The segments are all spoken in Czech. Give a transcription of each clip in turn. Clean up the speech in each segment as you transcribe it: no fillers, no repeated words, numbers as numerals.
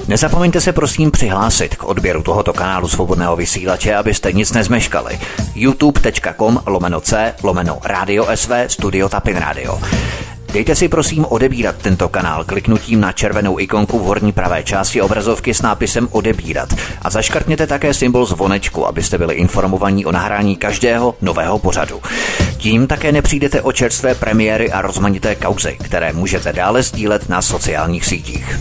Nezapomeňte se prosím přihlásit k odběru tohoto kanálu Svobodného vysílače, abyste nic nezmeškali. youtube.com/c/Radio SV Studio Tapin Radio. Dejte si prosím odebírat tento kanál kliknutím na červenou ikonku v horní pravé části obrazovky s nápisem odebírat a zaškrtněte také symbol zvonečku, abyste byli informovaní o nahrání každého nového pořadu. Tím také nepřijdete o čerstvé premiéry a rozmanité kauzy, které můžete dále sdílet na sociálních sítích.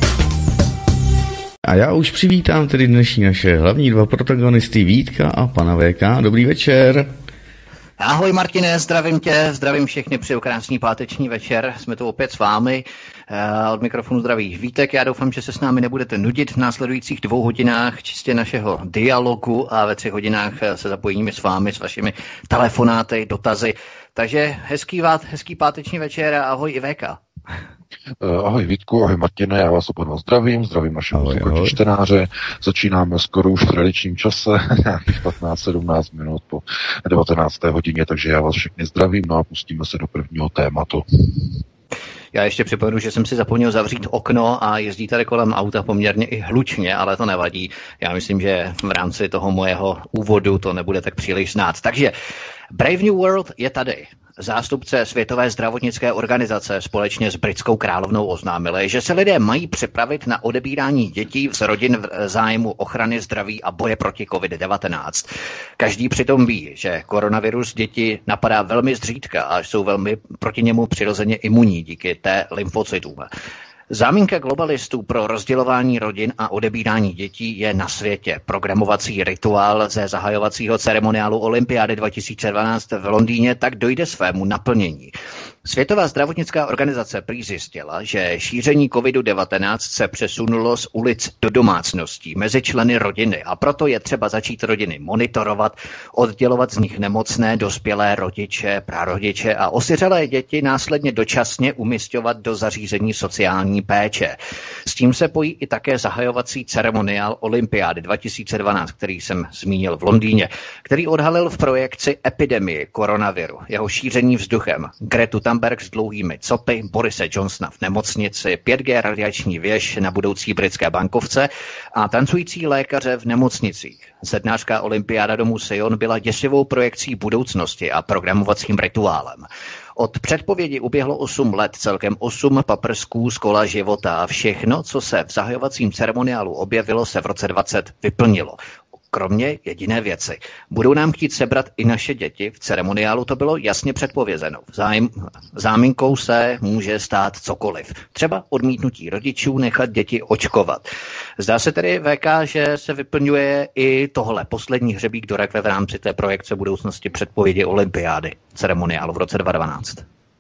A já už přivítám tedy dnešní naše hlavní dva protagonisty, Vítka a pana VK. Dobrý večer. Ahoj Martine, zdravím tě, zdravím všechny, přeju krásný páteční večer, jsme tu opět s vámi, od mikrofonu zdraví Vítek, já doufám, že se s námi nebudete nudit v následujících 2 hodinách čistě našeho dialogu a ve 3 hodinách se zapojíme s vámi, s vašimi telefonáty, dotazy, takže hezký páteční večer a ahoj i VK. Ahoj Vítku, ahoj Martine, já vás oba zdravím naše čtenáře. Začínáme skoro už v tradičním čase, nějakých 15-17 minut po 19. hodině, takže já vás všechny zdravím, no a pustíme se do prvního tématu. Já ještě připomenu, že jsem si zapomněl zavřít okno a jezdí tady kolem auta poměrně i hlučně, ale to nevadí. Já myslím, že v rámci toho mojeho úvodu to nebude tak příliš znát. Takže Brave New World je tady. Zástupce Světové zdravotnické organizace společně s britskou královnou oznámili, že se lidé mají připravit na odebírání dětí z rodin v zájmu ochrany zdraví a boje proti COVID-19. Každý přitom ví, že koronavirus děti napadá velmi zřídka a jsou velmi proti němu přirozeně imunní díky té lymfocytům. Záminka globalistů pro rozdělování rodin a odebírání dětí je na světě. Programovací rituál ze zahajovacího ceremoniálu Olympiády 2012 v Londýně tak dojde svému naplnění. Světová zdravotnická organizace prý zjistila, že šíření COVID-19 se přesunulo z ulic do domácností mezi členy rodiny a proto je třeba začít rodiny monitorovat, oddělovat z nich nemocné, dospělé rodiče, prarodiče a osiřelé děti následně dočasně umisťovat do zařízení sociální péče. S tím se pojí i také zahajovací ceremoniál Olympiády 2012, který jsem zmínil v Londýně, který odhalil v projekci epidemii koronaviru, jeho šíření vzduchem, Gretu Thunberg s dlouhými copy, Borise Johnsona v nemocnici, 5G radiační věž na budoucí britské bankovce a tancující lékaře v nemocnicích. Sednářská olympiáda domů Sion byla děsivou projekcí budoucnosti a programovacím rituálem. Od předpovědi uběhlo 8 let, celkem 8 paprsků z kola života a všechno, co se v zahajovacím ceremoniálu objevilo, se v roce 20 vyplnilo. Kromě jediné věci. Budou nám chtít sebrat i naše děti. V ceremoniálu to bylo jasně předpovězeno. Záminkou se může stát cokoliv. Třeba odmítnutí rodičů nechat děti očkovat. Zdá se tedy, VK, že se vyplňuje i tohle poslední hřebík do rakve v rámci té projekce budoucnosti předpovědi Olympiády ceremoniálu v roce 2012.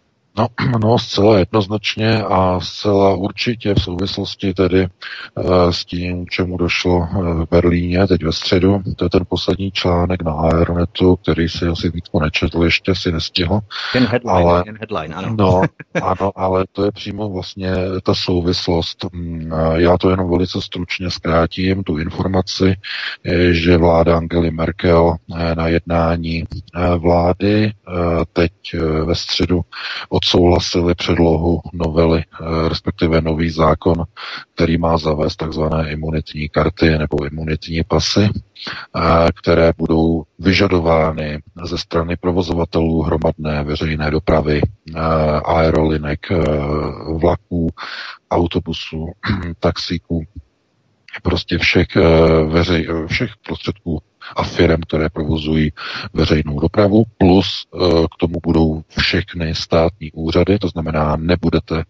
No, zcela jednoznačně a zcela určitě v souvislosti tedy s tím, čemu došlo v Berlíně teď ve středu. To je ten poslední článek na Aeronetu, který si asi Vítko nečetl, ještě si nestihl. Ten headline, ano. No, ano, ale to je přímo vlastně ta souvislost. Já to jenom velice stručně zkrátím, tu informaci, že vláda Angely Merkel na jednání vlády teď ve středu odsouhlasili předlohu novely, respektive nový zákon, který má zavést takzvané imunitní karty nebo imunitní pasy, které budou vyžadovány ze strany provozovatelů hromadné veřejné dopravy, aerolinek, vlaků, autobusů, taxíků, prostě všech prostředků a firem, které provozují veřejnou dopravu, plus k tomu budou všechny státní úřady, to znamená, nebudete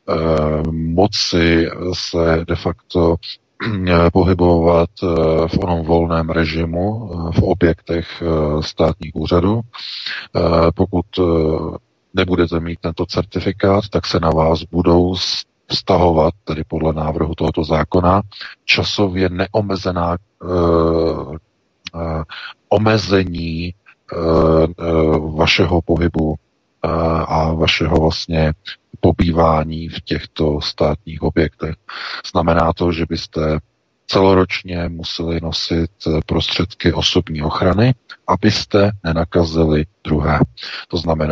moci se de facto pohybovat v onom volném režimu v objektech státních úřadů. Pokud nebudete mít tento certifikát, tak se na vás budou vztahovat, tedy podle návrhu tohoto zákona, časově neomezená omezení vašeho pohybu a vašeho vlastně pobývání v těchto státních objektech. Znamená to, že byste celoročně museli nosit prostředky osobní ochrany, abyste nenakazili druhé. To znamená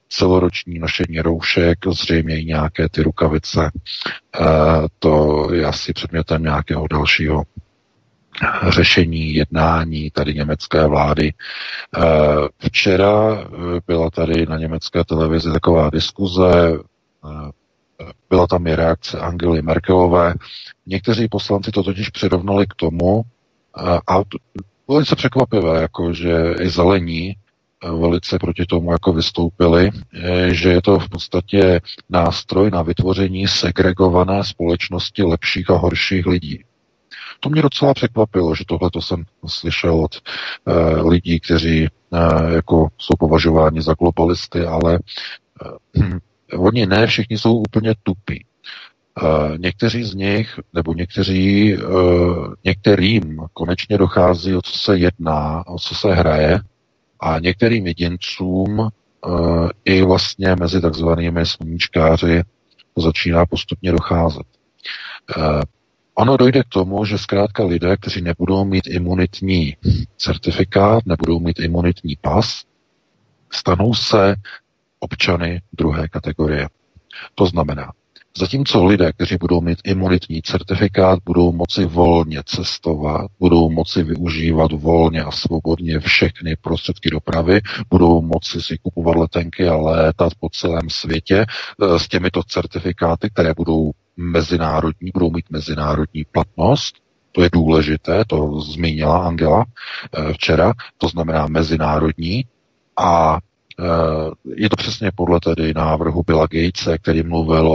celoroční nošení roušek, zřejmě i nějaké ty rukavice. To je asi předmětem nějakého dalšího řešení, jednání tady německé vlády. Včera byla tady na německé televizi taková diskuze, byla tam i reakce Angely Merkelové. Někteří poslanci to totiž přirovnali k tomu, a velice překvapivé, jako že i zelení velice proti tomu jako vystoupili, že je to v podstatě nástroj na vytvoření segregované společnosti lepších a horších lidí. To mě docela překvapilo, že tohle to jsem slyšel od lidí, kteří jako jsou považováni za globalisty, ale oni ne všichni jsou úplně tupí. Někteří z nich, nebo některým konečně dochází, o co se jedná, o co se hraje, a některým jedincům i vlastně mezi takzvanými sluníčkáři to začíná postupně docházet. Ono dojde k tomu, že zkrátka lidé, kteří nebudou mít imunitní certifikát, nebudou mít imunitní pas, stanou se občany druhé kategorie. To znamená, zatímco lidé, kteří budou mít imunitní certifikát, budou moci volně cestovat, budou moci využívat volně a svobodně všechny prostředky dopravy, budou moci si kupovat letenky a létat po celém světě s těmito certifikáty, které budou mezinárodní, budou mít mezinárodní platnost. To je důležité, to zmínila Angela včera, to znamená mezinárodní, a je to přesně podle tedy návrhu Billa Gatese, který mluvil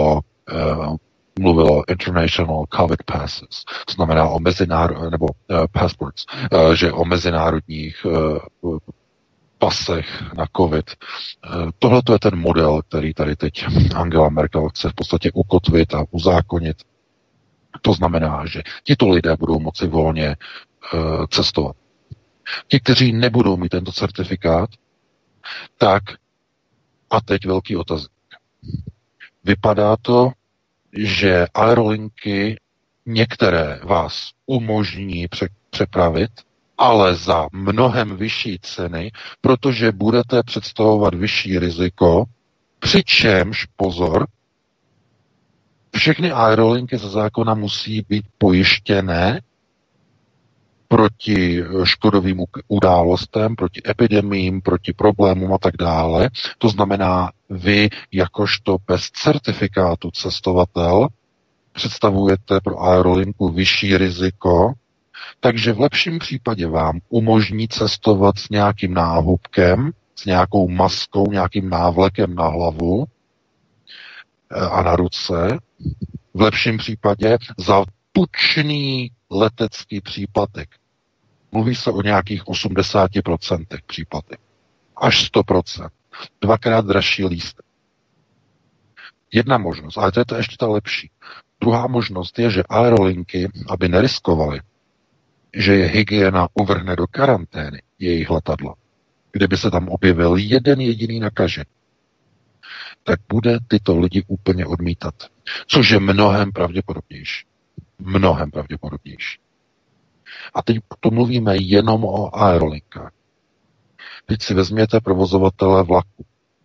o International COVID Passes, to znamená o passports, že o mezinárodních pasech na COVID. Tohle je ten model, který tady teď Angela Merkel chce v podstatě ukotvit a uzákonit. To znamená, že tito lidé budou moci volně cestovat. Ti, kteří nebudou mít tento certifikát, tak a teď velký otazník. Vypadá to, že aerolinky některé vás umožní přepravit, ale za mnohem vyšší ceny, protože budete představovat vyšší riziko, přičemž, pozor, všechny aerolinky ze zákona musí být pojištěné proti škodovým událostem, proti epidemiím, proti problémům a tak dále. To znamená, vy jakožto bez certifikátu cestovatel představujete pro aerolinku vyšší riziko, takže v lepším případě vám umožní cestovat s nějakým náhubkem, s nějakou maskou, nějakým návlekem na hlavu a na ruce. V lepším případě za tučný letecký příplatek. Mluví se o nějakých 80% příplatek. Až 100%. Dvakrát dražší lístek. Jedna možnost, ale to je to ještě ta lepší. Druhá možnost je, že aerolinky, aby neriskovaly, že je hygiena uvrhne do karantény jejich letadla, kdyby se tam objevil jeden jediný nakažený, tak bude tyto lidi úplně odmítat. Což je mnohem pravděpodobnější. Mnohem pravděpodobnější. A teď to mluvíme jenom o aerolinkách. Teď si vezměte provozovatele vlaku.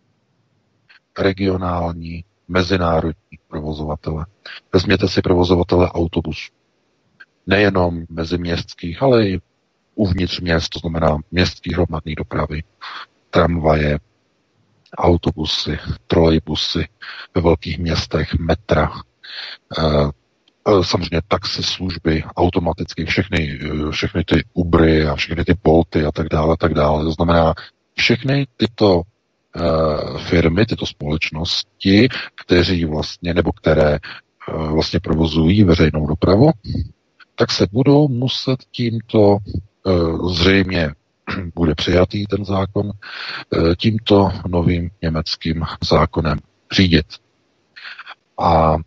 Regionální, mezinárodní provozovatele. Vezměte si provozovatele autobusů. Nejenom meziměstských, ale i uvnitř měst, to znamená městský hromadný dopravy, tramvaje, autobusy, trolejbusy ve velkých městech, metra, samozřejmě taxislužby, automaticky všechny ty Ubery a všechny ty Bolty a tak dále, tak dále. To znamená, všechny tyto firmy, tyto společnosti, které vlastně provozují veřejnou dopravu, tak se budou muset tímto zřejmě bude přijatý ten zákon, tímto novým německým zákonem řídit. A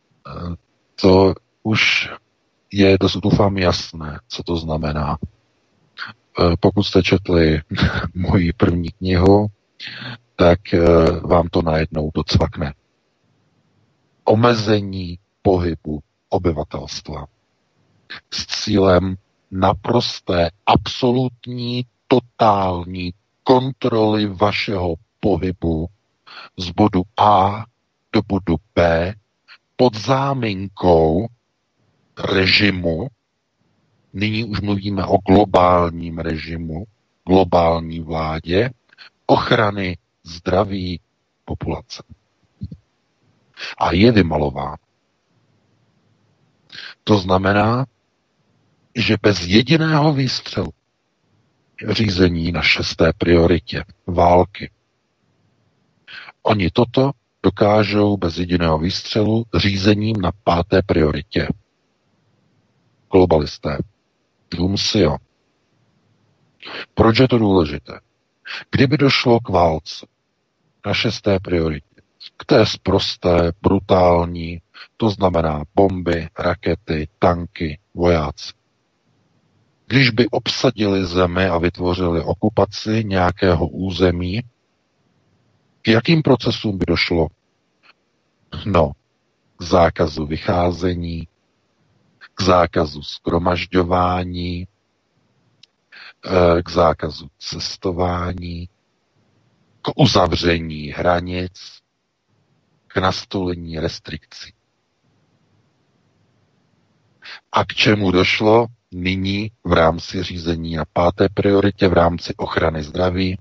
to už je doufám jasné, co to znamená. Pokud jste četli moji první knihu, tak vám to najednou docvakne. Omezení pohybu obyvatelstva s cílem naprosté, absolutní, totální kontroly vašeho pohybu z bodu A do bodu B pod záminkou režimu, nyní už mluvíme o globálním režimu, globální vládě, ochrany zdraví populace. A je vymalován. To znamená, že bez jediného výstřelu řízení na 6. prioritě války. Oni toto dokážou bez jediného výstřelu řízením na 5. prioritě. Globalisté. Důmsio. Proč je to důležité? Kdyby došlo k válce na 6. prioritě, k té sprosté, brutální, to znamená bomby, rakety, tanky, vojáci. Když by obsadili zemi a vytvořili okupaci nějakého území, k jakým procesům by došlo? No, k zákazu vycházení, k zákazu shromažďování, k zákazu cestování, k uzavření hranic, k nastolení restrikcí. A k čemu došlo nyní v rámci řízení na 5. prioritě, v rámci ochrany zdraví?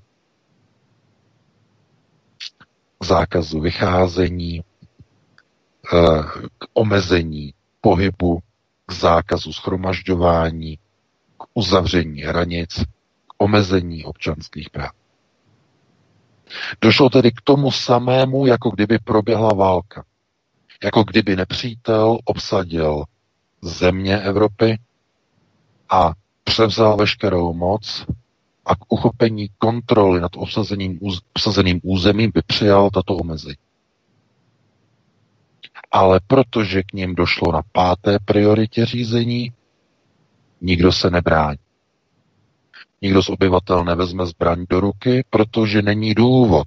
K zákazu vycházení, k omezení pohybu, k zákazu shromažďování, k uzavření hranic, k omezení občanských práv. Došlo tedy k tomu samému, jako kdyby proběhla válka. Jako kdyby nepřítel obsadil země Evropy a převzal veškerou moc a k uchopení kontroly nad obsazeným územím by přijal tato omezení. Ale protože k ním došlo na 5. prioritě řízení, nikdo se nebrání. Nikdo z obyvatel nevezme zbraň do ruky, protože není důvod.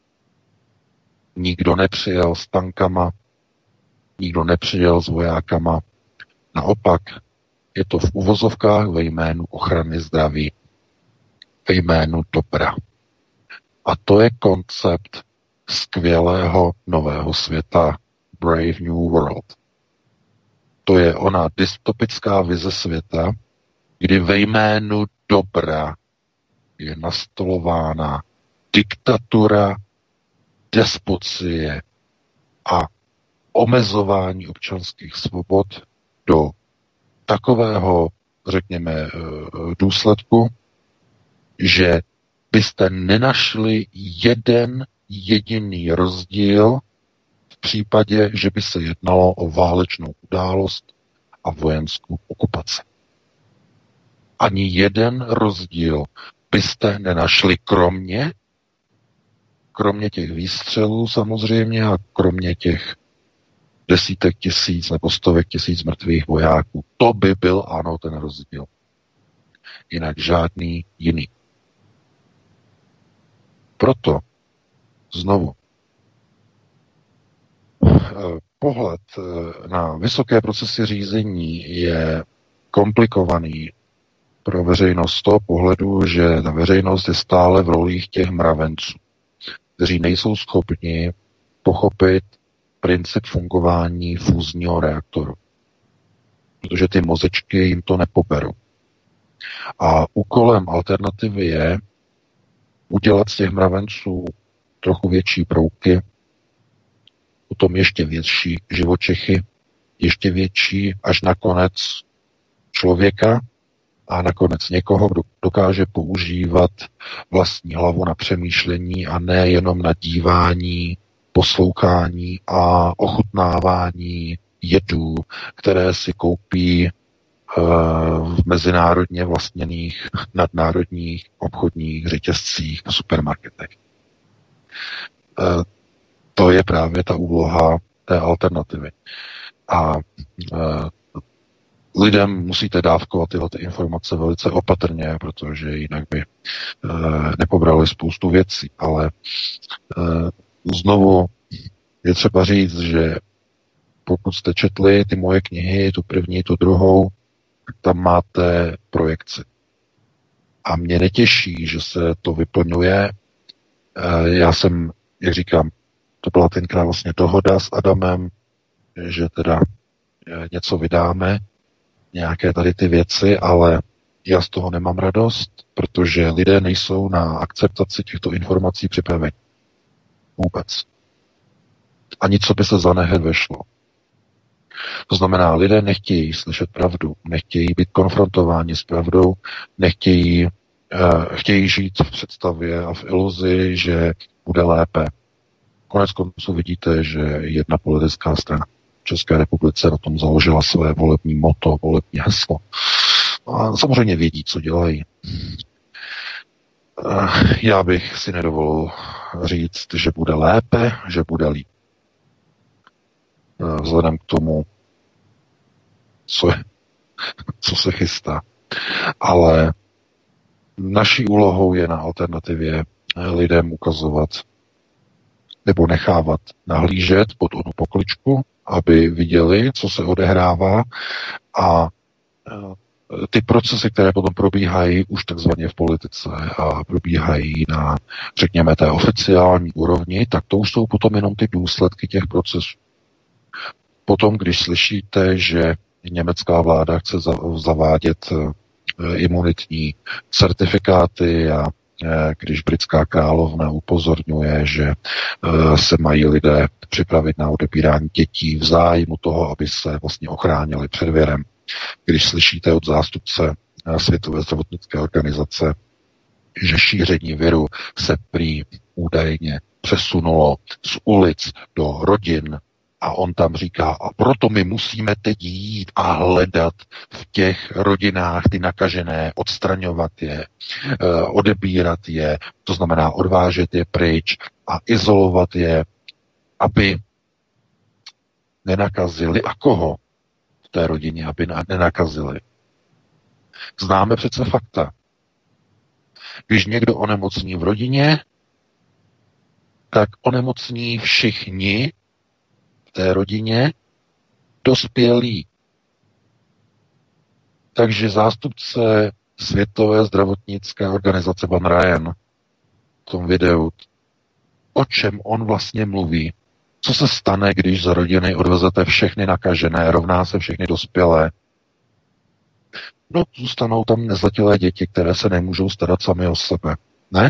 Nikdo nepřijel s tankama, nikdo nepřijel s vojákama. Naopak je to v uvozovkách ve jménu ochrany zdraví, ve jménu dobra. A to je koncept skvělého nového světa, Brave New World. To je ona dystopická vize světa, kdy ve jménu dobra je nastolována diktatura, despocie a omezování občanských svobod do takového, řekněme, důsledku, že byste nenašli jeden jediný rozdíl v případě, že by se jednalo o válečnou událost a vojenskou okupaci. Ani jeden rozdíl byste nenašli kromě těch výstřelů samozřejmě a kromě těch desítek tisíc nebo stovek tisíc mrtvých vojáků. To by byl, ano, ten rozdíl. Jinak žádný jiný. Proto znovu pohled na vysoké procesy řízení je komplikovaný pro veřejnost z toho pohledu, že ta veřejnost je stále v rolích těch mravenců, kteří nejsou schopni pochopit princip fungování fúzního reaktoru. Protože ty mozečky jim to nepoberou. A úkolem alternativy je udělat z těch mravenců trochu větší brouky, potom ještě větší živočichy, ještě větší až nakonec člověka a nakonec někoho, kdo dokáže používat vlastní hlavu na přemýšlení a ne jenom na dívání, poslouchání a ochutnávání jedů, které si koupí v mezinárodně vlastněných nadnárodních obchodních řetězcích a supermarketech. To je právě ta úloha té alternativy. A lidem musíte dávkovat tyhle informace velice opatrně, protože jinak by nepobrali spoustu věcí. Ale znovu je třeba říct, že pokud jste četli ty moje knihy, tu první, tu druhou, tak tam máte projekci. A mě netěší, že se to vyplňuje. Já jsem jak říkám, to byla tenkrát vlastně dohoda s Adamem, že teda něco vydáme, nějaké tady ty věci, ale já z toho nemám radost, protože lidé nejsou na akceptaci těchto informací připraveni. Vůbec. Ani co by se za nehet vešlo. To znamená, lidé nechtějí slyšet pravdu, nechtějí být konfrontováni s pravdou, chtějí žít v představě a v iluzi, že bude lépe. Konec konců vidíte, že jedna politická strana v České republice na tom založila své volební motto, volební heslo. A samozřejmě vědí, co dělají. Já bych si nedovolil říct, že bude lépe, že bude líp. Vzhledem k tomu, co se chystá. Ale naší úlohou je na alternativě lidem ukazovat nebo nechávat nahlížet pod onu pokličku, aby viděli, co se odehrává a ty procesy, které potom probíhají už takzvaně v politice a probíhají na, řekněme, té oficiální úrovni, tak to už jsou potom jenom ty důsledky těch procesů. Potom, když slyšíte, že německá vláda chce zavádět imunitní certifikáty a když britská královna upozorňuje, že se mají lidé připravit na odebírání dětí v zájmu toho, aby se vlastně ochránili před virem. Když slyšíte od zástupce Světové zdravotnické organizace, že šíření viru se prý údajně přesunulo z ulic do rodin, a on tam říká, a proto my musíme teď jít a hledat v těch rodinách ty nakažené, odstraňovat je, odebírat je, to znamená odvážet je pryč a izolovat je, aby nenakazili. A koho v té rodině, aby nenakazili? Známe přece fakta. Když někdo onemocní v rodině, tak onemocní všichni té rodině dospělí. Takže zástupce Světové zdravotnické organizace Van Ryan v tom videu, o čem on vlastně mluví, co se stane, když z rodiny odvezete všechny nakažené, rovná se všechny dospělé. No, zůstanou tam nezletilé děti, které se nemůžou starat sami o sebe. Ne?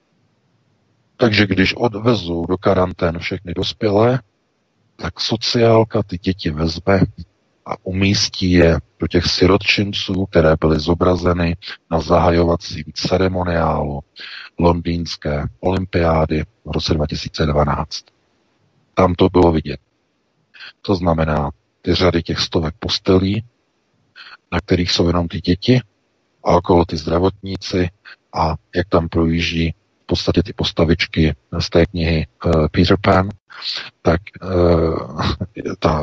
Takže když odvezu do karantén všechny dospělé, tak sociálka ty děti vezme a umístí je do těch sirotčinců, které byly zobrazeny na zahajovacím ceremoniálu londýnské olympiády v roce 2012. Tam to bylo vidět. To znamená ty řady těch stovek postelí, na kterých jsou jenom ty děti a okolo ty zdravotníci a jak tam projíždí v podstatě ty postavičky z té knihy Peter Pan, tak ta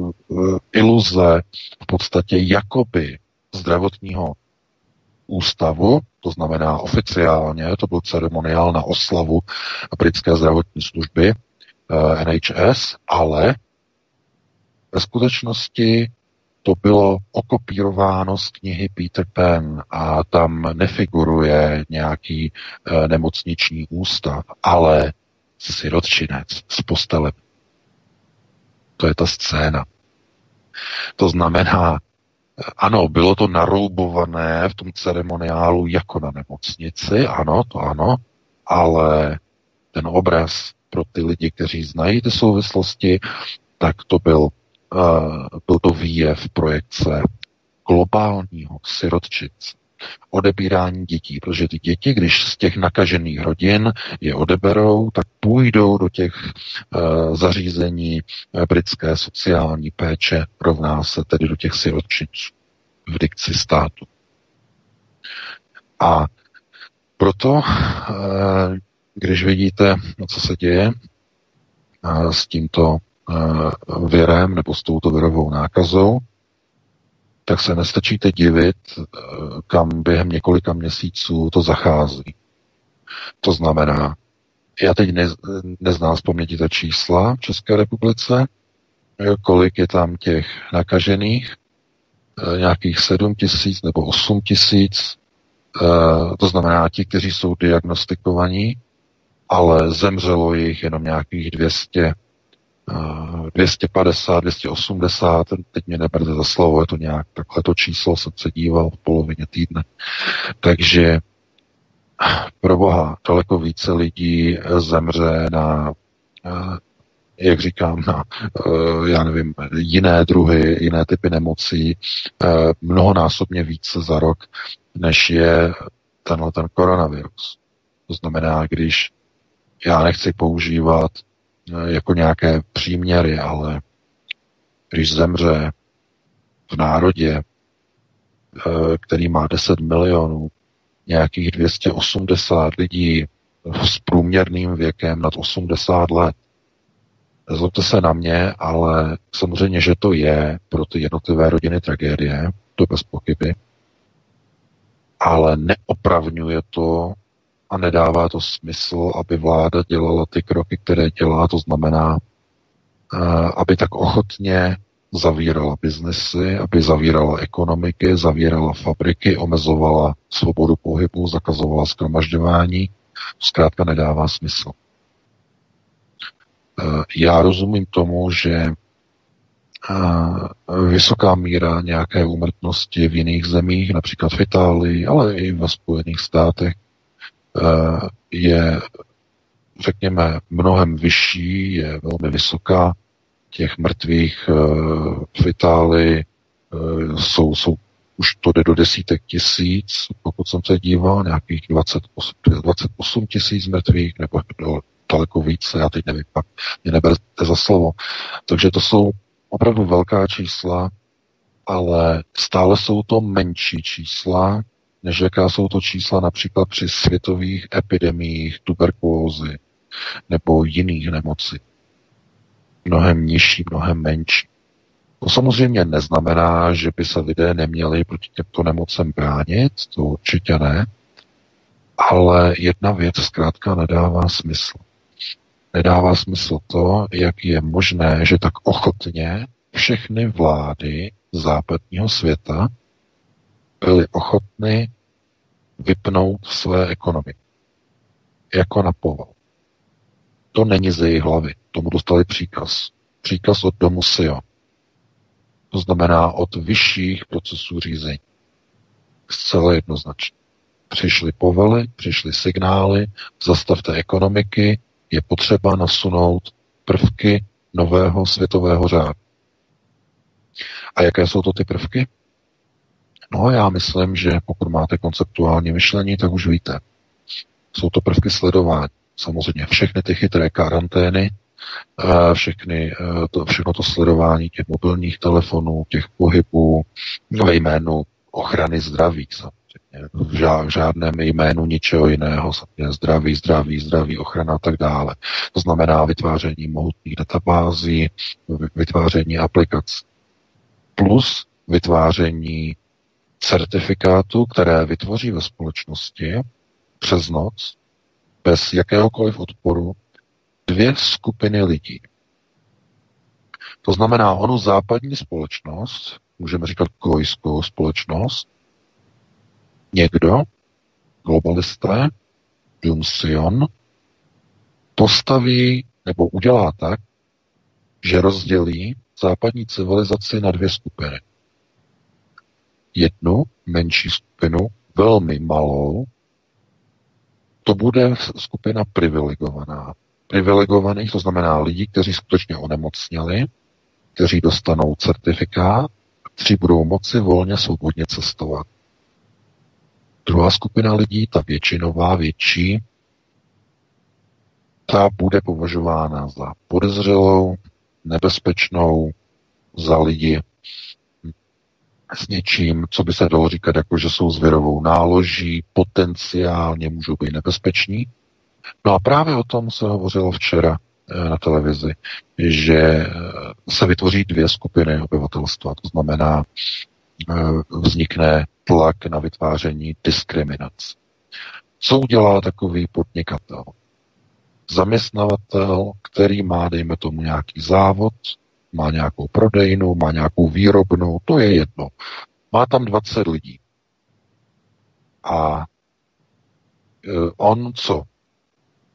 iluze v podstatě jakoby zdravotního ústavu, to znamená oficiálně, to byl ceremoniál na oslavu britské zdravotní služby NHS, ale ve skutečnosti to bylo okopírováno z knihy Peter Pan a tam nefiguruje nějaký nemocniční ústav, ale sirotčinec s postelem. To je ta scéna. To znamená, ano, bylo to naroubované v tom ceremoniálu jako na nemocnici, ano, to ano, ale ten obraz pro ty lidi, kteří znají ty souvislosti, tak to byl to výjev projekce globálního sirotčince. Odebírání dětí, protože ty děti, když z těch nakažených rodin je odeberou, tak půjdou do těch zařízení britské sociální péče, rovná se tedy do těch sirotčinců v dikci státu. A proto, když vidíte, co se děje s tímto virem nebo s touto virovou nákazou, tak se nestačíte divit, kam během několika měsíců to zachází. To znamená, já teď neznám z paměti ta čísla v České republice, kolik je tam těch nakažených, nějakých 7 000 nebo 8 000, to znamená ti, kteří jsou diagnostikovaní, ale zemřelo jich jenom nějakých 200, 250, 280, teď mě neberte za slovo, je to nějak takhle to číslo, jsem se díval v polovině týdne. Takže pro boha, daleko více lidí zemře na, jak říkám, na, já nevím, jiné druhy, jiné typy nemocí, mnohonásobně více za rok, než je ten koronavirus. To znamená, když já nechci používat jako nějaké příměry, ale když zemře v národě, který má 10 milionů, nějakých 280 lidí s průměrným věkem nad 80 let. Nezlobte se na mě, ale samozřejmě, že to je pro ty jednotlivé rodiny tragédie, to bez pochyby, ale neopravňuje to a nedává to smysl, aby vláda dělala ty kroky, které dělá, to znamená, aby tak ochotně zavírala biznesy, aby zavírala ekonomiky, zavírala fabriky, omezovala svobodu pohybu, zakazovala shromažďování. Zkrátka nedává smysl. Já rozumím tomu, že vysoká míra nějaké úmrtnosti v jiných zemích, například v Itálii, ale i ve Spojených státech, je, řekněme, mnohem vyšší, je velmi vysoká. Těch mrtvých v Itálii jsou už to jde do desítek tisíc, pokud jsem se díval, nějakých 28 tisíc mrtvých, nebo daleko více, já teď nevím, pak mě neberte za slovo. Takže to jsou opravdu velká čísla, ale stále jsou to menší čísla, než jaká jsou to čísla například při světových epidemiích tuberkulózy nebo jiných nemocí. Mnohem nižší, mnohem menší. To samozřejmě neznamená, že by se lidé neměli proti těmto nemocem bránit, to určitě ne, ale jedna věc zkrátka nedává smysl. Nedává smysl to, jak je možné, že tak ochotně všechny vlády západního světa byly ochotny vypnout své ekonomiky. Jako na poval. To není ze jejich hlavy. Tomu dostali příkaz. Příkaz od domu Sion. To znamená od vyšších procesů řízení. Zcela jednoznačně. Přišly povely, přišly signály, zastavte ekonomiky, je potřeba nasunout prvky nového světového řádu. A jaké jsou to ty prvky? No, já myslím, že pokud máte konceptuální myšlení, tak už víte. Jsou to prvky sledování. Samozřejmě všechny ty chytré karantény, všechno to sledování těch mobilních telefonů, těch pohybů ve jménu ochrany zdraví. V žádném jménu ničeho jiného. Zdraví, ochrana a tak dále. To znamená vytváření mohutných databází, vytváření aplikací. Plus vytváření certifikátů, které vytvoří ve společnosti přes noc, bez jakéhokoliv odporu, 2 skupiny lidí. To znamená onu západní společnost, můžeme říkat gojskou společnost, někdo, globalisté, Dům Sion, postaví nebo udělá tak, že rozdělí západní civilizaci na 2 skupiny. Jednu menší skupinu, velmi malou, to bude skupina privilegovaná. Privilegovaných, to znamená lidi, kteří skutečně onemocněli, kteří dostanou certifikát, kteří budou moci volně, svobodně cestovat. Druhá skupina lidí, ta většinová, větší, ta bude považována za podezřelou, nebezpečnou, za lidi s něčím, co by se dalo říkat, jako že jsou zvěrovou náloží, potenciálně můžou být nebezpeční. No a právě o tom se hovořilo včera na televizi, že se vytvoří 2 skupiny obyvatelstva. To znamená, vznikne tlak na vytváření diskriminace. Co udělá takový podnikatel? Zaměstnavatel, který má, dejme tomu, nějaký závod, má nějakou prodejnu, má nějakou výrobnu, to je jedno. Má tam 20 lidí. A on co?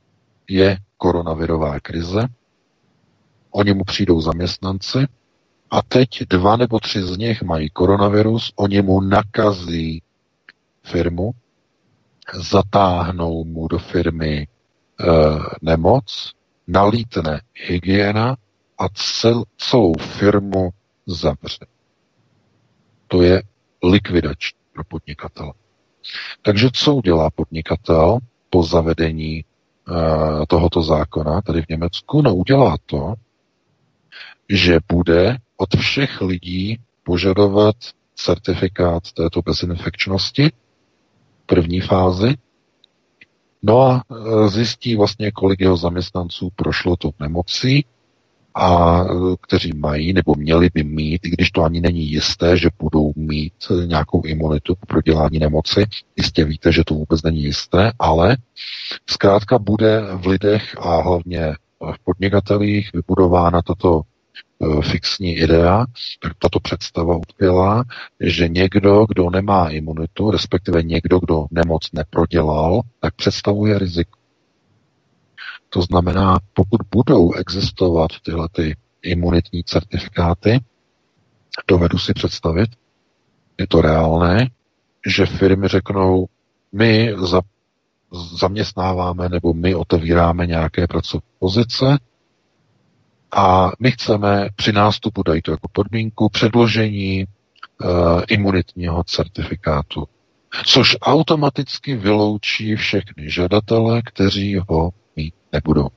je koronavirová krize, oni mu přijdou zaměstnanci a teď 2 nebo 3 z nich mají koronavirus, oni mu nakazí firmu, zatáhnou mu do firmy nemoc, nalítne hygiena a celou firmu zavře. To je likvidační pro podnikatele. Takže co udělá podnikatel po zavedení tohoto zákona tady v Německu? No udělá to, že bude od všech lidí požadovat certifikát této bezinfekčnosti v první fázi, no a zjistí vlastně, kolik jeho zaměstnanců prošlo tou nemocí a kteří mají nebo měli by mít, i když to ani není jisté, že budou mít nějakou imunitu po prodělání nemoci. Jistě víte, že to vůbec není jisté, ale zkrátka bude v lidech a hlavně v podnikatelích vybudována tato fixní idea, tak tato představa utkvělá, že někdo, kdo nemá imunitu, respektive někdo, kdo nemoc neprodělal, tak představuje riziko. To znamená, pokud budou existovat tyhle ty imunitní certifikáty, dovedu si představit, je to reálné, že firmy řeknou, my zaměstnáváme nebo my otevíráme nějaké pracovní pozice a my chceme při nástupu, dají to jako podmínku, předložení imunitního certifikátu, což automaticky vyloučí všechny žadatele, kteří ho mít nebudou.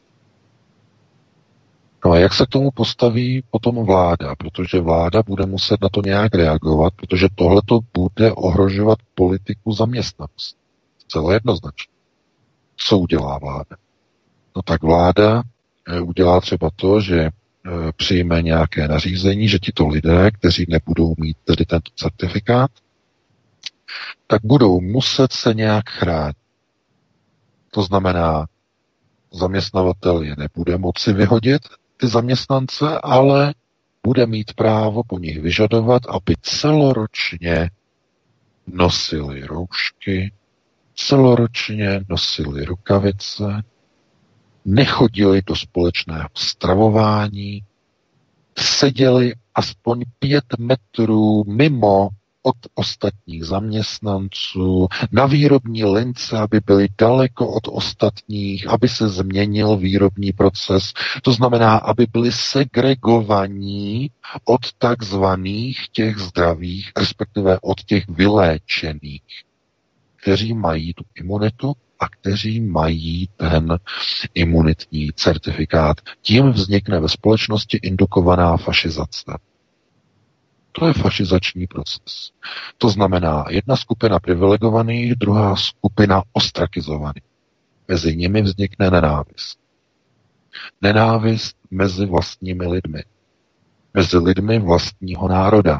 No a jak se k tomu postaví potom vláda? Protože vláda bude muset na to nějak reagovat, protože tohleto bude ohrožovat politiku zaměstnanosti. Celé jednoznačně. Co udělá vláda? No tak vláda udělá třeba to, že přijme nějaké nařízení, že tito lidé, kteří nebudou mít tedy tento certifikát, tak budou muset se nějak chránit. To znamená, zaměstnavatel je nebude moci vyhodit, ty zaměstnance, ale bude mít právo po nich vyžadovat, aby celoročně nosili roušky, celoročně nosili rukavice, nechodili do společného stravování, seděli aspoň 5 metrů mimo od ostatních zaměstnanců, na výrobní lince, aby byli daleko od ostatních, aby se změnil výrobní proces. To znamená, aby byli segregovaní od takzvaných těch zdravých, respektive od těch vyléčených, kteří mají tu imunitu a kteří mají ten imunitní certifikát. Tím vznikne ve společnosti indukovaná fašizace. To je fašizační proces. To znamená jedna skupina privilegovaných, druhá skupina ostrakizovaných. Mezi nimi vznikne nenávist. Nenávist mezi vlastními lidmi. Mezi lidmi vlastního národa.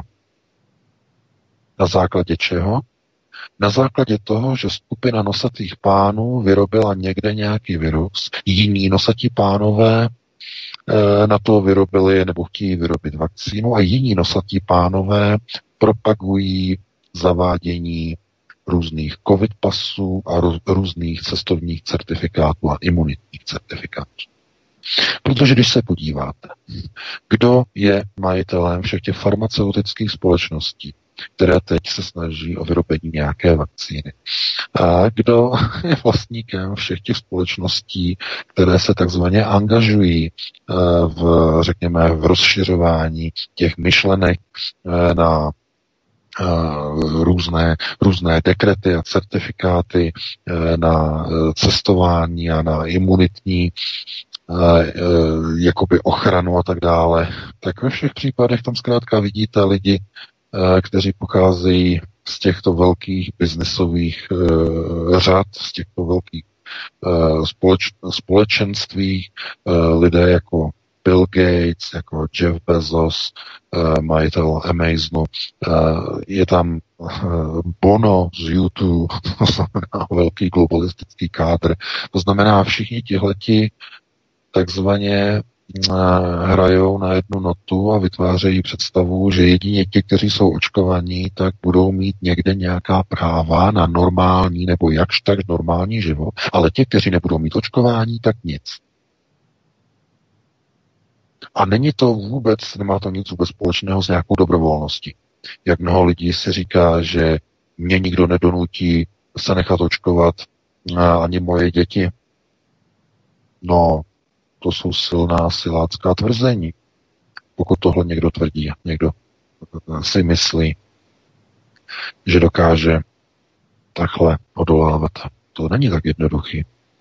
Na základě čeho? Na základě toho, že skupina nosatých pánů vyrobila někde nějaký virus, jiní nosatí pánové na to vyrobili nebo chtějí vyrobit vakcínu a jiní nosatí pánové propagují zavádění různých covid pasů a různých cestovních certifikátů a imunitních certifikátů. Protože když se podíváte, kdo je majitelem všech těch farmaceutických společností, které teď se snaží o vyrobení nějaké vakcíny. A kdo je vlastníkem všech těch společností, které se takzvaně angažují řekněme, v rozšiřování těch myšlenek na různé dekrety a certifikáty na cestování a na imunitní jakoby ochranu a tak dále, tak ve všech případech tam zkrátka vidíte lidi, kteří pocházejí z těchto velkých biznesových řad, z těchto velkých společenství, lidé jako Bill Gates, jako Jeff Bezos, majitel Amazonu, je tam Bono z YouTube, to znamená velký globalistický kádr, to znamená všichni tihleti takzvaně hrajou na jednu notu a vytvářejí představu, že jedině ti, kteří jsou očkovaní, tak budou mít někde nějaká práva na normální nebo jakž tak normální život, ale ti, kteří nebudou mít očkování, tak nic. A není to vůbec, nemá to nic vůbec společného s nějakou dobrovolností. Jak mnoho lidí si říká, že mě nikdo nedonutí se nechat očkovat, ani moje děti. No, to jsou silná silácká tvrzení. Pokud tohle někdo tvrdí, někdo si myslí, že dokáže takhle odolávat. To není tak jednoduchý.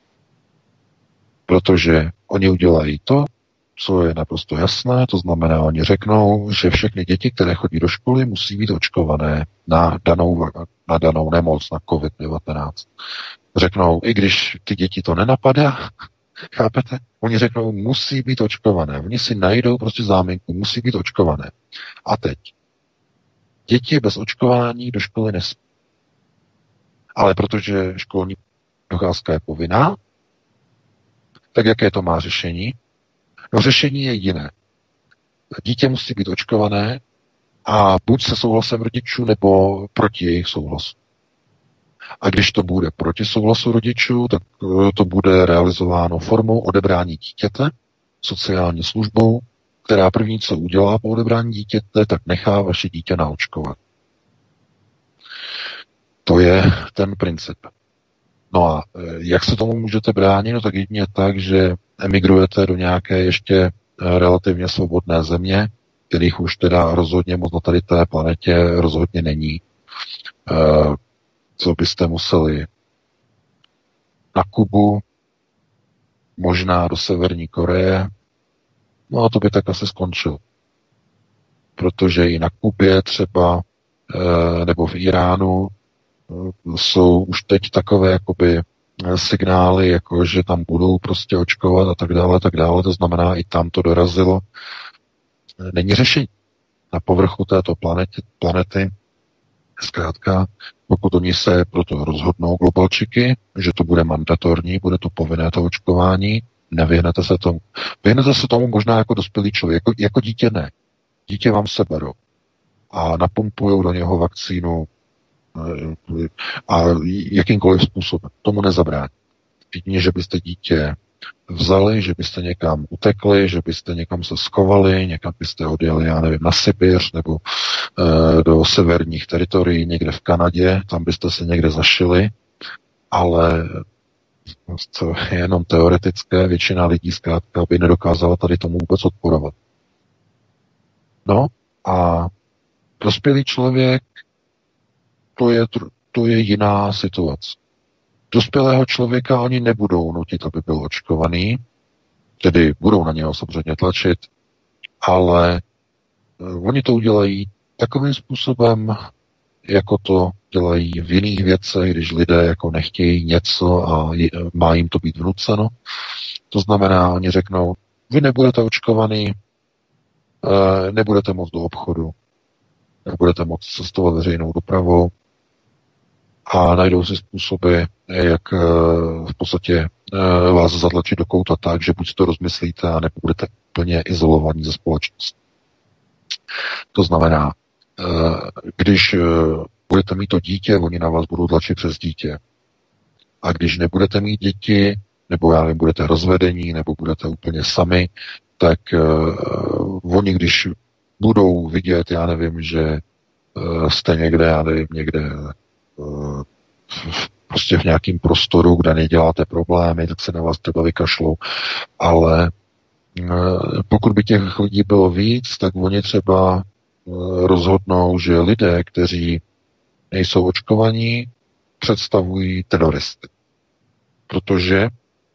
Protože oni udělají to, co je naprosto jasné, to znamená, oni řeknou, že všechny děti, které chodí do školy, musí být očkované na danou nemoc, na COVID-19. Řeknou, i když ty děti to nenapadá, chápete? Oni řeknou, musí být očkované. Oni si najdou prostě záminku, musí být očkované. A teď. Děti bez očkování do školy nesmí. Ale protože školní docházka je povinná, tak jaké to má řešení? No řešení je jiné. Dítě musí být očkované a buď se souhlasem rodičů, nebo proti jejich souhlasu. A když to bude proti souhlasu rodičů, tak to bude realizováno formou odebrání dítěte, sociální službou, která první, co udělá po odebrání dítěte, tak nechá vaše dítě naočkovat. To je ten princip. No a jak se tomu můžete bránit? No tak jedině tak, že emigrujete do nějaké ještě relativně svobodné země, kterých už teda rozhodně moc na tady té planetě rozhodně není. Co byste museli na Kubu, možná do Severní Koreje, no a to by tak asi skončil. Protože i na Kubě třeba, nebo v Iránu, jsou už teď takové jakoby signály, jako že tam budou prostě očkovat a tak dále, to znamená, i tam to dorazilo. Není řešení. Na povrchu této planety zkrátka, pokud oni se proto rozhodnou globalčiky, že to bude mandatorní, bude to povinné to očkování, nevyhnete se tomu. Vyhnete se tomu možná jako dospělý člověk, jako dítě ne. Dítě vám seberou a napumpujou do něho vakcínu a jakýmkoliv způsobem. Tomu nezabrání. Jedině, že byste dítě vzali, že byste někam utekli, že byste někam se schovali, někam byste odjeli, já nevím, na Sibiř nebo do severních teritorií, někde v Kanadě, tam byste se někde zašili, ale to je jenom teoretické, většina lidí zkrátka by nedokázala tady tomu vůbec odporovat. No a dospělý člověk, to je jiná situace. Dospělého člověka oni nebudou nutit, aby byl očkovaný, tedy budou na něho samozřejmě tlačit, ale oni to udělají takovým způsobem, jako to dělají v jiných věcech, když lidé jako nechtějí něco a má jim to být vnuceno. To znamená, oni řeknou, vy nebudete očkovaný, nebudete moct do obchodu, nebudete moct cestovat veřejnou dopravou, a najdou si způsoby, jak v podstatě vás zatlačit do kouta tak, že buď to rozmyslíte, a nebo budete úplně izolovaní ze společnosti. To znamená, když budete mít to dítě, oni na vás budou tlačit přes dítě. A když nebudete mít děti, nebo já nevím, budete rozvedení, nebo budete úplně sami, tak oni, když budou vidět, já nevím, že jste někde, já nevím, někde prostě v nějakém prostoru, kde neděláte problémy, tak se na vás třeba vykašlou. Ale pokud by těch lidí bylo víc, tak oni třeba rozhodnou, že lidé, kteří nejsou očkovaní, představují teroristy. Protože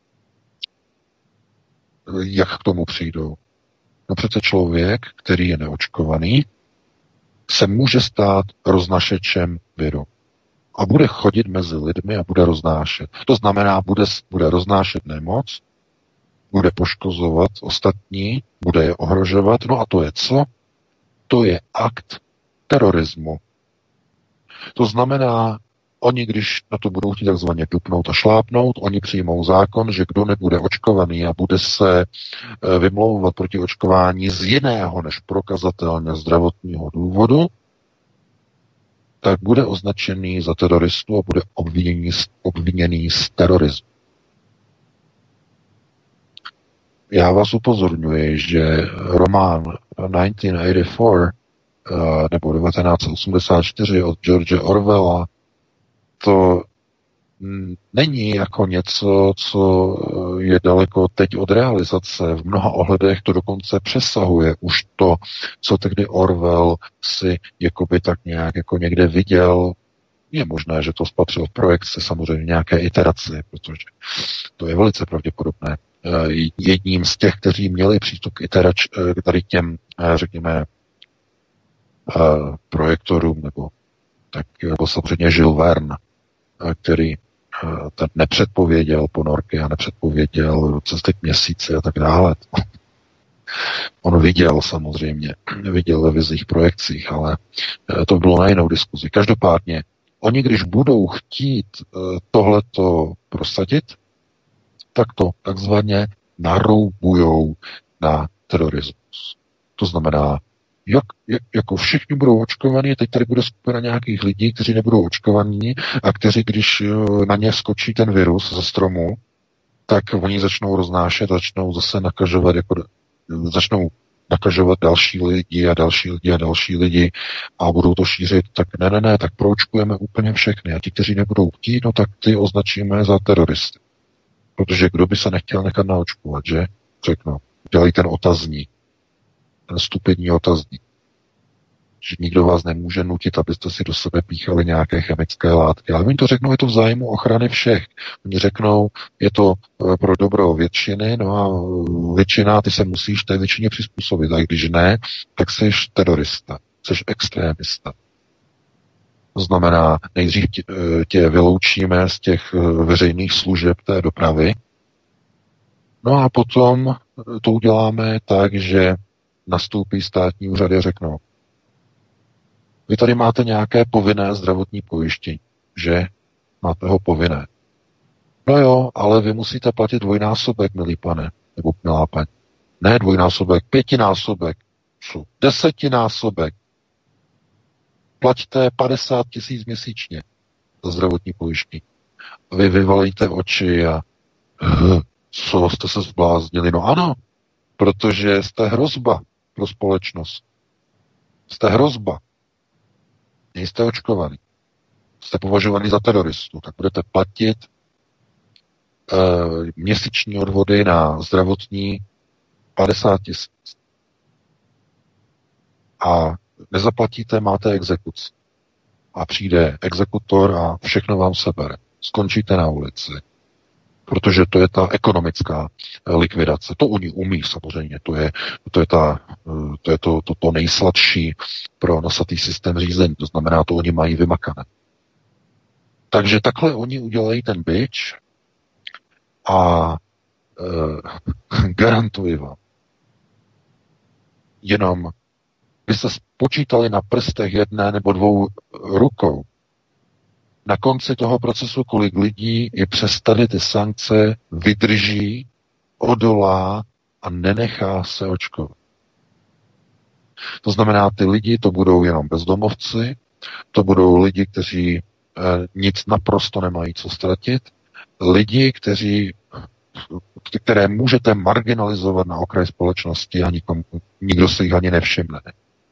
jak k tomu přijdou? No přece člověk, který je neočkovaný, se může stát roznašečem viru. A bude chodit mezi lidmi a bude roznášet. To znamená, bude roznášet nemoc, bude poškozovat ostatní, bude je ohrožovat. No a to je co? To je akt terorismu. To znamená, Oni, když na to budou chtít takzvaně dupnout a šlápnout, oni přijmou zákon, že kdo nebude očkovaný a bude se vymlouvat proti očkování z jiného než prokazatelně zdravotního důvodu, tak bude označený za teroristu a bude obviněný z terorismu. Já vás upozorňuji, že román 1984 nebo 1984 od George Orwella to není jako něco, co je daleko teď od realizace. V mnoha ohledech to dokonce přesahuje už to, co tehdy Orwell si jakoby tak nějak jako někde viděl. Je možné, že to spatřil v projekci, samozřejmě nějaké iteraci, protože to je velice pravděpodobné. Jedním z těch, kteří měli přístup k tady těm, řekněme, projektorům, nebo samozřejmě Jules Verne, který ten nepředpověděl ponorky a nepředpověděl cesty k měsíci a tak dále. On viděl samozřejmě, viděl ve vizích projekcích, ale to bylo na jinou diskuzi. Každopádně, oni, když budou chtít tohleto prosadit, tak to takzvaně naroubujou na terorismus. To znamená, jako všichni budou očkovaní, teď tady bude skupina nějakých lidí, kteří nebudou očkovaní a kteří, když na ně skočí ten virus ze stromu, tak oni začnou roznášet, začnou zase nakažovat, začnou nakažovat další lidi a další lidi a další lidi a budou to šířit, tak ne, tak proočkujeme úplně všechny a ti, kteří nebudou chtít, no tak ty označíme za teroristy. Protože kdo by se nechtěl nechat naočkovat, že? Řeknu, dělají ten otazník, ten stupidní otazník. Že nikdo vás nemůže nutit, abyste si do sebe píchali nějaké chemické látky. Ale oni to řeknou, je to v zájmu ochrany všech. Oni řeknou, je to pro dobro většiny, no a většina, ty se musíš té většině přizpůsobit. A když ne, tak jsi terorista, jsi extrémista. To znamená, nejdřív tě vyloučíme z těch veřejných služeb té dopravy, no a potom to uděláme tak, že nastoupí státní úřady a řeknou, vy tady máte nějaké povinné zdravotní pojištění, že? Máte ho povinné. No jo, ale vy musíte platit dvojnásobek, milý pane, nebo milá paní. Ne dvojnásobek, 5násobek, 10násobek. Plaťte 50 000 měsíčně za zdravotní pojištění. Vy vyvalíte oči a co jste se zbláznili? No ano, protože jste hrozba pro společnost. Jste hrozba. Nejste očkovaný. Jste považovaný za teroristu, tak budete platit měsíční odvody na zdravotní 50 000. A nezaplatíte, máte exekuci. A přijde exekutor a všechno vám sebere. Skončíte na ulici. Protože to je ta ekonomická likvidace. To oni umí samozřejmě. To je to nejsladší pro nosatý systém řízení. To znamená, to oni mají vymakané. Takže takhle oni udělají ten bič a garantuji vám. Jenom by se spočítali na prstech jedné nebo dvou rukou, na konci toho procesu, kolik lidí i přes tady ty sankce vydrží, odolá a nenechá se očkovat. To znamená, ty lidi to budou jenom bezdomovci, to budou lidi, kteří nic naprosto nemají co ztratit, lidi, které můžete marginalizovat na okraj společnosti a nikdo se jich ani nevšimne.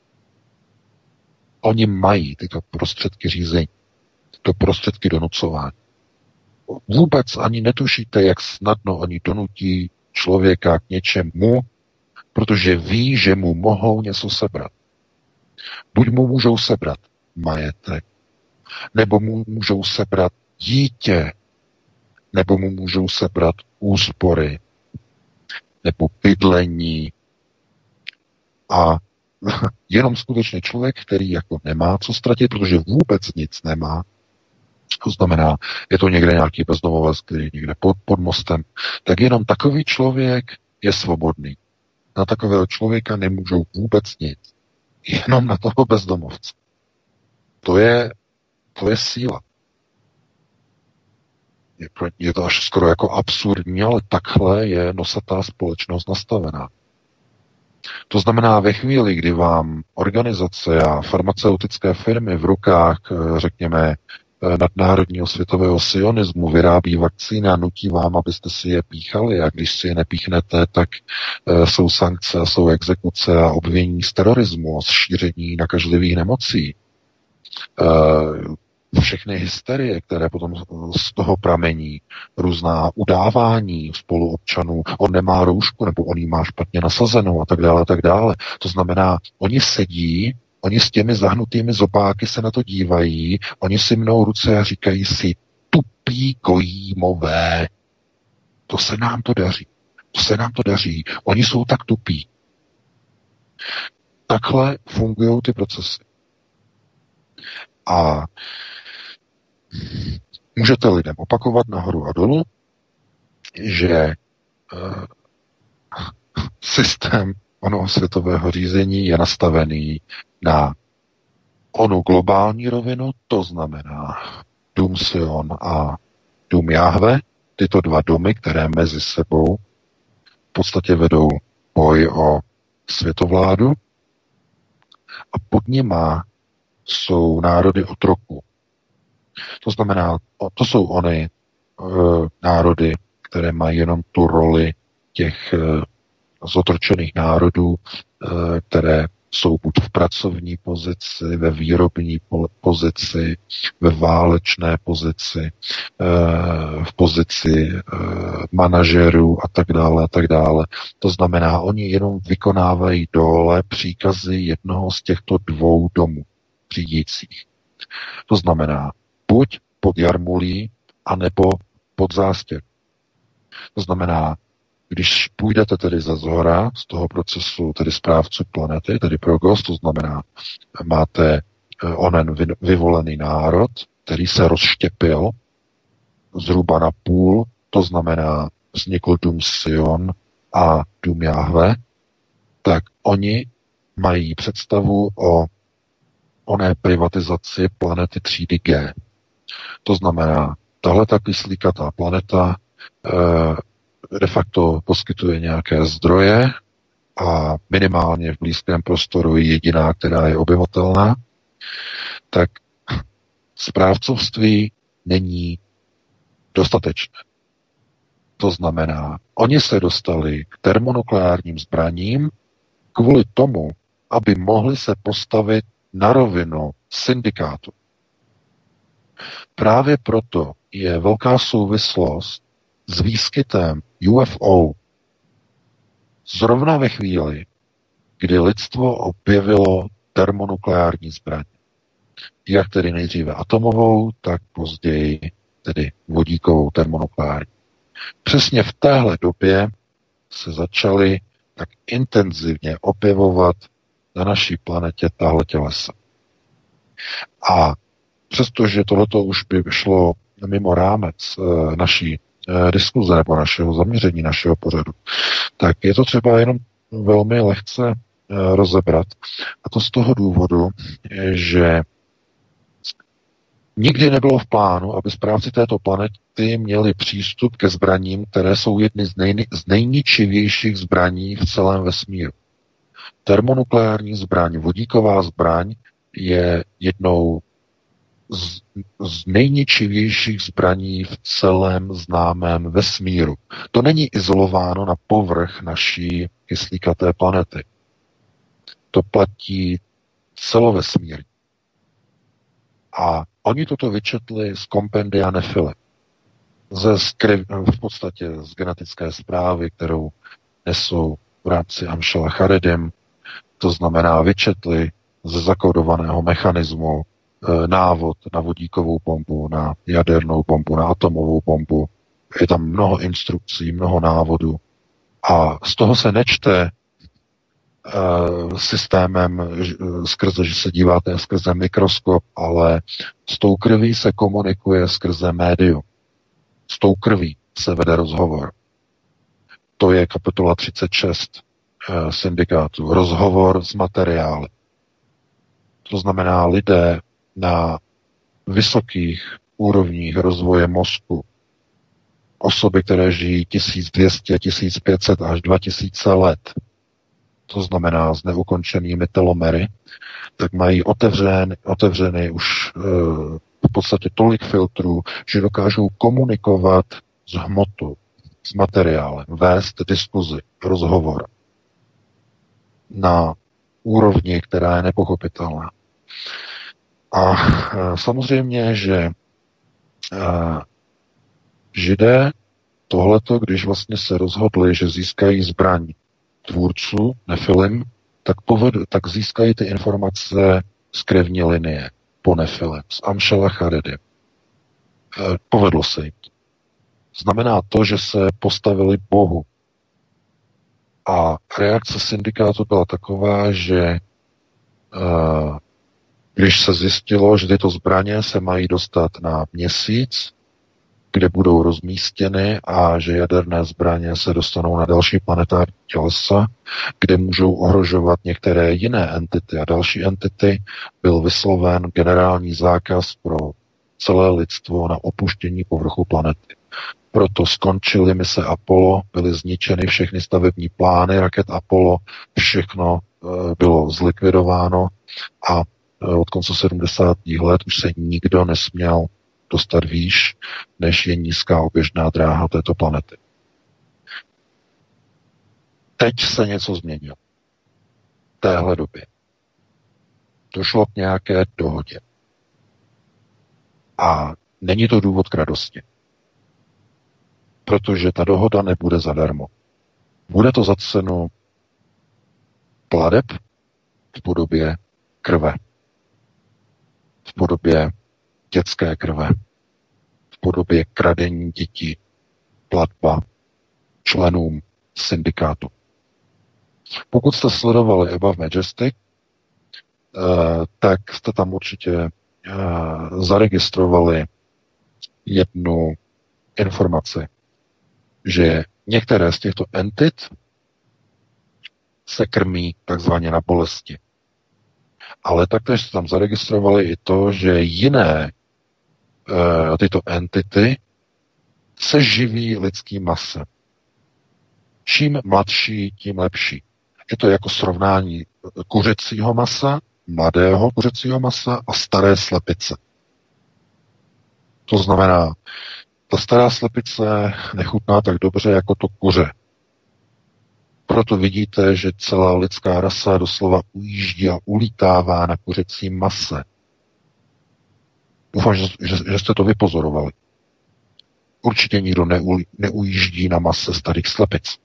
Oni mají tyto prostředky řízení, tyto prostředky donucování. Vůbec ani netušíte, jak snadno oni donutí člověka k něčemu, protože ví, že mu mohou něco sebrat. Buď mu můžou sebrat majetek, nebo mu můžou sebrat dítě, nebo mu můžou sebrat úspory, nebo bydlení. A jenom skutečně člověk, který jako nemá co ztratit, protože vůbec nic nemá, to znamená, je to někde nějaký bezdomovec, který je někde pod mostem, tak jenom takový člověk je svobodný. Na takového člověka nemůžou vůbec nic. Jenom na toho bezdomovce. To je síla. je to až skoro jako absurdní, ale takhle je nosatá společnost nastavená. To znamená, ve chvíli, kdy vám organizace a farmaceutické firmy v rukách, řekněme, nadnárodního světového sionismu vyrábí vakcíny a nutí vám, abyste si je píchali, a když si je nepíchnete, tak jsou sankce, jsou exekuce a obvinění z terorismu, z šíření nakažlivých nemocí. Všechny hysterie, které potom z toho pramení, různá udávání spoluobčanů, on nemá roušku, nebo on ji má špatně nasazenou a tak dále, a tak dále. To znamená, oni sedí, oni s těmi zahnutými zobáky se na to dívají, oni si mnou ruce a říkají si, tupí gojímové, to se nám to daří. To se nám to daří. Oni jsou tak tupí. Takhle fungují ty procesy. A můžete lidem opakovat nahoru a dolů, že systém onoho světového řízení je nastavený na onu globální rovinu, to znamená Dům Sion a Dům Jahve, tyto dva domy, které mezi sebou v podstatě vedou boj o světovládu, a pod nima jsou národy otroků. To znamená, to jsou ony národy, které mají jenom tu roli těch zotročených národů, které jsou buď v pracovní pozici, ve výrobní pozici, ve válečné pozici, v pozici manažerů a tak dále, a tak dále. To znamená, oni jenom vykonávají dole příkazy jednoho z těchto dvou domů řídících. To znamená, buď pod jarmulí, anebo pod zástěr. To znamená, když půjdete tedy ze zhora, z toho procesu, tedy správců planety, tedy Progos, to znamená, máte onen vyvolený národ, který se rozštěpil zhruba na půl, to znamená, vznikl Dům Sion a Dům Jahve, tak oni mají představu o oné privatizaci planety třídy G. To znamená, tahle ta kyslíkatá planeta de facto poskytuje nějaké zdroje a minimálně v blízkém prostoru je jediná, která je obyvatelná, tak správcovství není dostatečné. To znamená, oni se dostali k termonukleárním zbraním kvůli tomu, aby mohli se postavit na rovinu syndikátu. Právě proto je velká souvislost s výskytem UFO zrovna ve chvíli, kdy lidstvo objevilo termonukleární zbraň. Jak tedy nejdříve atomovou, tak později tedy vodíkovou termonukleární. Přesně v téhle době se začaly tak intenzivně objevovat na naší planetě tahle tělesa. A přestože tohleto už by šlo mimo rámec naší diskuze nebo našeho zaměření, našeho pořadu, tak je to třeba jenom velmi lehce rozebrat. A to z toho důvodu, že nikdy nebylo v plánu, aby správci této planety měli přístup ke zbraním, které jsou jedny z nejničivějších zbraní v celém vesmíru. Termonukleární zbraň, vodíková zbraň je jednou z nejničivějších zbraní v celém známém vesmíru. To není izolováno na povrch naší kyslíkaté planety. To platí celovesmírně. A oni toto vyčetli z kompendia Nefile. V podstatě z genetické zprávy, kterou nesou v rámci Amšela Charedim, to znamená vyčetli ze zakódovaného mechanismu návod na vodíkovou pompu, na jadernou pompu, na atomovou pompu. Je tam mnoho instrukcí, mnoho návodů. A z toho se nečte systémem skrze, že se díváte skrze mikroskop, ale s tou krví se komunikuje skrze médium. S tou krví se vede rozhovor. To je kapitola 36 syndikátu. Rozhovor s materiály. To znamená, lidé na vysokých úrovních rozvoje mozku osoby, které žijí 1200, 1500 až 2000 let, to znamená s neukončenými telomery, tak mají otevřeny už v podstatě tolik filtrů, že dokážou komunikovat s hmotou, s materiálem, vést diskuzi, rozhovor na úrovni, která je nepochopitelná. A samozřejmě, že Židé tohleto, když vlastně se rozhodli, že získají zbraň tvůrců, Nefilim, tak získají ty informace z krevní linie po Nefilim, z Amšela Charedy. Povedlo se jim to. Znamená to, že se postavili Bohu. A reakce syndikátu byla taková, že když se zjistilo, že tyto zbraně se mají dostat na Měsíc, kde budou rozmístěny a že jaderné zbraně se dostanou na další planetární tělesa, kde můžou ohrožovat některé jiné entity a další entity, byl vysloven generální zákaz pro celé lidstvo na opuštění povrchu planety. Proto skončily mise Apollo, byly zničeny všechny stavební plány raket Apollo, všechno bylo zlikvidováno a od konce 70. let už se nikdo nesměl dostat výš, než je nízká oběžná dráha této planety. Teď se něco změnilo. V téhle době. Došlo k nějaké dohodě. A není to důvod k radosti. Protože ta dohoda nebude zadarmo. Bude to za cenu plateb v podobě krve. V podobě dětské krve. V podobě kradení dětí. Platba členům syndikátu. Pokud jste sledovali Above Majestic, tak jste tam určitě zaregistrovali jednu informaci, že některé z těchto entit se krmí takzvaně na bolesti. Ale taktéž jste tam zaregistrovali i to, že jiné tyto entity se živí lidským masem. Čím mladší, tím lepší. Je to jako srovnání kuřecího masa, mladého kuřecího masa a staré slepice. To znamená, ta stará slepice nechutná tak dobře jako to kuře. Proto vidíte, že celá lidská rasa doslova ujíždí a ulítává na kuřecím mase. Doufám, že jste to vypozorovali. Určitě nikdo neujíždí na mase starých slepic.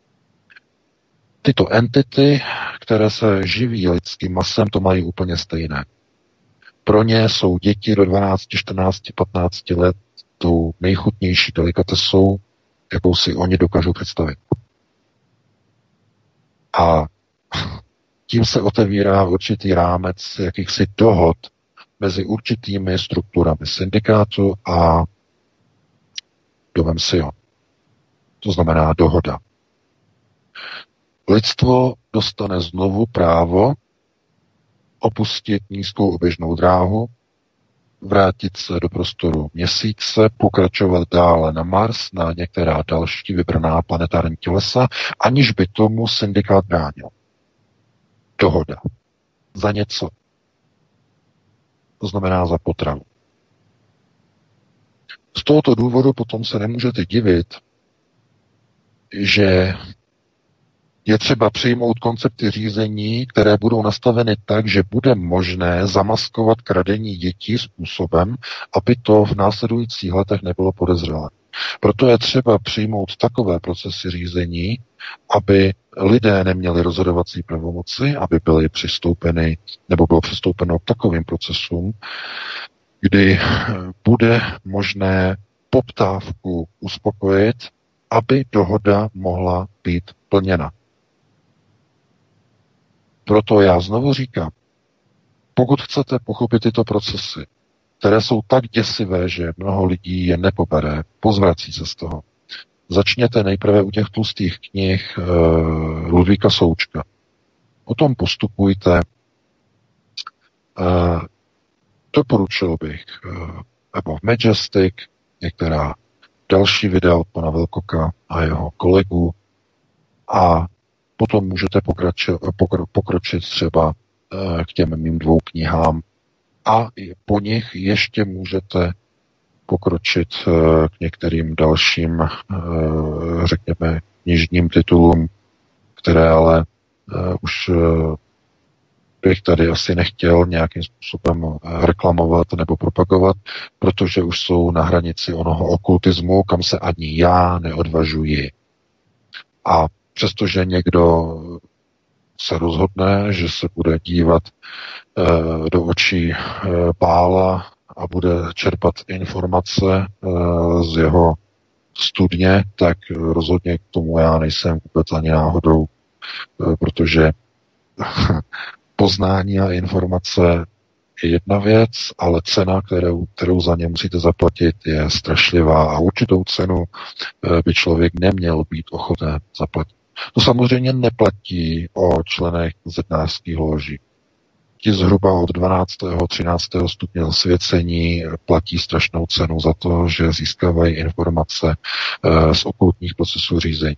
Tyto entity, které se živí lidským masem, to mají úplně stejné. Pro ně jsou děti do 12, 14, 15 let tou nejchutnější delikatesou, jakou si oni dokážou představit. A tím se otevírá určitý rámec jakýchsi dohod mezi určitými strukturami syndikátu a domem Sion. To znamená dohoda. Lidstvo dostane znovu právo opustit nízkou oběžnou dráhu, vrátit se do prostoru Měsíce, pokračovat dále na Mars, na některá další vybraná planetární tělesa, aniž by tomu syndikát bránil. Dohoda. Za něco. To znamená za potravu. Z tohoto důvodu potom se nemůžete divit, že je třeba přijmout koncepty řízení, které budou nastaveny tak, že bude možné zamaskovat kradení dětí způsobem, aby to v následujících letech nebylo podezřelé. Proto je třeba přijmout takové procesy řízení, aby lidé neměli rozhodovací pravomoci, aby byly přistoupeny, nebo bylo přistoupeno k takovým procesům, kdy bude možné poptávku uspokojit, aby dohoda mohla být plněna. Proto já znovu říkám, pokud chcete pochopit tyto procesy, které jsou tak děsivé, že mnoho lidí je nepobere, pozvrací se z toho. Začněte nejprve u těch tlustých knih Ludvíka Součka. O tom postupujte. Doporučil bych Above Majestic, některá další videa od pana Velkoka a jeho kolegů a potom můžete pokročit třeba k těm mým 2 knihám a po nich ještě můžete pokročit k některým dalším, řekněme, knižním titulům, které ale už bych tady asi nechtěl nějakým způsobem reklamovat nebo propagovat, protože už jsou na hranici onoho okultismu, kam se ani já neodvažuji. A přestože někdo se rozhodne, že se bude dívat do očí Bála a bude čerpat informace z jeho studně, tak rozhodně k tomu já nejsem vůbec ani náhodou, protože poznání a informace je jedna věc, ale cena, kterou za ně musíte zaplatit, je strašlivá a určitou cenu by člověk neměl být ochoten zaplatit. To samozřejmě neplatí o členech zednářských loží. Ti zhruba od 12. 13. stupně zasvěcení platí strašnou cenu za to, že získávají informace z okultních procesů řízení.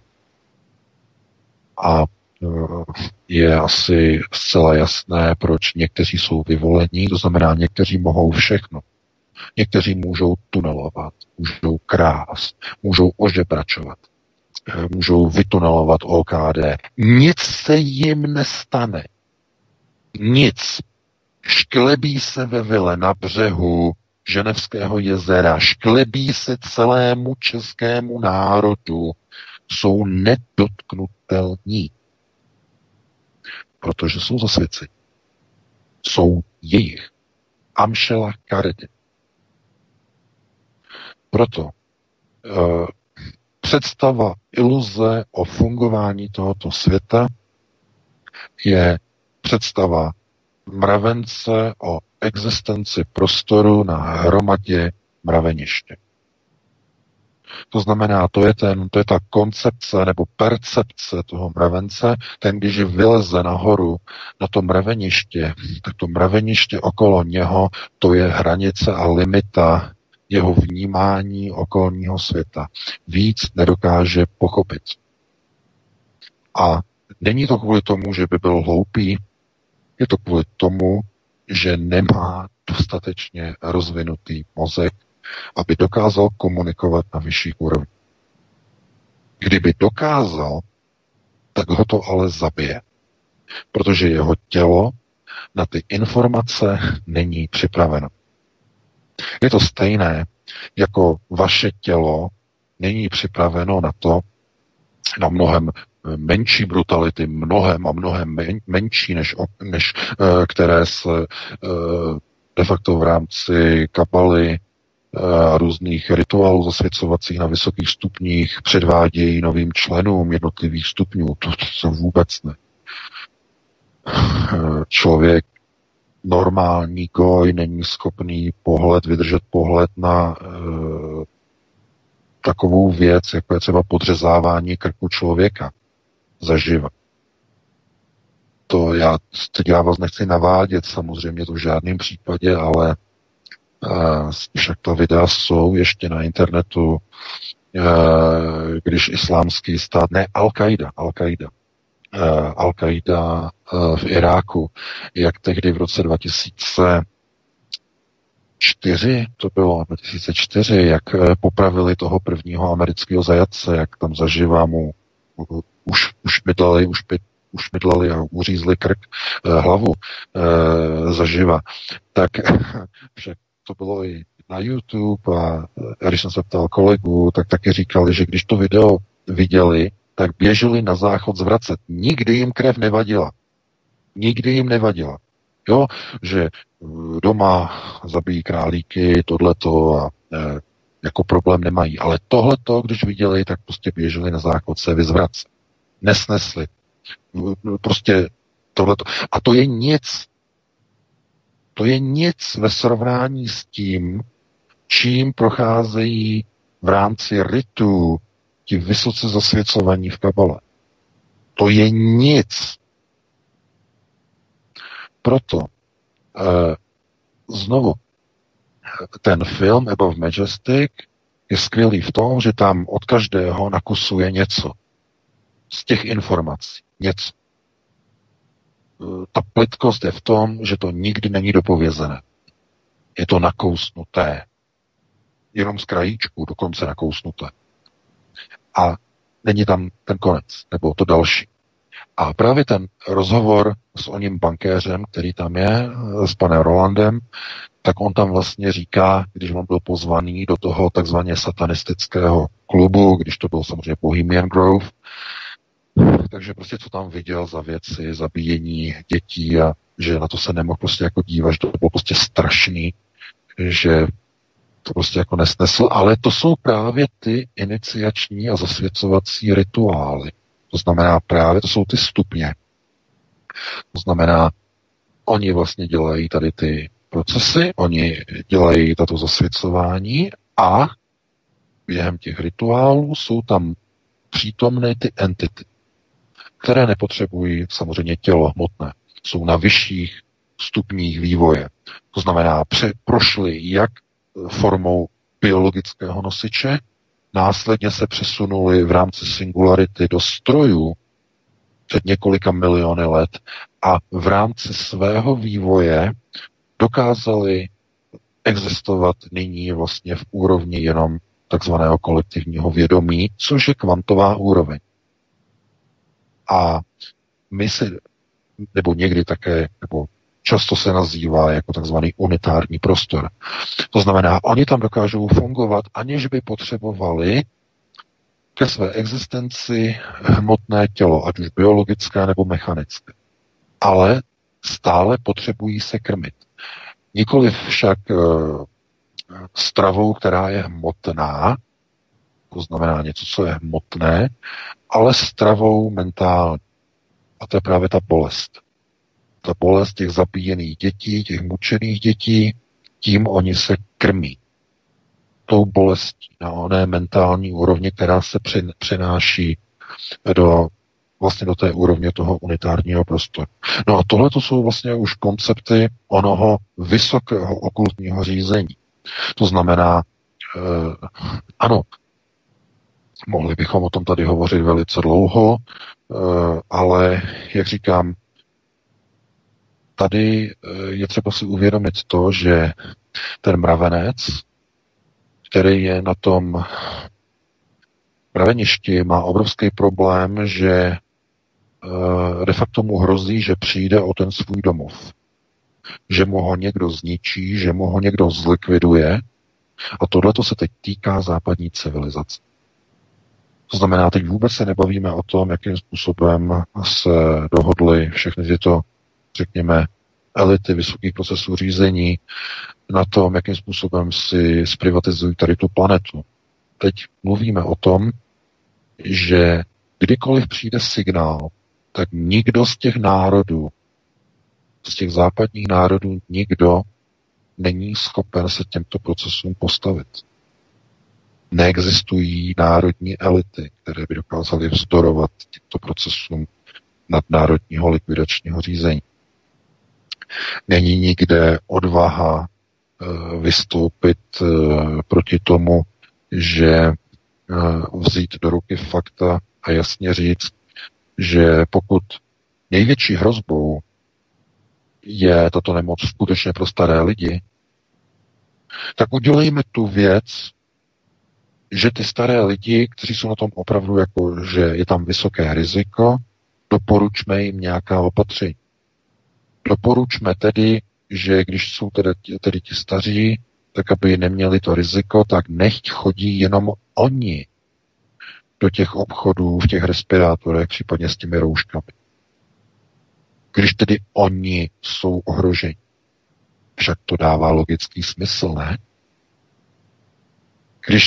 A je asi zcela jasné, proč někteří jsou vyvolení, to znamená, někteří mohou všechno. Někteří můžou tunelovat, můžou krást, můžou ožebračovat, můžou vytunelovat OKD. Nic se jim nestane. Nic. Šklebí se ve vile na břehu Ženevského jezera, šklebí se celému českému národu, jsou nedotknutelní. Protože jsou zasvěceni. Jsou jejich. Amšela Karedy. Proto představa iluze o fungování tohoto světa je představa mravence o existenci prostoru na hromadě mraveniště. To znamená, to je ta koncepce nebo percepce toho mravence, ten, když vyleze nahoru na to mraveniště, tak to mraveniště okolo něho, to je hranice a limita jeho vnímání okolního světa. Víc nedokáže pochopit. A není to kvůli tomu, že by byl hloupý, je to kvůli tomu, že nemá dostatečně rozvinutý mozek, aby dokázal komunikovat na vyšší úrovni. Kdyby dokázal, tak ho to ale zabije. Protože jeho tělo na ty informace není připraveno. Je to stejné, jako vaše tělo není připraveno na to, na mnohem menší brutality, mnohem menší, než které se de facto v rámci kabaly a různých rituálů zasvěcovacích na vysokých stupních předvádějí novým členům jednotlivých stupňů. To vůbec ne. Člověk, normální goj, není schopný vydržet pohled na takovou věc, jako je třeba podřezávání krku člověka zaživa. Teď já vás nechci navádět, samozřejmě to v žádném případě, ale však ta videa jsou ještě na internetu, když islámský stát, ne Al-Qaida v Iráku, jak tehdy v roce 2004, jak popravili toho prvního amerického zajatce, jak tam zaživa mu ušmydlali a uřízli hlavu zaživa, tak však to bylo i na YouTube a když jsem se ptal kolegů, tak taky říkali, že když to video viděli, tak běželi na záchod zvracet. Nikdy jim krev nevadila. Jo, že doma zabijí králíky, tohleto a jako problém nemají. Ale tohleto, když viděli, tak prostě běželi na záchod se vyzvracet. Nesnesli. Prostě tohleto. A to je nic. To je nic ve srovnání s tím, čím procházejí v rámci ritů ti vysoce zasvěcovaní v kabale. To je nic. Proto znovu ten film Above Majestic je skvělý v tom, že tam od každého nakusuje něco. Z těch informací. Něco. Ta plytkost je v tom, že to nikdy není dopovězené. Je to nakousnuté. Jenom z krajíčku, dokonce nakousnuté. A není tam ten konec, nebo to další. A právě ten rozhovor s oním bankéřem, který tam je, s panem Rolandem, tak on tam vlastně říká, když on byl pozvaný do toho takzvaně satanistického klubu, když to byl samozřejmě Bohemian Grove, takže prostě co tam viděl za věci, zabíjení dětí a že na to se nemohl prostě jako dívat, že to bylo prostě strašný, že to prostě jako nesnesl, ale to jsou právě ty iniciační a zasvěcovací rituály. To znamená právě, to jsou ty stupně. To znamená, oni vlastně dělají tady ty procesy, oni dělají tato zasvěcování a během těch rituálů jsou tam přítomné ty entity, které nepotřebují samozřejmě tělo hmotné. Jsou na vyšších stupních vývoje. To znamená, prošli jak formou biologického nosiče, následně se přesunuli v rámci singularity do strojů před několika miliony let a v rámci svého vývoje dokázali existovat nyní vlastně v úrovni jenom takzvaného kolektivního vědomí, což je kvantová úroveň. A my si, nebo někdy také, nebo často se nazývá jako takzvaný unitární prostor. To znamená, oni tam dokážou fungovat, aniž by potřebovali ke své existenci hmotné tělo, ať už biologické nebo mechanické. Ale stále potřebují se krmit. Nikoliv však stravou, která je hmotná, to znamená něco, co je hmotné, ale stravou mentální. A to je právě ta bolest. Ta bolest těch zabíjených dětí, těch mučených dětí, tím oni se krmí. Tou bolestí na oné mentální úrovni, která se přenáší vlastně do té úrovně toho unitárního prostoru. No a tohle to jsou vlastně už koncepty onoho vysokého okultního řízení. To znamená, ano, mohli bychom o tom tady hovořit velice dlouho, ale jak říkám, tady je třeba si uvědomit to, že ten mravenec, který je na tom mraveništi, má obrovský problém, že de facto mu hrozí, že přijde o ten svůj domov. Že mu ho někdo zničí, že mu ho někdo zlikviduje. A tohle to se teď týká západní civilizace. To znamená, teď vůbec se nebavíme o tom, jakým způsobem se dohodly všechny tyto, řekněme, elity vysokých procesů řízení na tom, jakým způsobem si zprivatizují tady tu planetu. Teď mluvíme o tom, že kdykoliv přijde signál, tak nikdo z těch národů, z těch západních národů, nikdo není schopen se těmto procesům postavit. Neexistují národní elity, které by dokázaly vzdorovat těmto procesům nadnárodního likvidačního řízení. Není nikde odvaha vystoupit proti tomu, že vzít do ruky fakta a jasně říct, že pokud největší hrozbou je tato nemoc skutečně pro staré lidi, tak udělejme tu věc, že ty staré lidi, kteří jsou na tom opravdu jako, že je tam vysoké riziko, doporučme jim nějaká opatření. Doporučme tedy, že když jsou tedy ti staří, tak aby neměli to riziko, tak nechť chodí jenom oni do těch obchodů, v těch respirátorech, případně s těmi rouškami. Když tedy oni jsou ohroženi. Však to dává logický smysl, ne? Když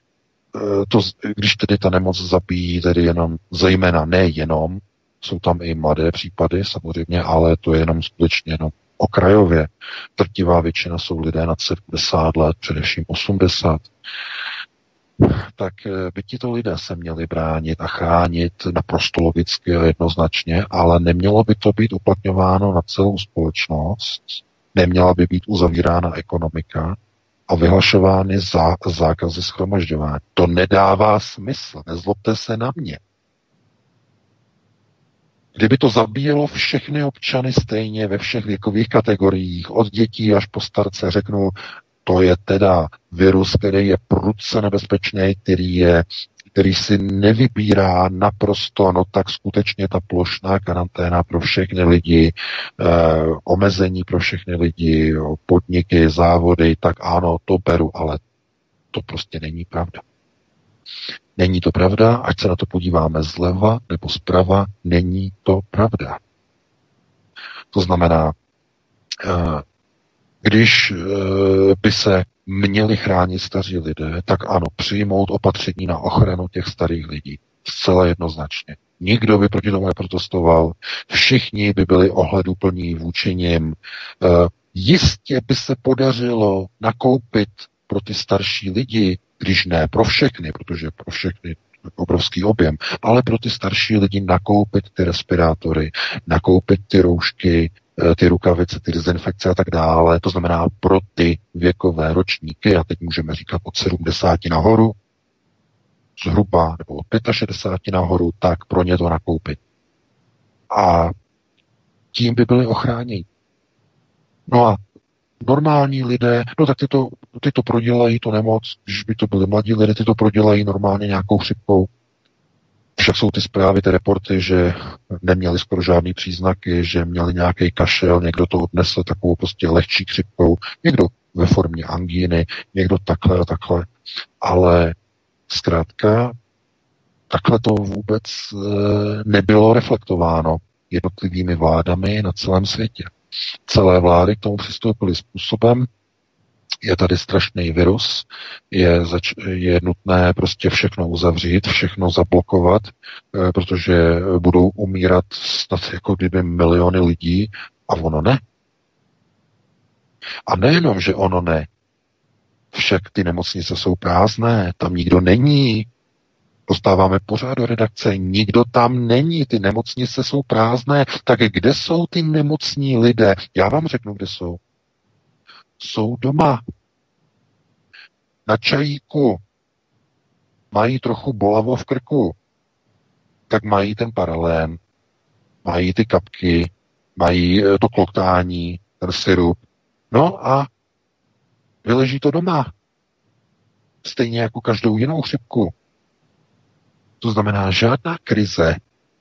tedy ta nemoc zabíjí tedy jenom, zejména nejenom, jsou tam i mladé případy samozřejmě, ale to je jenom skutečně jenom okrajově. Drtivá většina jsou lidé nad 70 let, především 80. Tak by tito lidé se měli bránit a chránit naprosto logicky a jednoznačně, ale nemělo by to být uplatňováno na celou společnost, neměla by být uzavírána ekonomika, a vyhlašovány zákazy shromažďování. To nedává smysl, nezlobte se na mě. Kdyby to zabíjelo všechny občany stejně ve všech věkových kategoriích, od dětí až po starce, řeknu, to je teda virus, který je prudce nebezpečný, který si nevybírá naprosto, no tak skutečně ta plošná karanténa pro všechny lidi, omezení pro všechny lidi, podniky, závody, tak ano, to beru, ale to prostě není pravda. Není to pravda, ať se na to podíváme zleva nebo zprava, není to pravda. To znamená, když by se měli chránit staří lidé, tak ano, přijmout opatření na ochranu těch starých lidí. Zcela jednoznačně. Nikdo by proti tomu neprotestoval, všichni by byli ohleduplní vůči nim. Jistě by se podařilo nakoupit pro ty starší lidi, když ne pro všechny, protože pro všechny obrovský objem, ale pro ty starší lidi nakoupit ty respirátory, nakoupit ty roušky, ty rukavice, ty dezinfekce a tak dále. To znamená pro ty věkové ročníky, a teď můžeme říkat od 70 nahoru, zhruba, nebo od 65 nahoru, tak pro ně to nakoupit. A tím by byli ochráněni. No a normální lidé, no tak ty to prodělají, to nemoc, když by to byli mladí lidé, ty to prodělají normálně nějakou chřipkou. Však jsou ty zprávy, ty reporty, že neměli skoro žádný příznaky, že měli nějaký kašel, někdo to odnesl takovou prostě lehčí chřipkou, někdo ve formě angíny, někdo takhle a takhle. Ale zkrátka takhle to vůbec nebylo reflektováno jednotlivými vládami na celém světě. Celé vlády k tomu přistoupily způsobem, je tady strašný virus, je nutné prostě všechno uzavřít, všechno zablokovat, protože budou umírat snad jako kdyby miliony lidí a ono ne. A nejenom, že ono ne, však ty nemocnice jsou prázdné, tam nikdo není. Dostáváme pořád do redakce, nikdo tam není, ty nemocnice jsou prázdné. Tak kde jsou ty nemocní lidé? Já vám řeknu, kde jsou. Jsou doma. Na čajíku. Mají trochu bolavo v krku. Tak mají ten paralén, mají ty kapky, mají to kloktání, ten sirup. No a vyleží to doma. Stejně jako každou jinou chřipku. To znamená, žádná krize.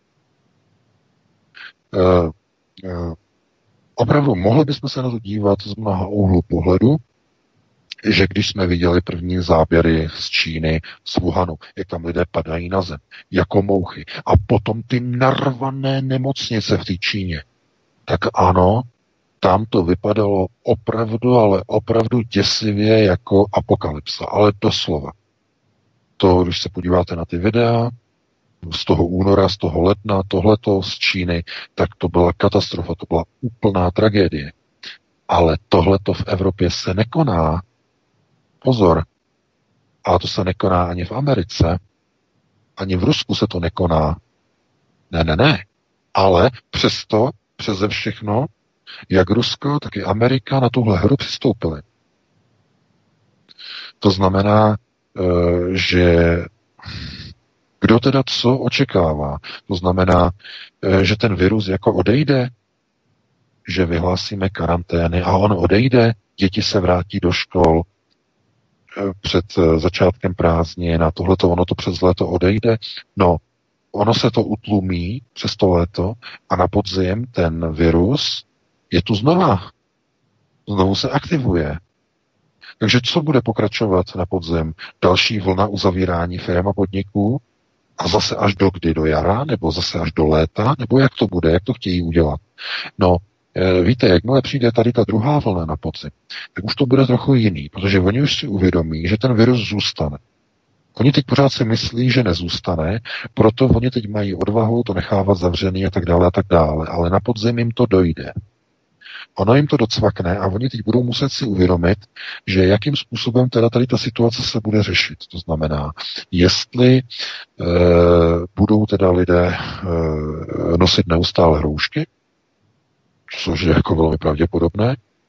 Opravdu mohli bychom se na to dívat z mnoha úhlu pohledu, že když jsme viděli první záběry z Číny, z Wuhanu, jak tam lidé padají na zem, jako mouchy, a potom ty narvané nemocnice v té Číně, tak ano, tam to vypadalo opravdu, ale opravdu děsivě jako apokalypsa, ale doslova. To, když se podíváte na ty videa z toho února, z toho ledna, tohleto z Číny, tak to byla katastrofa, to byla úplná tragédie. Ale tohleto v Evropě se nekoná. Pozor. A to se nekoná ani v Americe, ani v Rusku se to nekoná. Ne. Ale přesto, přeze všechno, jak Rusko, tak i Amerika na tuhle hru přistoupily. To znamená, že kdo teda co očekává? To znamená, že ten virus jako odejde, že vyhlásíme karantény a on odejde, děti se vrátí do škol před začátkem prázdnin a tohleto, ono to přes léto odejde. No, ono se to utlumí přes to léto a na podzim ten virus je tu znova. Znovu se aktivuje. Takže co bude pokračovat na podzim? Další vlna uzavírání firem a podniků? A zase až do kdy? Do jara? Nebo zase až do léta? Nebo jak to bude? Jak to chtějí udělat? No, víte, jakmile přijde tady ta druhá vlna na podzim, tak už to bude trochu jiný, protože oni už si uvědomí, že ten virus zůstane. Oni teď pořád si myslí, že nezůstane, proto oni teď mají odvahu to nechávat zavřený a tak dále, ale na podzim jim to dojde. Ono jim to docvakne a oni teď budou muset si uvědomit, že jakým způsobem teda tady ta situace se bude řešit. To znamená, jestli budou teda lidé nosit neustále roušky, což je jako velmi pravděpodobné,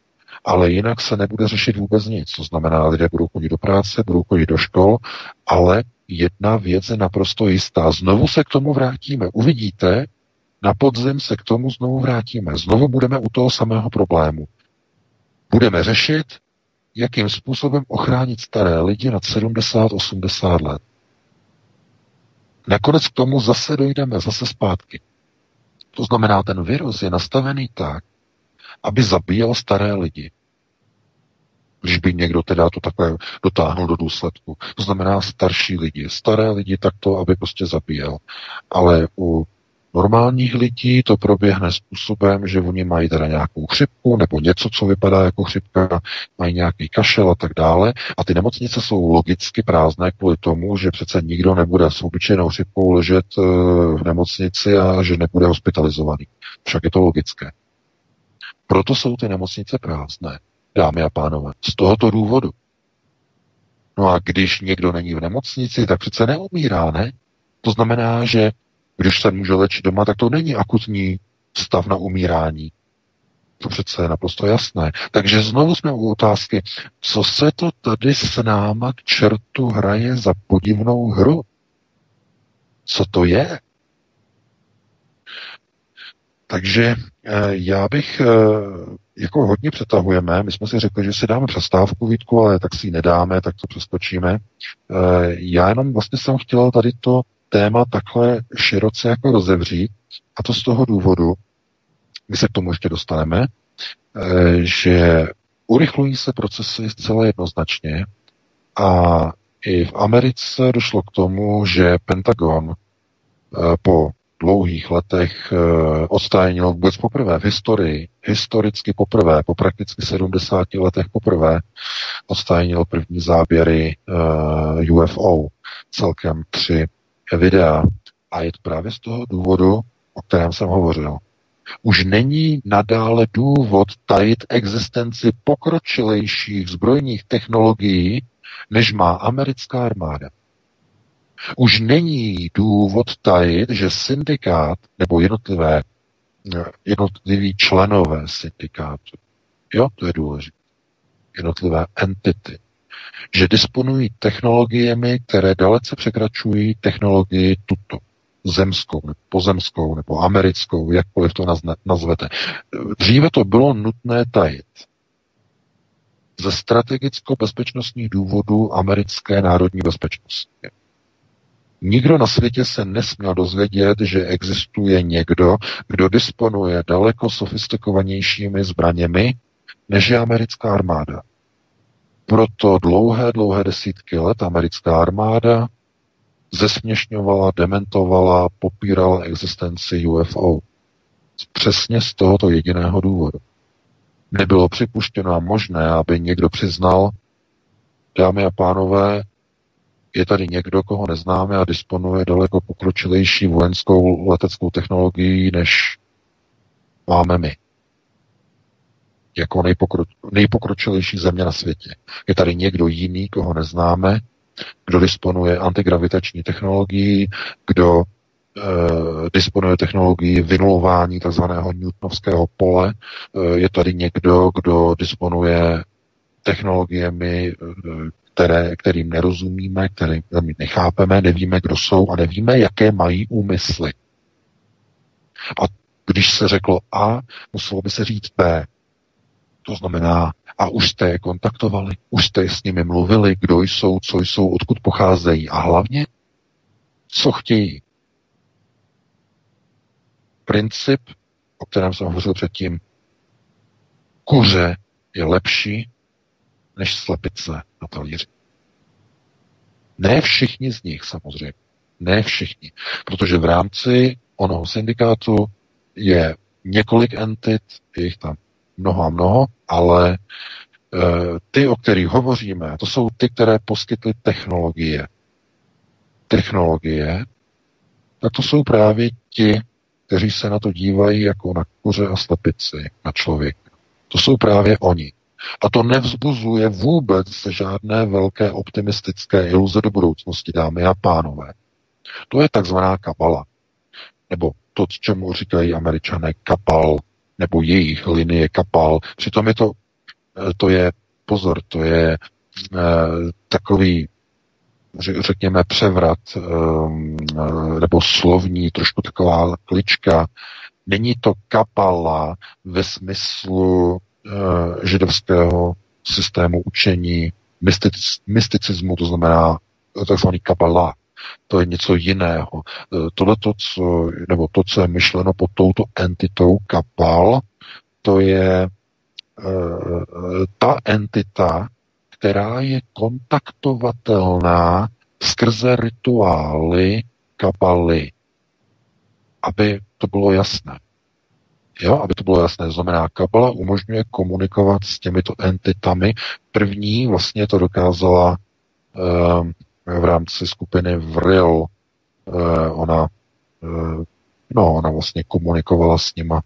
Ale jinak se nebude řešit vůbec nic. To znamená, lidé budou chodit do práce, budou chodit do škol, ale jedna věc je naprosto jistá. Znovu se k tomu vrátíme. Uvidíte, na podzim se k tomu znovu vrátíme. Znovu budeme u toho samého problému. Budeme řešit, jakým způsobem ochránit staré lidi nad 70-80 let. Nakonec k tomu zase dojdeme, zase zpátky. To znamená, ten virus je nastavený tak, aby zabíjel staré lidi. Když by někdo teda to takhle dotáhnul do důsledku. To znamená starší lidi. Staré lidi takto, aby prostě zabíjel. Ale u normálních lidí to proběhne způsobem, že oni mají teda nějakou chřipku nebo něco, co vypadá jako chřipka, mají nějaký kašel a tak dále. A ty nemocnice jsou logicky prázdné kvůli tomu, že přece nikdo nebude s obyčejnou chřipkou ležet v nemocnici a že nebude hospitalizovaný. Však je to logické. Proto jsou ty nemocnice prázdné, dámy a pánové. Z tohoto důvodu. No a když někdo není v nemocnici, tak přece neumírá, ne? To znamená, že když se může léčit doma, tak to není akutní stav na umírání. To přece je naprosto jasné. Takže znovu jsme u otázky, co se to tady s náma k čertu hraje za podivnou hru? Co to je? Takže já bych, jako hodně přetahujeme, my jsme si řekli, že si dáme přestávku, Vítku, ale tak si ji nedáme, tak to přeskočíme. Já jenom vlastně jsem chtěl tady to téma takhle široce jako rozevřít, a to z toho důvodu, my se k tomu ještě dostaneme, že urychlují se procesy zcela jednoznačně a i v Americe došlo k tomu, že Pentagon po dlouhých letech odstajnil vůbec poprvé v historii, historicky poprvé, po prakticky 70 letech poprvé, odstajnil první záběry UFO, celkem 3 videa. A je to právě z toho důvodu, o kterém jsem hovořil. Už není nadále důvod tajit existenci pokročilejších zbrojních technologií, než má americká armáda. Už není důvod tajit, že syndikát nebo jednotliví členové syndikátu, jo, to je důležité, jednotlivé entity, že disponují technologiemi, které dalece překračují technologii tuto, zemskou, nebo pozemskou, nebo americkou, jakkoliv to nazvete. Dříve to bylo nutné tajit. Ze strategicko-bezpečnostních důvodů americké národní bezpečnosti. Nikdo na světě se nesměl dozvědět, že existuje někdo, kdo disponuje daleko sofistikovanějšími zbraněmi, než je americká armáda. Proto dlouhé desítky let americká armáda zesměšňovala, dementovala, popírala existenci UFO. Přesně z tohoto jediného důvodu. Nebylo připuštěno a možné, aby někdo přiznal, dámy a pánové, je tady někdo, koho neznáme a disponuje daleko pokročilejší vojenskou leteckou technologií, než máme my. Jako nejpokročilejší země na světě. Je tady někdo jiný, koho neznáme, kdo disponuje antigravitační technologií, kdo disponuje technologií vynulování tzv. Newtonovského pole. Je tady někdo, kdo disponuje technologiemi, kterým nerozumíme, kterým nechápeme, nevíme, kdo jsou a nevíme, jaké mají úmysly. A když se řeklo A, muselo by se říct B. To znamená, a už jste je kontaktovali, už jste s nimi mluvili, kdo jsou, co jsou, odkud pocházejí a hlavně, co chtějí. Princip, o kterém jsem hovořil předtím, kuře je lepší než slepice na talíři. Ne všichni z nich, samozřejmě. Ne všichni. Protože v rámci onoho syndikátu je několik entit, je jich tam mnoho, ale ty, o kterých hovoříme, to jsou ty, které poskytly technologie. Tak to jsou právě ti, kteří se na to dívají jako na kuře a slepici, na člověka. To jsou právě oni. A to nevzbuzuje vůbec žádné velké optimistické iluze do budoucnosti, dámy a pánové. To je takzvaná kabala. Nebo to, čemu říkají Američané kapal, nebo jejich linie kapal. Přitom je to To je, pozor, to je takový, řekněme, převrat nebo slovní, trošku taková klička. Není to kabala ve smyslu židovského systému učení, mysticismu, to znamená takzvaný kabala. To je něco jiného. Tohleto, to, co je myšleno pod touto entitou kabal, to je ta entita, která je kontaktovatelná skrze rituály kabaly. Aby to bylo jasné. Jo, aby to bylo jasné. To znamená, kabala umožňuje komunikovat s těmito entitami. První vlastně to dokázala v rámci skupiny Vril. Ona vlastně komunikovala s nima.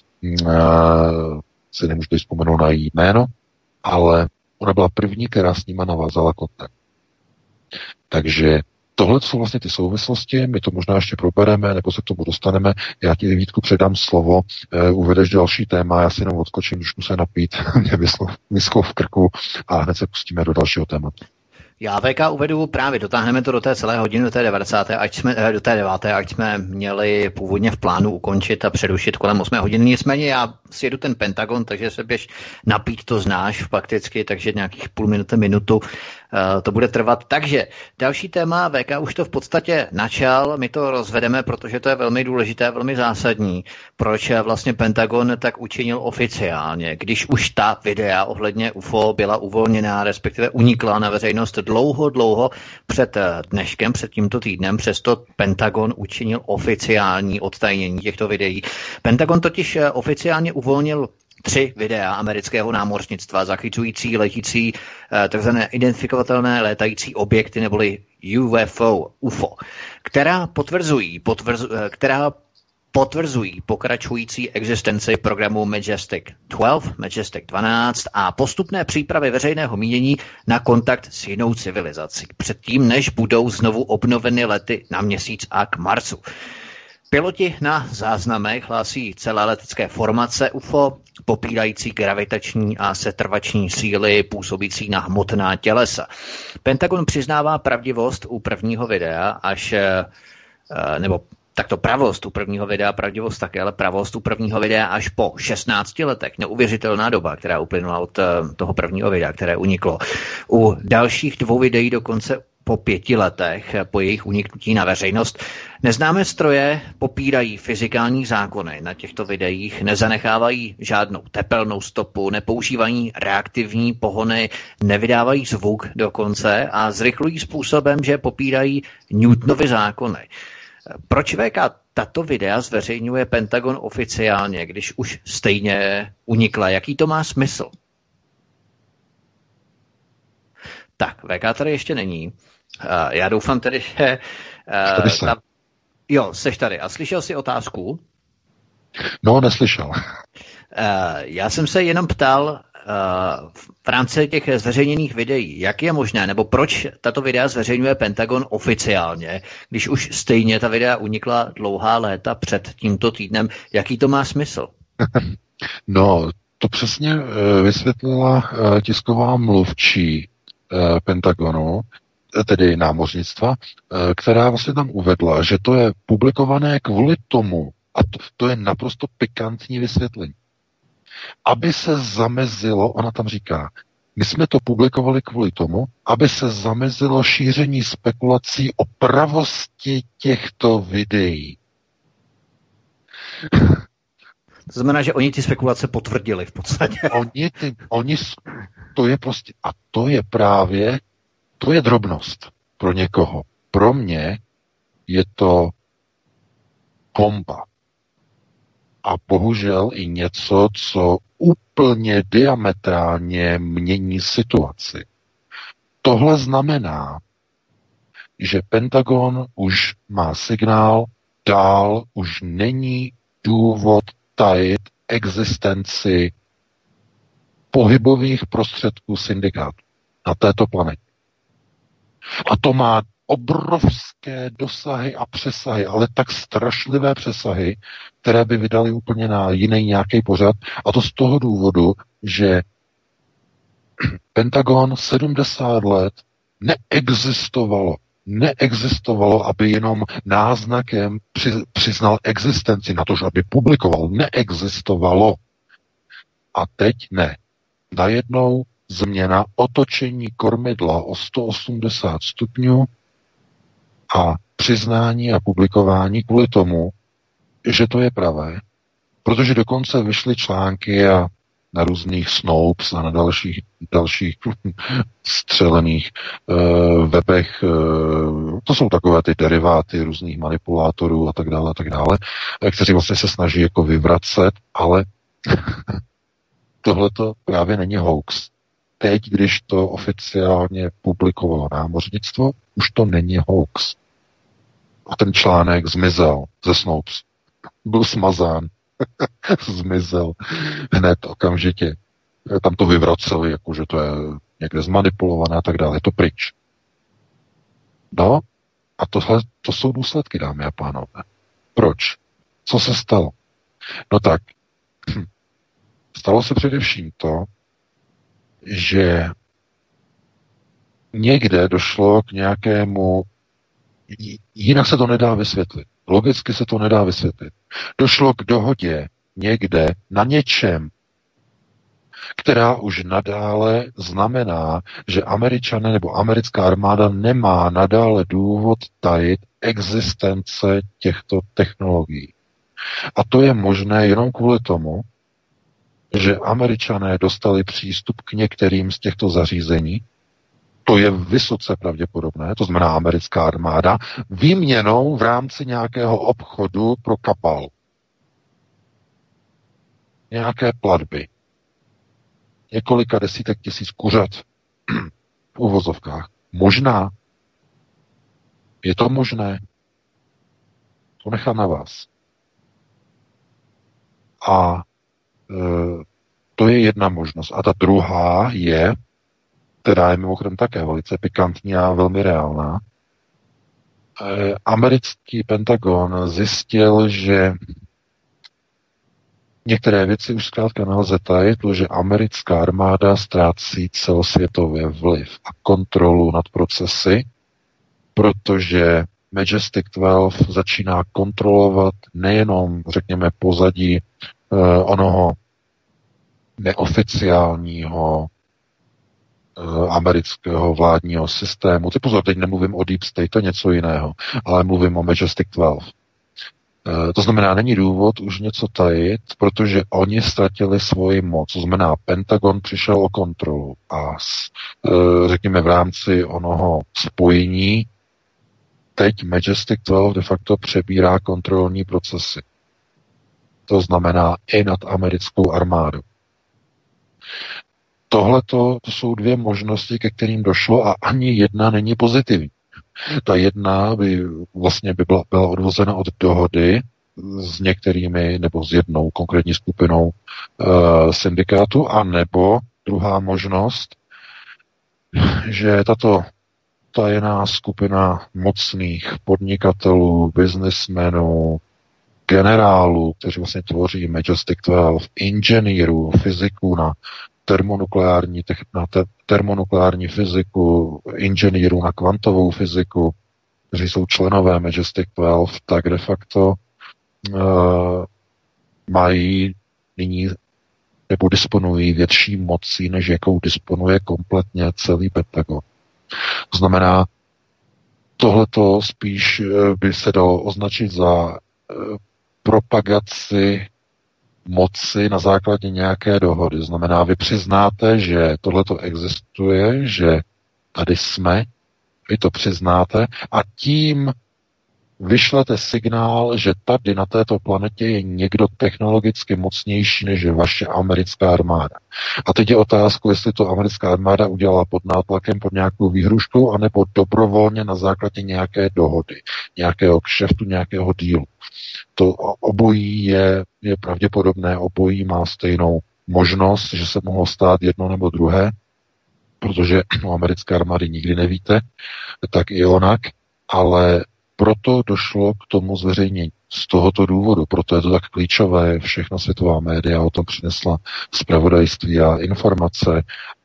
Si nemůžu teď vzpomenout na její jméno, ale ona byla první, která s nima navázala kontakt. Takže tohle jsou vlastně ty souvislosti, my to možná ještě probereme, nebo se k tomu dostaneme. Já ti, Vítku, předám slovo, uvedeš další téma, já si jenom odskočím, když musím napít, mě vyschlo v krku a hned se pustíme do dalšího tématu. Já VK uvedu, právě dotáhneme to do té celé hodiny, do té 90. Do té 9. ať jsme měli původně v plánu ukončit a přerušit kolem 8 hodin. Nicméně já sjedu ten Pentagon, takže se běž napít, to znáš fakticky, takže nějakých půl minutu to bude trvat. Takže další téma, VK už to v podstatě načal, my to rozvedeme, protože to je velmi důležité, velmi zásadní. Proč vlastně Pentagon tak učinil oficiálně, když už ta videa ohledně UFO byla uvolněná, respektive unikla na veřejnost dlouho před dneškem, před tímto týdnem, přesto Pentagon učinil oficiální odtajnění těchto videí. Pentagon totiž oficiálně uvolnil 3 videa amerického námořnictva zachycující letící tzv. Identifikovatelné létající objekty neboli UFO, která potvrzují pokračující existenci programu Majestic 12 a postupné přípravy veřejného mínění na kontakt s jinou civilizací předtím, než budou znovu obnoveny lety na Měsíc a k Marsu. Piloti na záznamech hlásí celé letecké formace UFO, popírající gravitační a setrvační síly působící na hmotná tělesa. Pentagon přiznává pravdivost u prvního videa pravost u prvního videa, pravdivost také, ale pravost u prvního videa až po 16 letech. Neuvěřitelná doba, která uplynula od toho prvního videa, které uniklo. U dalších 2 videí dokonce po 5 letech po jejich uniknutí na veřejnost. Neznámé stroje popírají fyzikální zákony na těchto videích, nezanechávají žádnou tepelnou stopu, nepoužívají reaktivní pohony, nevydávají zvuk dokonce a zrychlují způsobem, že popírají Newtonovy zákony. Proč VK tato videa zveřejňuje Pentagon oficiálně, když už stejně unikla? Jaký to má smysl? Tak, VK tady ještě není. Já doufám tedy, že... Jo, seš tady. A slyšel jsi otázku? No, neslyšel. Já jsem se jenom ptal v rámci těch zveřejněných videí, jak je možné, nebo proč tato videa zveřejňuje Pentagon oficiálně, když už stejně ta videa unikla dlouhá léta před tímto týdnem. Jaký to má smysl? No, to přesně vysvětlila tisková mluvčí Pentagonu, tedy námořnictva, která vlastně tam uvedla, že to je publikované kvůli tomu, a to je naprosto pikantní vysvětlení, aby se zamezilo, ona tam říká, my jsme to publikovali kvůli tomu, aby se zamezilo šíření spekulací o pravosti těchto videí. To znamená, že oni ty spekulace potvrdili v podstatě. To je prostě, a to je právě, to je drobnost pro někoho. Pro mě je to komba. A bohužel i něco, co úplně diametrálně mění situaci. Tohle znamená, že Pentagon už má signál, dál už není důvod tajit existenci pohybových prostředků syndikátu na této planetě. A to má obrovské dosahy a přesahy, ale tak strašlivé přesahy, které by vydali úplně na jiný nějaký pořad. A to z toho důvodu, že Pentagon 70 let neexistovalo, aby jenom náznakem přiznal existenci, na to, že aby publikoval. Neexistovalo. A teď ne. Najednou změna otočení kormidla o 180 stupňů a přiznání a publikování kvůli tomu, že to je pravé, protože dokonce vyšly články a na různých Snopes a na dalších střelených webech. To jsou takové ty deriváty různých manipulátorů a tak dále, kteří vlastně se snaží jako vyvracet, ale tohleto právě není hoax. Teď, když to oficiálně publikovalo námořnictvo, už to není hoax. A ten článek zmizel ze Snopes. Byl smazán. Zmizel hned okamžitě. Tam to vyvraceli, jako že to je někde zmanipulované a tak dále. Je to pryč. No a to jsou důsledky, dámy a pánové. Proč? Co se stalo? No tak, stalo se především to, že někde došlo k nějakému, jinak se to nedá vysvětlit. Logicky se to nedá vysvětlit. Došlo k dohodě někde na něčem, která už nadále znamená, že Američané nebo americká armáda nemá nadále důvod tajit existence těchto technologií. A to je možné jenom kvůli tomu, že Američané dostali přístup k některým z těchto zařízení. To je vysoce pravděpodobné, to znamená americká armáda, výměnou v rámci nějakého obchodu pro kapal. Nějaké platby. Několika desítek tisíc kuřat v uvozovkách. Možná. Je to možné. To nechám na vás. A to je jedna možnost. A ta druhá je, která je mimochodem také velice pikantní a velmi reálná. Americký Pentagon zjistil, že některé věci už zkrátka nelze tajit, protože americká armáda ztrácí celosvětově vliv a kontrolu nad procesy, protože Majestic 12 začíná kontrolovat nejenom, řekněme, pozadí onoho neoficiálního amerického vládního systému. Ty pozor, teď nemluvím o Deep State, to je něco jiného, ale mluvím o Majestic 12. To znamená, není důvod už něco tajit, protože oni ztratili svoji moc. To znamená, Pentagon přišel o kontrolu a řekněme v rámci onoho spojení teď Majestic 12 de facto přebírá kontrolní procesy. To znamená i nad americkou armádu. Tohleto to jsou dvě možnosti, ke kterým došlo a ani jedna není pozitivní. Ta jedna by byla odvozena od dohody s některými nebo s jednou konkrétní skupinou syndikátu, a nebo druhá možnost, že tato tajná skupina mocných podnikatelů, biznismenů, generálů, kteří vlastně tvoří Majestic 12, inženýrů, fyziků na termonukleární fyziku, inženýrů na kvantovou fyziku, kteří jsou členové Majestic 12, tak de facto mají nyní nebo disponují větší mocí, než jakou disponuje kompletně celý Pentagon. To znamená, tohleto spíš by se dalo označit za propagaci moci na základě nějaké dohody. Znamená, vy přiznáte, že tohleto existuje, že tady jsme, vy to přiznáte a tím vyšlete signál, že tady na této planetě je někdo technologicky mocnější než je vaše americká armáda. A teď je otázka, jestli to americká armáda udělala pod nátlakem, pod nějakou výhruškou, anebo dobrovolně na základě nějaké dohody, nějakého kšeftu, nějakého dílu. To obojí je pravděpodobné, obojí má stejnou možnost, že se mohlo stát jedno nebo druhé, protože o americké armády nikdy nevíte, tak i onak, ale proto došlo k tomu zveřejnění. Z tohoto důvodu, proto je to tak klíčové, všechna světová média o tom přinesla zpravodajství a informace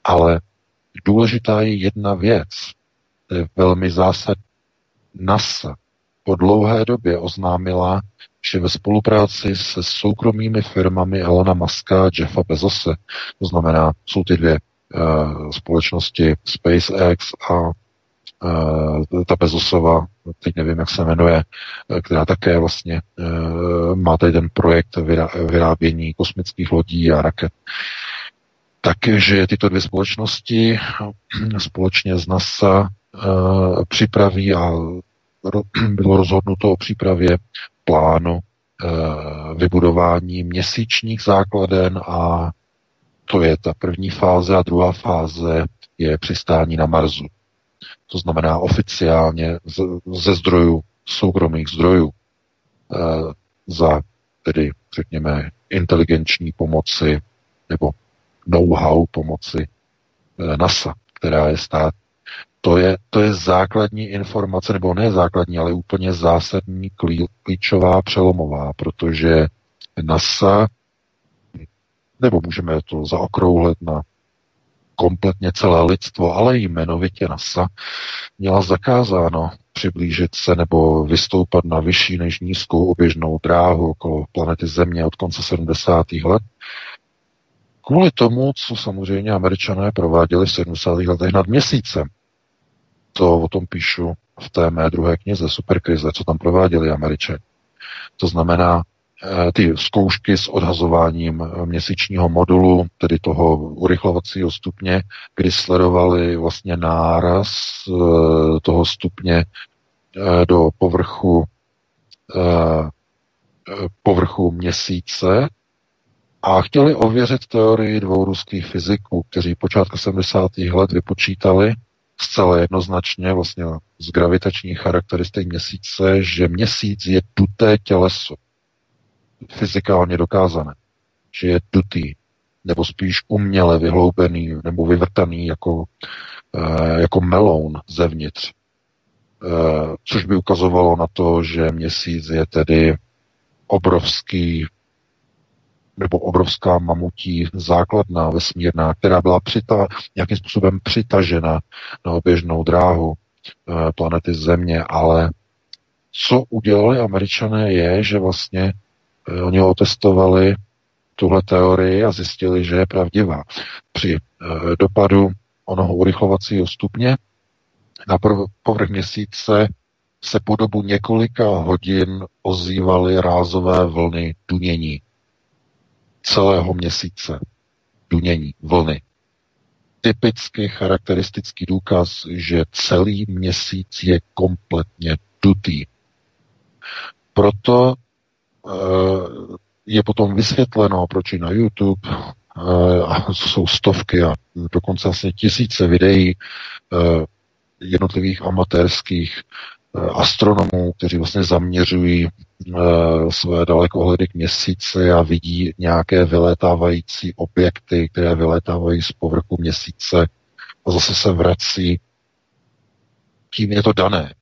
Ale důležitá je jedna věc, to je velmi zásadní. NASA po dlouhé době oznámila, že ve spolupráci se soukromými firmami Elona Muska a Jeffa Bezose, to znamená, jsou ty dvě společnosti SpaceX a ta Bezosova, teď nevím, jak se jmenuje, která také vlastně má tady ten projekt vyrábění kosmických lodí a raket. Takže tyto dvě společnosti společně s NASA připraví a bylo rozhodnuto o přípravě plánu vybudování měsíčních základen a to je ta první fáze a druhá fáze je přistání na Marsu. To znamená oficiálně ze zdrojů, soukromých zdrojů, za tedy, řekněme, inteligenční pomoci nebo know-how pomoci NASA, která je stát. To je základní informace, nebo ne základní, ale úplně zásadní, klíčová, přelomová, protože NASA, nebo můžeme to zaokrouhlet na kompletně celé lidstvo, ale i jmenovitě NASA, měla zakázáno přiblížit se nebo vystoupat na vyšší než nízkou oběžnou dráhu okolo planety Země od konce 70. let. Kvůli tomu, co samozřejmě Američané prováděli v 70. letech nad Měsícem. To o tom píšu v té mé druhé knize Superkrize, co tam prováděli Američané. To znamená ty zkoušky s odhazováním měsíčního modulu, tedy toho urychlovacího stupně, kdy sledovali vlastně náraz toho stupně do povrchu měsíce a chtěli ověřit teorii dvou ruských fyziků, kteří počátku 70. let vypočítali zcela jednoznačně vlastně z gravitačních charakteristik měsíce, že měsíc je duté těleso. Fyzikálně dokázané, že je dutý, nebo spíš uměle vyhloubený nebo vyvrtaný jako meloun zevnitř. Což by ukazovalo na to, že měsíc je tedy obrovská mamutí základna vesmírná, která byla nějakým způsobem přitažena na oběžnou dráhu planety Země, ale co udělali Američané je, že vlastně oni otestovali tuhle teorii a zjistili, že je pravdivá. Při dopadu onoho urychlovacího stupně na povrch měsíce se po dobu několika hodin ozývaly rázové vlny dunění. Celého měsíce. Dunění, vlny. Typicky charakteristický důkaz, že celý měsíc je kompletně dutý. Proto je potom vysvětleno, proč i na YouTube jsou stovky a dokonce asi tisíce videí jednotlivých amatérských astronomů, kteří vlastně zaměřují své dalekohledy k měsíci a vidí nějaké vylétávající objekty, které vylétávají z povrchu měsíce a zase se vrací. Tím je to dané.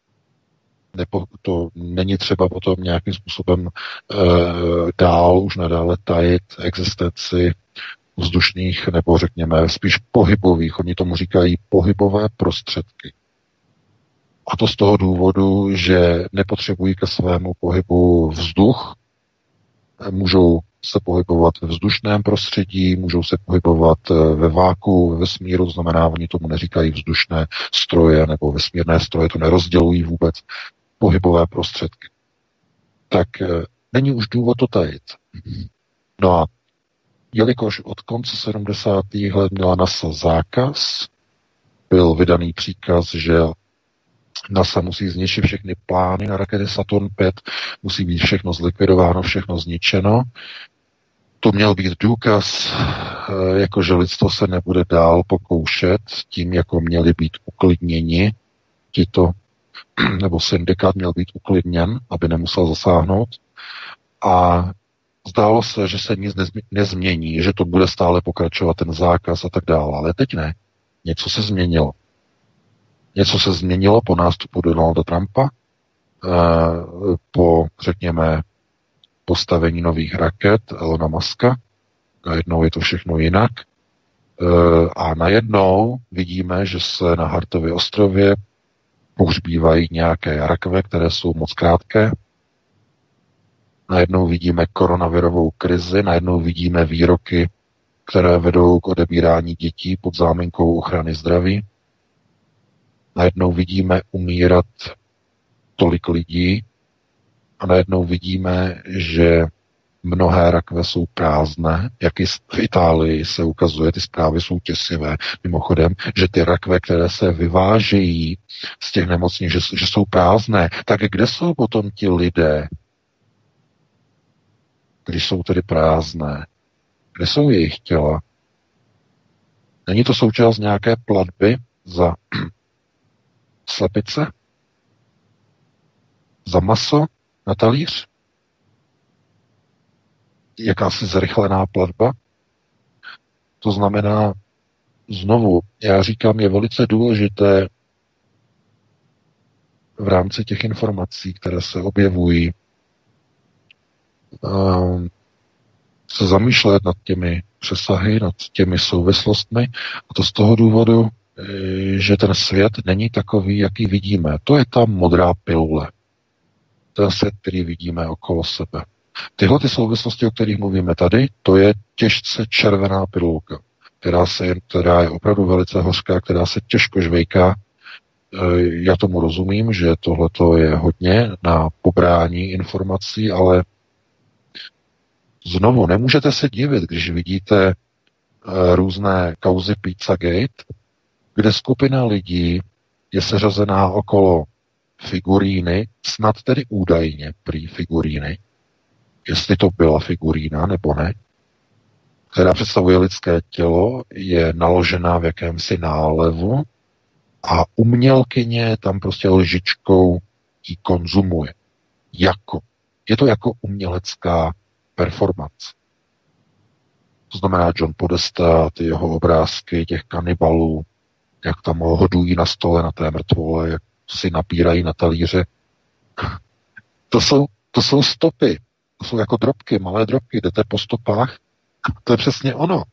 To není třeba potom nějakým způsobem už nadále tajit existenci vzdušných nebo řekněme spíš pohybových, oni tomu říkají pohybové prostředky. A to z toho důvodu, že nepotřebují ke svému pohybu vzduch, můžou se pohybovat ve vzdušném prostředí, můžou se pohybovat ve váku, ve vesmíru, to znamená, oni tomu neříkají vzdušné stroje nebo vesmírné stroje, to nerozdělují vůbec, pohybové prostředky. Tak není už důvod to tajit. No a jelikož od konce 70. let měla NASA zákaz, byl vydaný příkaz, že NASA musí zničit všechny plány na rakety Saturn 5, musí být všechno zlikvidováno, všechno zničeno. To měl být důkaz, jakože lidstvo se nebude dál pokoušet tím, jako měli být uklidněni tito, nebo syndikát měl být uklidněn, aby nemusel zasáhnout. A zdálo se, že se nic nezmění, že to bude stále pokračovat ten zákaz a tak dále. Ale teď ne. Něco se změnilo. Něco se změnilo po nástupu Donalda Trumpa, po, řekněme, postavení nových raket Elona Muska. Najednou je to všechno jinak. A najednou vidíme, že se na Hartově ostrově pohřbívají nějaké rakve, které jsou moc krátké. Najednou vidíme koronavirovou krizi, najednou vidíme výroky, které vedou k odebírání dětí pod záminkou ochrany zdraví. Najednou vidíme umírat tolik lidí a najednou vidíme, že mnohé rakve jsou prázdné, jak i v Itálii se ukazuje, ty zprávy jsou těsivé. Mimochodem, že ty rakve, které se vyvážejí z těch nemocnic, že jsou prázdné, tak kde jsou potom ti lidé, když jsou tedy prázdné? Kde jsou jejich těla? Není to součást nějaké platby za slepice? Za maso na talíř? Jakási zrychlená platba? To znamená, znovu, já říkám, je velice důležité v rámci těch informací, které se objevují, se zamýšlet nad těmi přesahy, nad těmi souvislostmi, a to z toho důvodu, že ten svět není takový, jaký vidíme. To je ta modrá pilule. Ten svět, který vidíme okolo sebe. Tyhle ty souvislosti, o kterých mluvíme tady, to je těžce červená pilulka, která je opravdu velice hořká, která se těžko žvejká. Já tomu rozumím, že tohleto je hodně na pobrání informací, ale znovu, nemůžete se divit, když vidíte různé kauzy Pizzagate, kde skupina lidí je seřazená okolo figuríny, snad tedy údajně prý figuríny, jestli to byla figurína nebo ne, která představuje lidské tělo, je naložená v jakémsi nálevu a umělkyně tam prostě lžičkou ji konzumuje. Je to jako umělecká performance. To znamená John Podesta, ty jeho obrázky těch kanibalů, jak tam ho hodují na stole na té mrtvole, jak si napírají na talíře. To jsou stopy. To jsou jako drobky, malé drobky. Jdete po stopách. To je přesně ono.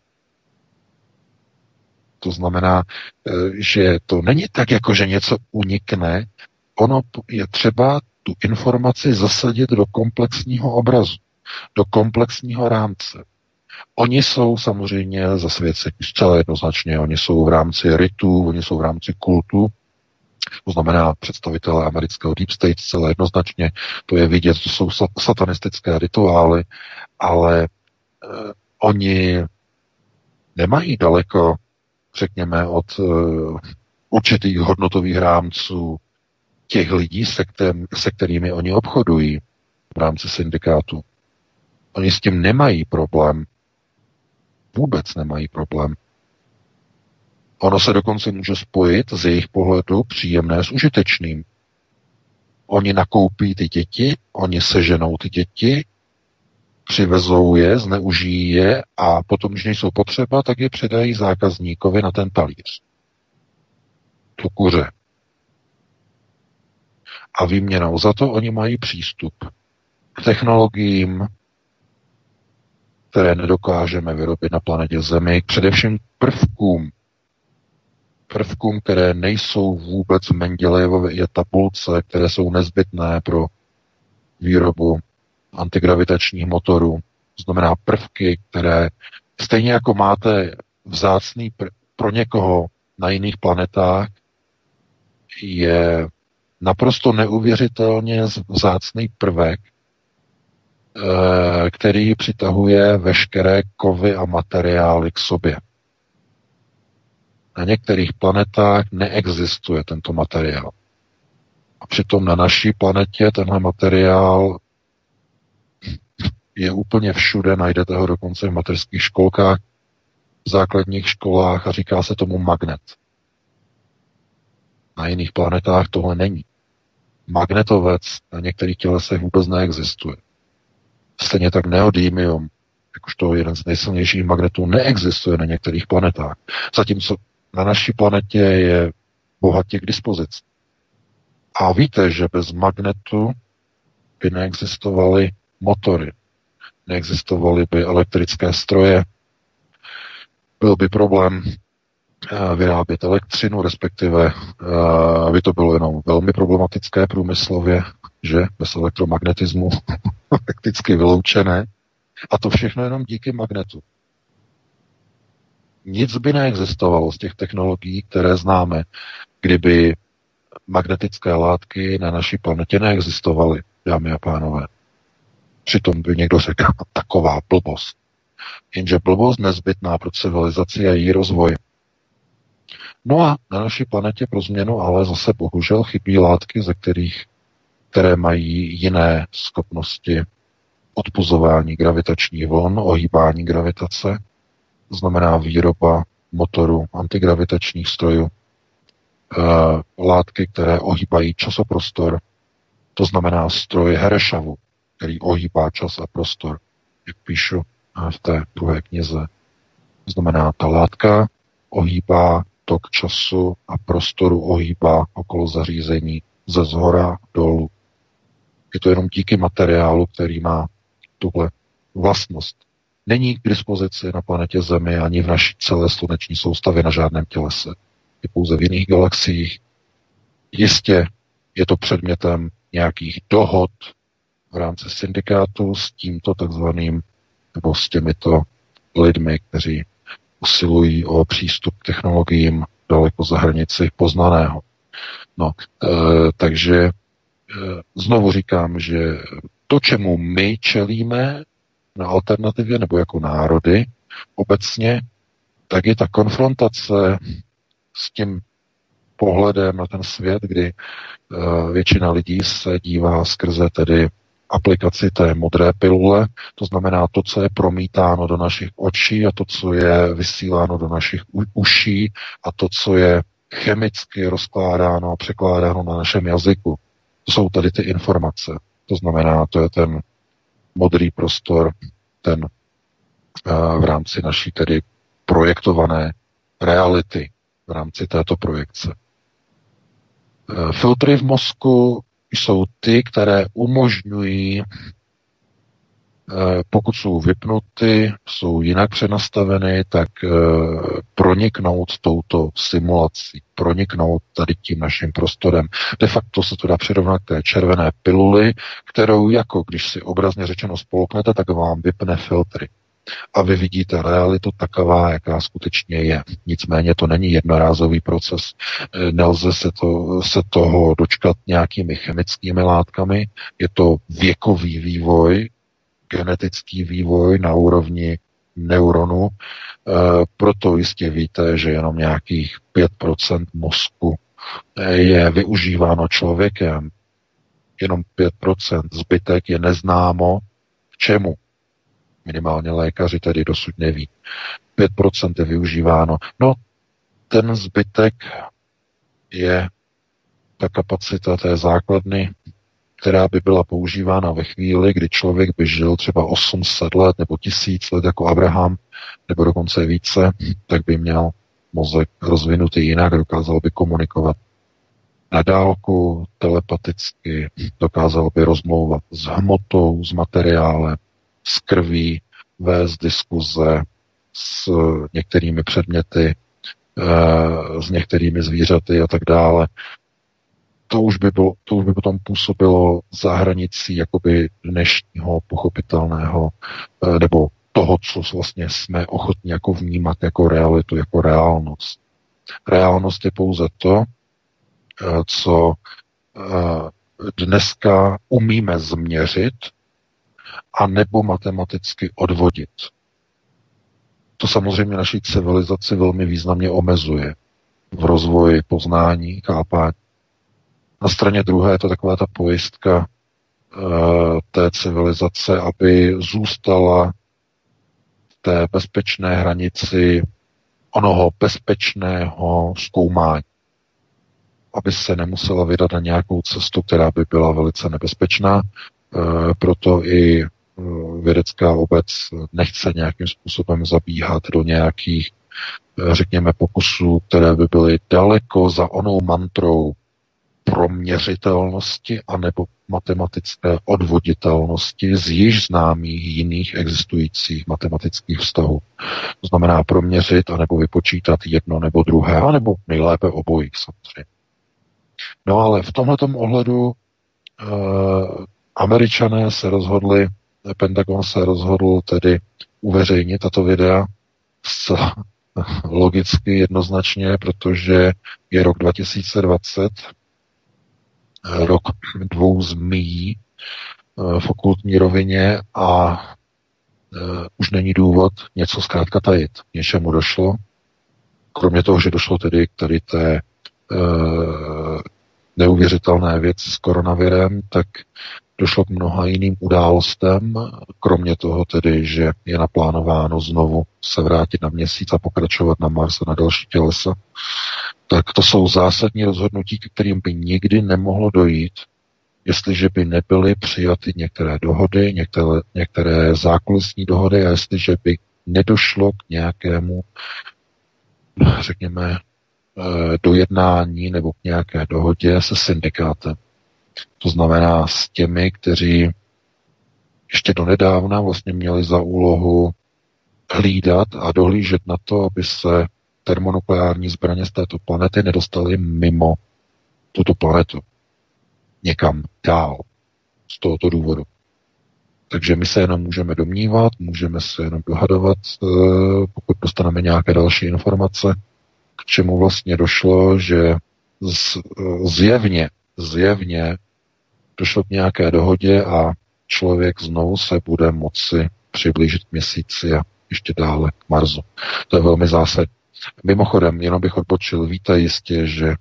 To znamená, že to není tak, jako že něco unikne. Ono je třeba tu informaci zasadit do komplexního obrazu, do komplexního rámce. Oni jsou samozřejmě zasvěceni zcela jednoznačně, oni jsou v rámci ritů, oni jsou v rámci kultu, to znamená představitelé amerického Deep State zcela jednoznačně, to je vidět, to jsou satanistické rituály, ale oni nemají daleko, řekněme, od určitých hodnotových rámců těch lidí, se kterými oni obchodují v rámci syndikátu. Oni s tím nemají problém. Vůbec nemají problém. Ono se dokonce může spojit z jejich pohledu příjemné s užitečným. Oni nakoupí ty děti, oni seženou ty děti, přivezou je, zneužijí je a potom, když nejsou potřeba, tak je předají zákazníkovi na ten talíř. Tu kuře. A výměnou za to oni mají přístup k technologiím, které nedokážeme vyrobit na planetě Zemi, především prvkům, které nejsou vůbec v Mendelejevově tabulce, které jsou nezbytné pro výrobu antigravitačních motorů. To znamená prvky, které stejně jako máte vzácný pro někoho na jiných planetách, je naprosto neuvěřitelně vzácný prvek, který přitahuje veškeré kovy a materiály k sobě. Na některých planetách neexistuje tento materiál. A přitom na naší planetě tenhle materiál je úplně všude, najdete ho dokonce v mateřských školkách, v základních školách a říká se tomu magnet. Na jiných planetách tohle není. Magnetovec na některých tělesech vůbec neexistuje. Stejně tak neodymium, jakožto jeden z nejsilnějších magnetů, neexistuje na některých planetách. Zatímco na naší planetě je bohatě k dispozici. A víte, že bez magnetu by neexistovaly motory, neexistovaly by elektrické stroje, byl by problém vyrábět elektřinu, respektive aby to bylo jenom velmi problematické průmyslově, že bez elektromagnetismu prakticky vyloučené. A to všechno jenom díky magnetu. Nic by neexistovalo z těch technologií, které známe, kdyby magnetické látky na naší planetě neexistovaly, dámy a pánové. Přitom by někdo řekl, taková blbost. Jenže blbost nezbytná pro civilizaci a její rozvoj. No a na naší planetě pro změnu ale zase bohužel chybí látky, které mají jiné schopnosti odpuzování gravitačních vln, ohýbání gravitace, to znamená výroba motoru antigravitačních strojů, látky, které ohýbají časoprostor, to znamená stroj Herešavu, který ohýbá čas a prostor, jak píšu v té druhé knize. To znamená, ta látka ohýbá tok času a prostoru, ohýbá okolo zařízení ze zhora dolů. Je to jenom díky materiálu, který má tuhle vlastnost. Není k dispozici na planetě Zemi ani v naší celé sluneční soustavě na žádném tělese. Je pouze v jiných galaxiích. Jistě je to předmětem nějakých dohod v rámci syndikátu s tímto takzvaným, nebo s těmito lidmi, kteří usilují o přístup k technologiím daleko za hranici poznaného. Takže znovu říkám, že to, čemu my čelíme na alternativě nebo jako národy obecně, tak je ta konfrontace s tím pohledem na ten svět, kdy většina lidí se dívá skrze tedy aplikaci té modré pilule, to znamená to, co je promítáno do našich očí a to, co je vysíláno do našich uší a to, co je chemicky rozkládáno a překládáno na našem jazyku. To jsou tady ty informace. To znamená, to je ten modrý prostor, ten v rámci naší tedy projektované reality, v rámci této projekce. Filtry v mozku jsou ty, které umožňují, pokud jsou vypnuty, jsou jinak přenastaveny, tak proniknout touto simulací, proniknout tady tím naším prostorem. De facto se to dá přirovnat k té červené piluli, kterou jako když si obrazně řečeno spolknete, tak vám vypne filtry. A vy vidíte realitu taková, jaká skutečně je. Nicméně to není jednorázový proces. Nelze se toho dočkat nějakými chemickými látkami. Je to věkový vývoj, genetický vývoj na úrovni neuronu. Proto jistě víte, že jenom nějakých 5% mozku je využíváno člověkem. Jenom 5%. Zbytek je neznámo k čemu. Minimálně lékaři tedy dosud neví. 5% je využíváno. No, ten zbytek je ta kapacita té základny, která by byla používána ve chvíli, kdy člověk by žil třeba 800 let nebo 1000 let jako Abraham, nebo dokonce více, tak by měl mozek rozvinutý jinak, dokázal by komunikovat na dálku, telepaticky, dokázal by rozmlouvat s hmotou, s materiálem, s krví, vést diskuze s některými předměty, s některými zvířaty a tak dále. To už by potom působilo za hranicí jakoby dnešního pochopitelného, nebo toho, co vlastně jsme ochotní jako vnímat jako realitu, jako reálnost. Reálnost je pouze to, co dneska umíme změřit a nebo matematicky odvodit. To samozřejmě naší civilizaci velmi významně omezuje v rozvoji poznání, chápání. Na straně druhé je to taková ta pojistka té civilizace, aby zůstala v té bezpečné hranici onoho bezpečného zkoumání. Aby se nemusela vydat na nějakou cestu, která by byla velice nebezpečná. Proto i vědecká obec nechce nějakým způsobem zabíhat do nějakých, řekněme, pokusů, které by byly daleko za onou mantrou proměřitelnosti anebo matematické odvoditelnosti z již známých jiných existujících matematických vztahů. To znamená proměřit anebo vypočítat jedno nebo druhé, anebo nejlépe obojí samozřejmě. No ale v tomhletom ohledu Američané se rozhodli, Pentagon se rozhodl tedy uveřejnit tato videa zcela logicky, jednoznačně, protože je rok 2020, rok 2 zmíjí v okultní rovině a už není důvod něco zkrátka tajit. Něčemu došlo, kromě toho, že došlo tedy k tady té neuvěřitelné věci s koronavirem, tak došlo k mnoha jiným událostem, kromě toho tedy, že je naplánováno znovu se vrátit na Měsíc a pokračovat na Mars a na další tělesa. Tak to jsou zásadní rozhodnutí, k kterým by nikdy nemohlo dojít, jestliže by nebyly přijaty některé dohody, některé zákulisní dohody a jestliže by nedošlo k nějakému, řekněme, dojednání nebo k nějaké dohodě se syndikátem. To znamená s těmi, kteří ještě donedávna vlastně měli za úlohu hlídat a dohlížet na to, aby se termonukleární zbraně z této planety nedostaly mimo tuto planetu. Někam dál. Z tohoto důvodu. Takže my se jenom můžeme domnívat, můžeme se jenom dohadovat, pokud dostaneme nějaké další informace, k čemu vlastně došlo, že zjevně došlo k nějaké dohodě a člověk znovu se bude moci přiblížit k Měsíci a ještě dále k Marsu. To je velmi zásadní. Mimochodem, jenom bych odpočil, víte jistě, že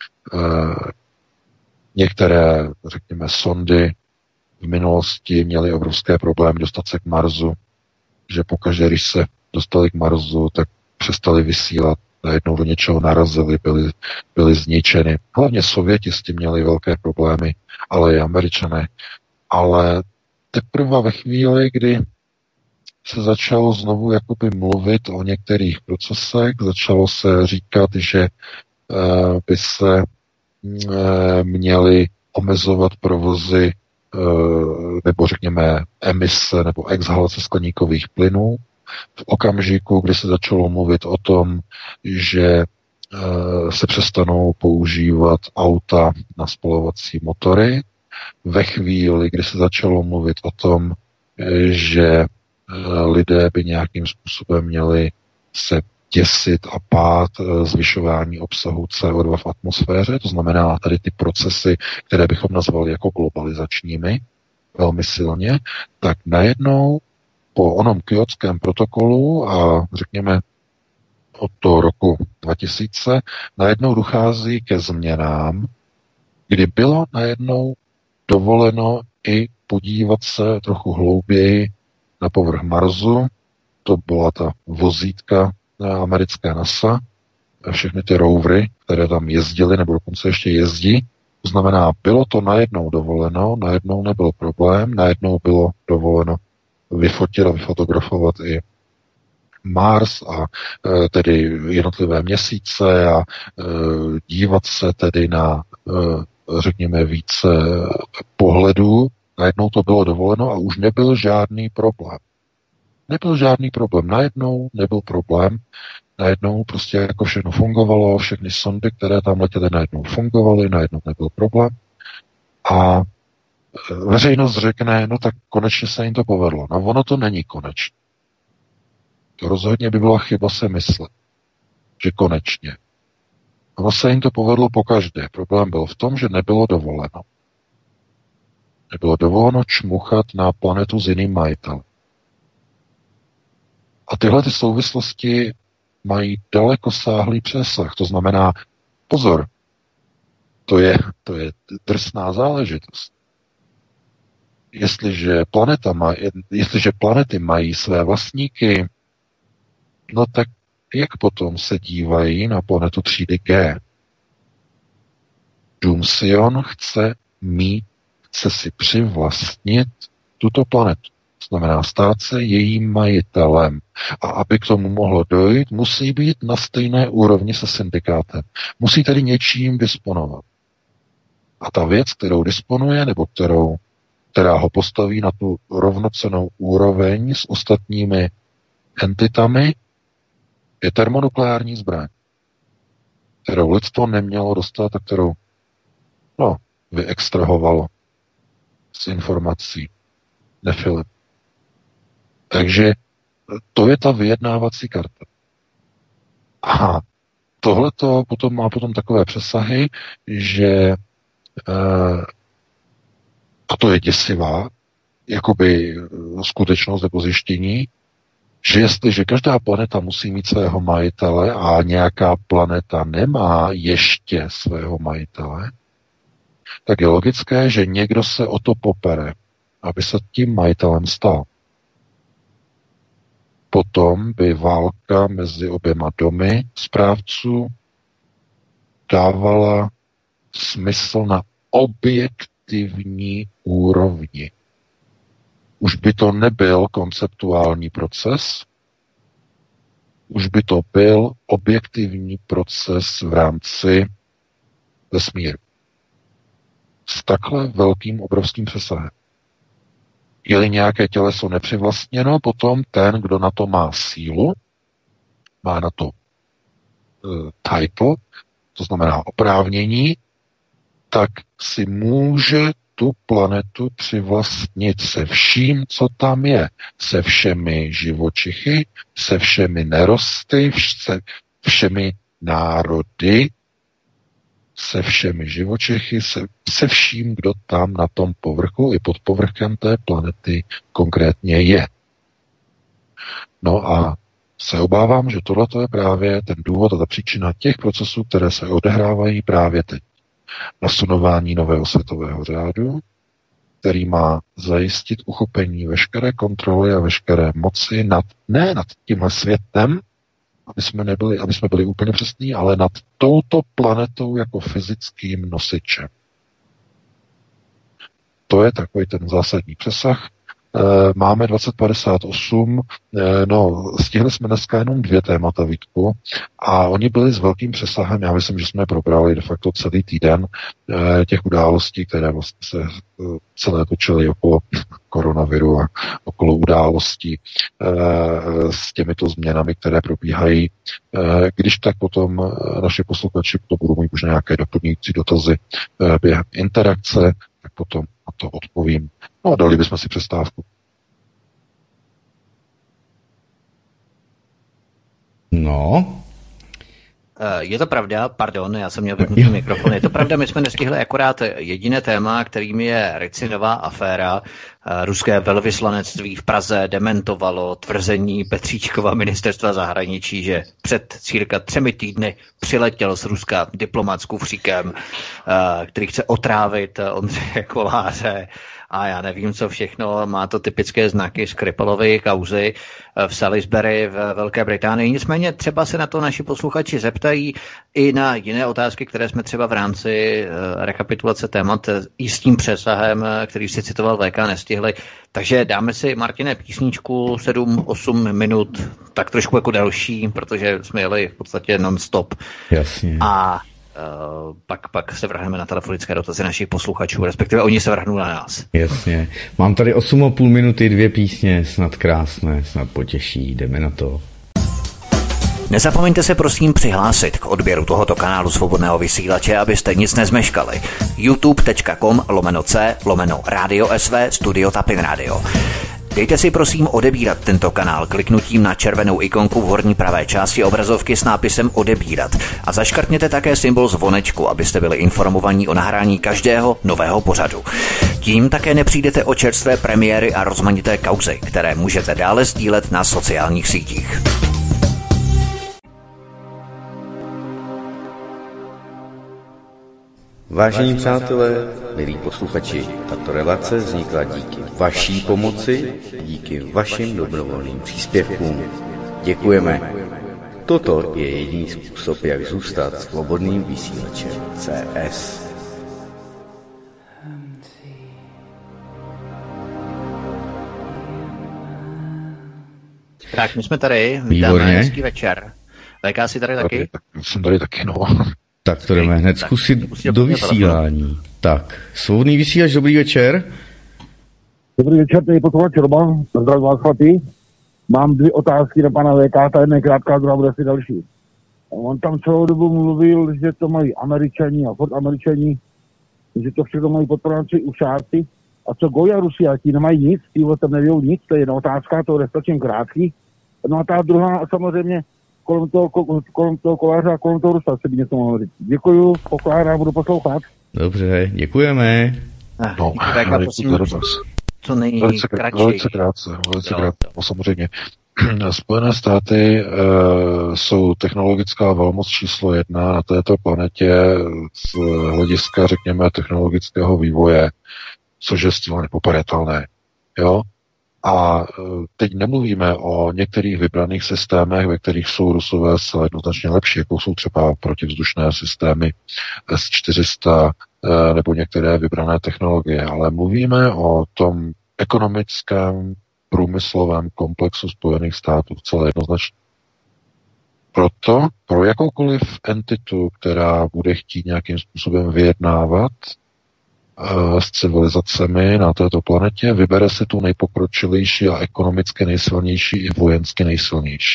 některé, řekněme, sondy v minulosti měly obrovské problémy dostat se k Marsu, že pokaždé, když se dostali k Marsu, tak přestali vysílat, najednou do něčeho narazili, byli zničeny. Hlavně Sověti s tím měli velké problémy, ale i Američané. Ale teprve ve chvíli, kdy se začalo znovu jakoby mluvit o některých procesech, začalo se říkat, že by se měly omezovat provozy nebo řekněme emise nebo exhalace skleníkových plynů. V okamžiku, kdy se začalo mluvit o tom, že se přestanou používat auta na spalovací motory, ve chvíli, kdy se začalo mluvit o tom, že lidé by nějakým způsobem měli se děsit a bát zvyšování obsahu CO2 v atmosféře, to znamená tady ty procesy, které bychom nazvali jako globalizačními, velmi silně, tak najednou po onom Kyotském protokolu a řekněme od toho roku 2000 najednou dochází ke změnám, kdy bylo najednou dovoleno i podívat se trochu hlouběji na povrch Marsu. To byla ta vozítka americké NASA, všechny ty rovery, které tam jezdily, nebo dokonce ještě jezdí. To znamená, bylo to najednou dovoleno, najednou nebyl problém, najednou bylo dovoleno vyfotit a vyfotografovat i Mars a tedy jednotlivé měsíce a dívat se tedy na, řekněme, více pohledů. Najednou to bylo dovoleno a už nebyl žádný problém. Nebyl žádný problém. Najednou nebyl problém. Najednou prostě jako všechno fungovalo, všechny sondy, které tam letěly, najednou fungovaly, najednou nebyl problém. A veřejnost řekne, no tak konečně se jim to povedlo. No ono to není konečně. To rozhodně by byla chyba se myslet, že konečně. Ono se jim to povedlo pokaždé. Problém byl v tom, že nebylo dovoleno. Nebylo dovoleno čmuchat na planetu s jiným majitelem. A tyhle ty souvislosti mají dalekosáhlý přesah. To znamená, pozor, to je drsná záležitost. Jestliže planety mají své vlastníky, no tak jak potom se dívají na planetu třídy G? Doomsion chce si přivlastnit tuto planetu. To znamená stát se jejím majitelem. A aby k tomu mohlo dojít, musí být na stejné úrovni se syndikátem. Musí tedy něčím disponovat. A ta věc, kterou disponuje, nebo která ho postaví na tu rovnocennou úroveň s ostatními entitami, je termonukleární zbraň, kterou lidstvo nemělo dostat a kterou vyextrahovalo z informací Nefilip. Takže to je ta vyjednávací karta. A tohleto má potom takové přesahy, že a to je děsivá jakoby skutečnost nebo zjištění, že jestliže každá planeta musí mít svého majitele a nějaká planeta nemá ještě svého majitele, tak je logické, že někdo se o to popere, aby se tím majitelem stal. Potom by válka mezi oběma domy správců dávala smysl na objektivní úrovni. Už by to nebyl konceptuální proces, už by to byl objektivní proces v rámci vesmíru. S takhle velkým, obrovským přesahem. Je-li nějaké těleso nepřivlastněno, potom ten, kdo na to má sílu, má na to title, to znamená oprávnění, tak si může tu planetu přivlastnit se vším, co tam je. Se všemi živočichy, se všemi nerosty, se všemi národy, se všemi živočichy, se vším, kdo tam na tom povrchu i pod povrchem té planety konkrétně je. No a se obávám, že tohle je právě ten důvod a ta příčina těch procesů, které se odehrávají právě teď. Nastunování nového světového řádu, který má zajistit uchopení veškeré kontroly a veškeré moci ne nad tímhle světem, aby jsme byli úplně přesní, ale nad touto planetou jako fyzickým nosičem. To je takový ten zásadní přesah. Máme 2058, stihli jsme dneska jenom 2 témata, Vítku, a oni byli s velkým přesahem, já myslím, že jsme probrali de facto celý týden těch událostí, které vlastně se celé točily okolo koronaviru a okolo událostí s těmito změnami, které probíhají. Když tak potom naši posluchači budou mít už nějaké doplňující dotazy během interakce, tak potom na to odpovím. No a dali bychom si přestávku. No. Je to pravda, pardon, já jsem měl vypnutý mikrofon, je to pravda, my jsme nestihli akorát jediné téma, kterým je Ricinová aféra. Ruské velvyslanectví v Praze dementovalo tvrzení Petříčkova ministerstva zahraničí, že před cirka 3 týdny přiletěl z Ruska diplomat s kufříkem, který chce otrávit Ondřeje Koláře a já nevím, co všechno. Má to typické znaky Skripalovy kauzy v Salisbury v Velké Británii. Nicméně třeba se na to naši posluchači zeptají i na jiné otázky, které jsme třeba v rámci rekapitulace témat i s tím přesahem, který si citoval VK, nestihli. Takže dáme si, Martine, písničku 7-8 minut, tak trošku jako delší, protože jsme jeli v podstatě non-stop. Jasně. A pak se vrhneme na telefonické dotazy našich posluchačů, respektive oni se vrhnou na nás. Jasně. Mám tady 8,5 minuty, 2 písně, snad krásné, snad potěší, jdeme na to. Nezapomeňte se prosím přihlásit k odběru tohoto kanálu Svobodného vysílače, abyste nic nezmeškali. youtube.com/c/Radio SV Studio Tapin Radio. Dejte si prosím odebírat tento kanál kliknutím na červenou ikonku v horní pravé části obrazovky s nápisem odebírat a zaškrtněte také symbol zvonečku, abyste byli informovaní o nahrání každého nového pořadu. Tím také nepřijdete o čerstvé premiéry a rozmanité kauzy, které můžete dále sdílet na sociálních sítích. Vážení přátelé, milí posluchači, tato relace vznikla díky vaší pomoci, díky vašim dobrovolným příspěvkům. Děkujeme. Toto je jediný způsob, jak zůstat svobodným vysílačem CS. Tak, my jsme tady, vítáme, hezký večer. VK si tady taky? Jsem tady taky, no. Tak to jdeme hned zkusit do vysílání. Tak, svobodný vysílač, dobrý večer. Dobrý večer, tady posluchač Roman, zdravím vás chlapi. Mám 2 otázky na pana VK, ta jedna je krátká, druhá bude asi další. On tam celou dobu mluvil, že to mají Američani a furt Američani, že to všechno mají podporovanci ušárci. A co Goja Rusiáti nemají nic, tí tam nevědou nic, to je jedna otázka, to je stačím krátký. No a ta druhá samozřejmě kolem toho Koláře a kolem toho Rusa se by něco mohlo říct. Děkuju, pokládám, budu poslouchat. Dobře, děkujeme. No, co nejkratší. Velice krátce. No, samozřejmě. Spojené státy jsou technologická velmoc číslo 1 na této planetě z hlediska, řekněme, technologického vývoje, což je zcela nepopadatelné. Jo? A teď nemluvíme o některých vybraných systémech, ve kterých jsou Rusové zcela jednoznačně lepší, jako jsou třeba protivzdušné systémy S-400 nebo některé vybrané technologie, ale mluvíme o tom ekonomickém průmyslovém komplexu Spojených států celé jednoznačně. Proto pro jakoukoliv entitu, která bude chtít nějakým způsobem vyjednávat s civilizacemi na této planetě, vybere si tu nejpokročilejší a ekonomicky nejsilnější i vojensky nejsilnější.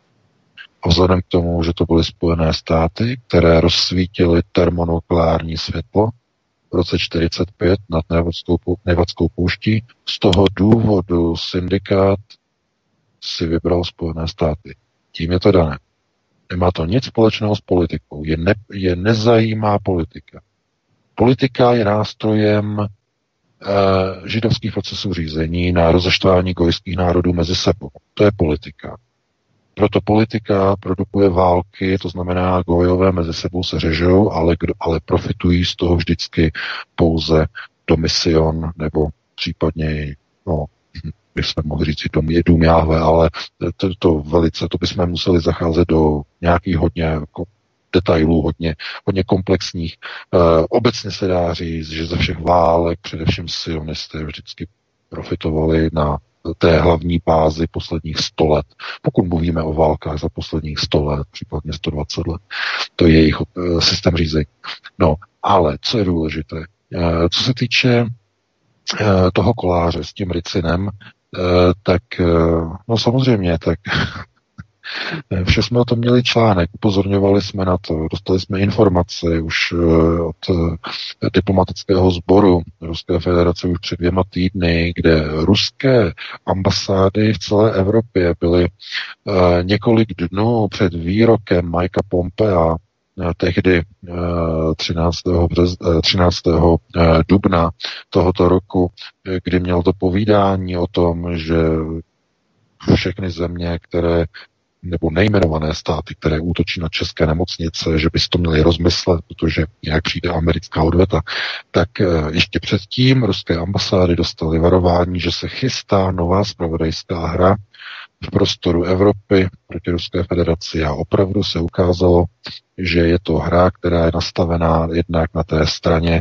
A vzhledem k tomu, že to byly Spojené státy, které rozsvítily termonukleární světlo v roce 1945 nad Nevadskou pouští, z toho důvodu syndikát si vybral Spojené státy. Tím je to dané. Nemá to nic společného s politikou. Je nezajímá politika. Politika je nástrojem židovských procesů řízení na rozeštvání gojských národů mezi sebou. To je politika. Proto politika produkuje války, to znamená, gojové mezi sebou se řežou, ale profitují z toho vždycky pouze Domision, nebo případně, bychom mohli říct, dům Jáhve, ale to bychom museli zacházet do nějakých hodně detailů, hodně komplexních. Obecně se dá říct, že ze všech válek, především sionisté, vždycky profitovali na té hlavní bázi posledních 100 let. Pokud mluvíme o válkách za posledních 100 let, případně 120 let, to je jejich systém řízení. No, ale co je důležité? Co se týče toho koláře s tím ricinem, tak no samozřejmě, tak vše jsme o tom měli článek, upozorňovali jsme na to, dostali jsme informace už od diplomatického sboru Ruské federace už před 2 týdny, kde ruské ambasády v celé Evropě byly několik dnů před výrokem Mikea Pompea, tehdy 13. dubna tohoto roku, kdy měl to povídání o tom, že všechny země, nebo nejmenované státy, které útočí na české nemocnice, že by si to měli rozmyslet, protože jak přijde americká odveta, tak ještě předtím ruské ambasády dostaly varování, že se chystá nová zpravodajská hra v prostoru Evropy proti Ruské federaci a opravdu se ukázalo, že je to hra, která je nastavená jednak na té straně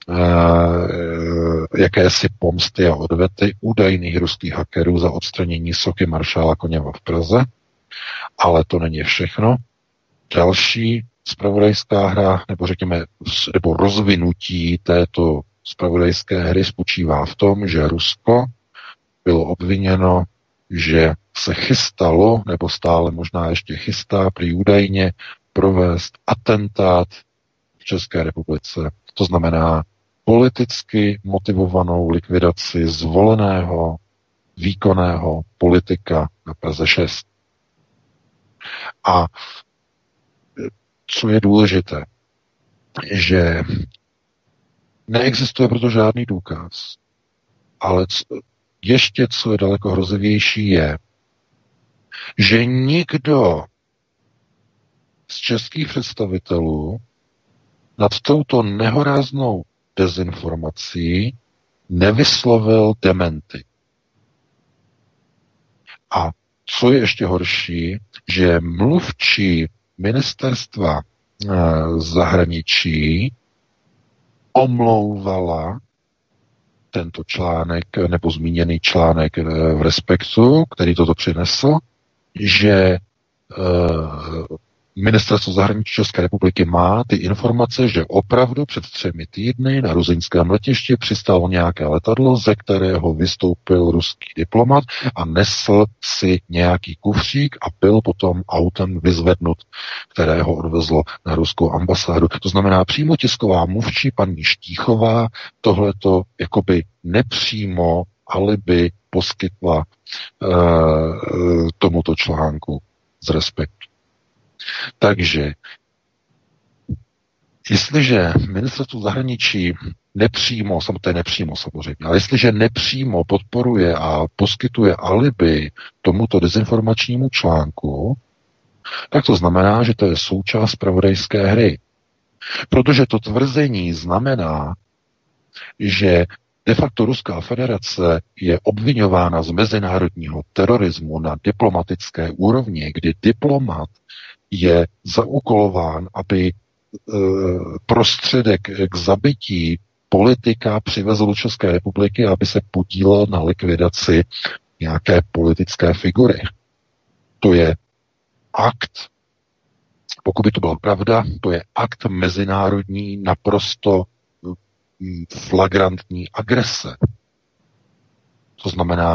jakési pomsty a odvety údajných ruských hackerů za odstranění sochy maršála Koněva v Praze. Ale to není všechno. Další zpravodajská hra, nebo řekněme, nebo rozvinutí této zpravodajské hry spočívá v tom, že Rusko bylo obviněno, že se chystalo, nebo stále možná ještě chystá, prý údajně provést atentát v České republice. To znamená politicky motivovanou likvidaci zvoleného výkonného politika na Praze 6. A co je důležité, že neexistuje proto žádný důkaz, ale ještě co je daleko hrozivější je, že nikdo z českých představitelů nad touto nehoráznou dezinformací nevyslovil dementy. A co je ještě horší, že mluvčí ministerstva zahraničí omlouvala tento článek, nebo zmíněný článek v Respektu, který toto přinesl, že Ministerstvo zahraničí České republiky má ty informace, že opravdu před 3 týdny na ruzyňském letišti přistálo nějaké letadlo, ze kterého vystoupil ruský diplomat a nesl si nějaký kufřík a byl potom autem vyzvednut, které ho odvezlo na ruskou ambasádu. To znamená, přímo tisková mluvčí paní Štíchová tohleto jakoby nepřímo alibi poskytla tomuto článku z Respektu. Takže, jestliže ministerstvo zahraničí nepřímo samozřejmě, ale jestliže nepřímo podporuje a poskytuje alibi tomuto dezinformačnímu článku, tak to znamená, že to je součást zpravodajské hry. Protože to tvrzení znamená, že de facto Ruská federace je obvinována z mezinárodního terorismu na diplomatické úrovni, kdy diplomat je zaúkolován, aby prostředek k zabití politika přivezl do České republiky, aby se podílel na likvidaci nějaké politické figury. To je akt, pokud by to byla pravda, to je akt mezinárodní naprosto flagrantní agrese. To znamená,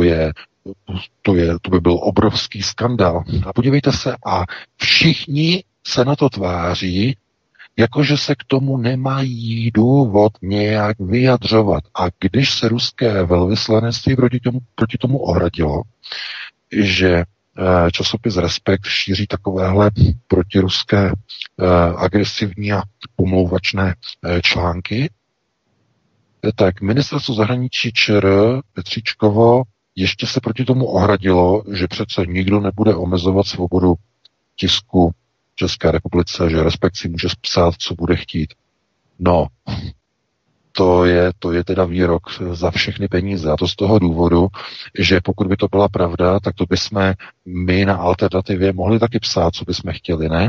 to by byl obrovský skandál. A podívejte se, a všichni se na to tváří, jakože se k tomu nemají důvod nějak vyjadřovat. A když se ruské velvyslanectví proti tomu ohradilo, že časopis Respekt šíří takovéhle protiruské agresivní a pomlouvačné články, tak ministerstvo zahraničí ČR Petříčkovo ještě se proti tomu ohradilo, že přece nikdo nebude omezovat svobodu tisku v České republice, že Respekt si může psát, co bude chtít. No, to je teda výrok za všechny peníze. A to z toho důvodu, že pokud by to byla pravda, tak to bychom my na Alternativě mohli taky psát, co bychom chtěli, ne?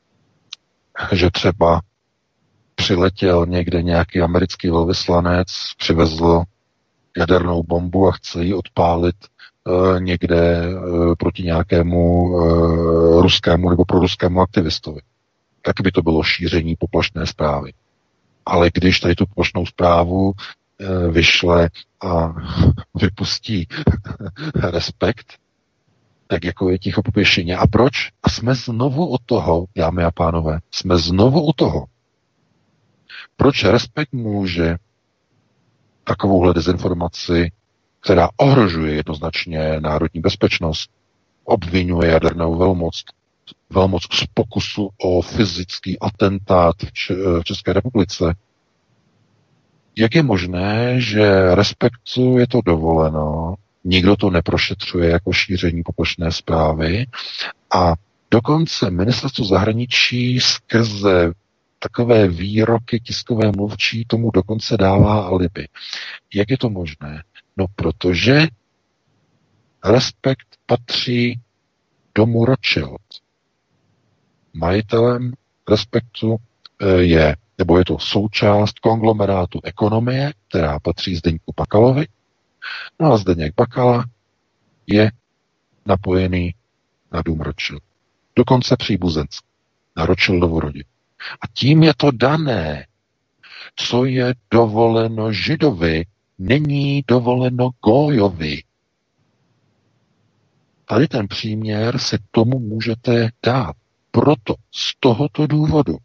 Že třeba přiletěl někde nějaký americký velvyslanec, přivezl jadernou bombu a chce ji odpálit někde proti nějakému ruskému nebo proruskému aktivistovi. Tak by to bylo šíření poplašné zprávy. Ale když tady tu plošnou zprávu vyšle a vypustí Respekt, tak jako je ticho po pěšině. A proč? A jsme znovu u toho, dámy a pánové, jsme znovu u toho. Proč Respekt může takovouhle dezinformaci, která ohrožuje jednoznačně národní bezpečnost, obvinuje jadernou velmoc z pokusu o fyzický atentát v České republice. Jak je možné, že Respektu je to dovoleno, nikdo to neprošetřuje jako šíření poplašné zprávy a dokonce ministerstvo zahraničí skrze takové výroky tiskové mluvčí tomu dokonce dává alibi. Jak je to možné? No, protože Respekt patří domu Rothschild. Majitelem Respektu je to součást konglomerátu ekonomie, která patří Zdeňku Bakalovi. No a Zdeněk Bakala je napojený na dům Rothschild. Dokonce příbuzenský, na Rothschildovu rodinu. A tím je to dané. Co je dovoleno Židovi, není dovoleno Gójovi. Tady ten příměr se tomu můžete dát. Proto, z tohoto důvodu.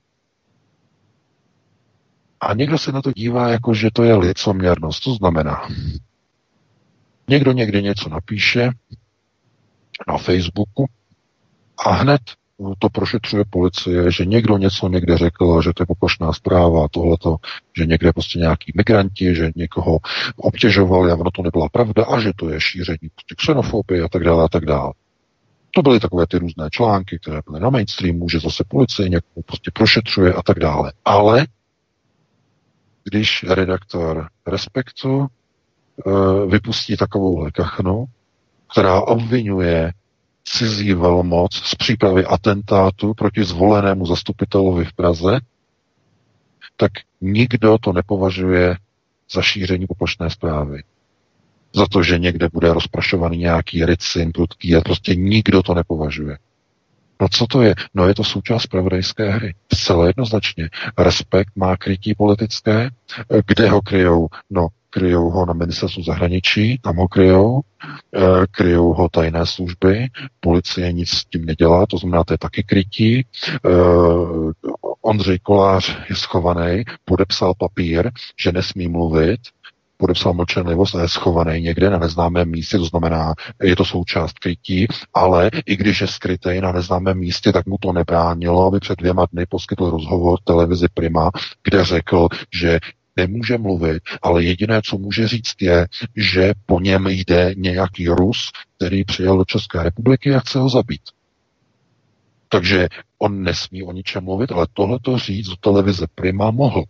A někdo se na to dívá, jako že to je licoměrnost. To znamená, někdo někde něco napíše na Facebooku a hned to prošetřuje policie, že někdo něco někde řekl, že to je poplašná zpráva, tohleto, že někde prostě nějaký migranti, že někoho obtěžovali a ono to nebyla pravda a že to je šíření xenofobie a tak dále a tak dále. To byly takové ty různé články, které byly na mainstreamu, že zase policie někoho prostě prošetřuje a tak dále. Ale když redaktor Respektu vypustí takovouhle kachnu, která obvinuje cizí velmoc z přípravy atentátu proti zvolenému zastupitelovi v Praze, tak nikdo to nepovažuje za šíření poplašné zprávy. Za to, že někde bude rozprašovaný nějaký ricin prudký a prostě nikdo to nepovažuje. No co to je? No je to součást zpravodajské hry. Zcela jednoznačně. Respekt má krytí politické. Kde ho kryjou? No, kryjou ho na ministerstvu zahraničí, tam ho kryjou ho tajné služby, policie nic s tím nedělá, to znamená, to je taky krytí. Ondřej Kolář je schovaný, podepsal papír, že nesmí mluvit, podepsal mlčenlivost a je schovaný někde na neznámém místě, to znamená, je to součást krytí, ale i když je skrytý na neznámém místě, tak mu to nebránilo, aby před 2 dny poskytl rozhovor televizi Prima, kde řekl, že nemůže mluvit, ale jediné, co může říct, je, že po něm jde nějaký Rus, který přijel do České republiky a chce ho zabít. Takže on nesmí o ničem mluvit, ale tohleto říct do televize Prima mohl.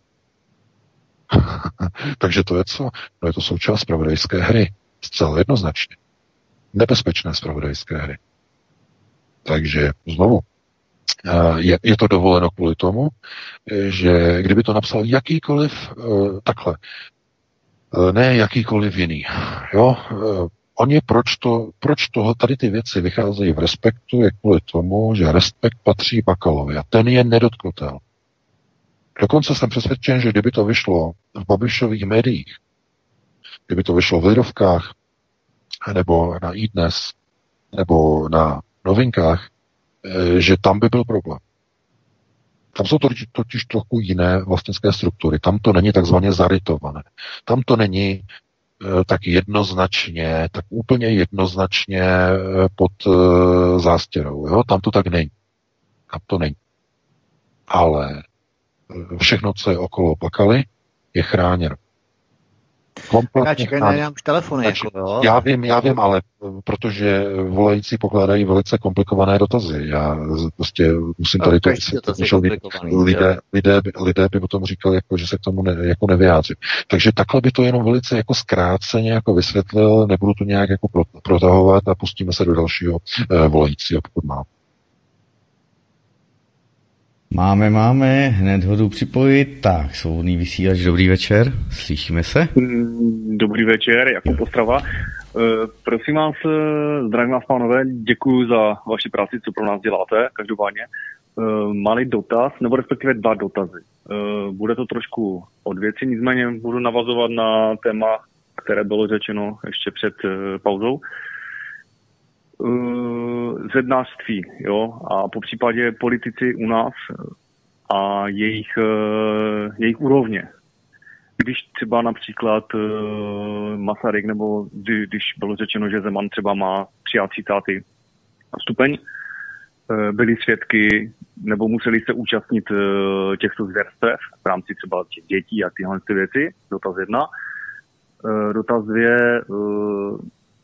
Takže to je co? No je to součást zpravodajské hry. Zcela jednoznačně. Nebezpečné zpravodajské hry. Takže znovu, je to dovoleno kvůli tomu, že kdyby to napsal jakýkoliv takhle, ne jakýkoliv jiný, jo, oni proč tady ty věci vycházejí v Respektu, je kvůli tomu, že Respekt patří Bakalovi a ten je nedotknutelný. Dokonce jsem přesvědčen, že kdyby to vyšlo v Babišových médiích, kdyby to vyšlo v Lidovkách, nebo na iDnes, nebo na Novinkách, že tam by byl problém. Tam jsou totiž trochu jiné vlastnické struktury. Tam to není takzvaně zarytované. Tam to není tak jednoznačně, tak úplně jednoznačně pod zástěrou. Jo? Tam to tak není. Tam to není. Ale všechno, co je okolo Bakaly, je chráněno. Čekaj, já už telefony. Jako, já vím, ale protože volající pokládají velice komplikované dotazy. Já prostě musím tady to lidé by potom říkali, jako, že se k tomu jako nevyjádří. Takže takhle by to jenom velice jako zkráceně jako vysvětlil, nebudu to nějak jako protahovat a pustíme se do dalšího volajícího, pokud mám. Máme, hned ho jdu připojit. Tak, svobodný vysílač, dobrý večer, slyšíme se? Dobrý večer, Jakub Ostrava. Prosím vás, zdravím vás, pánové, děkuji za vaši práci, co pro nás děláte, každopádně. Malý dotaz, nebo respektive 2 dotazy. Bude to trošku od věci, nicméně budu navazovat na téma, které bylo řečeno ještě před pauzou. Zednářství, jo, a po případě politici u nás a jejich úrovně. Když třeba například Masaryk, nebo když bylo řečeno, že Zeman třeba má 33. stupeň, byli svědky, nebo museli se účastnit těchto zvěrstev v rámci třeba těch dětí a tyhle věci, dotaz 1. Dotaz 2,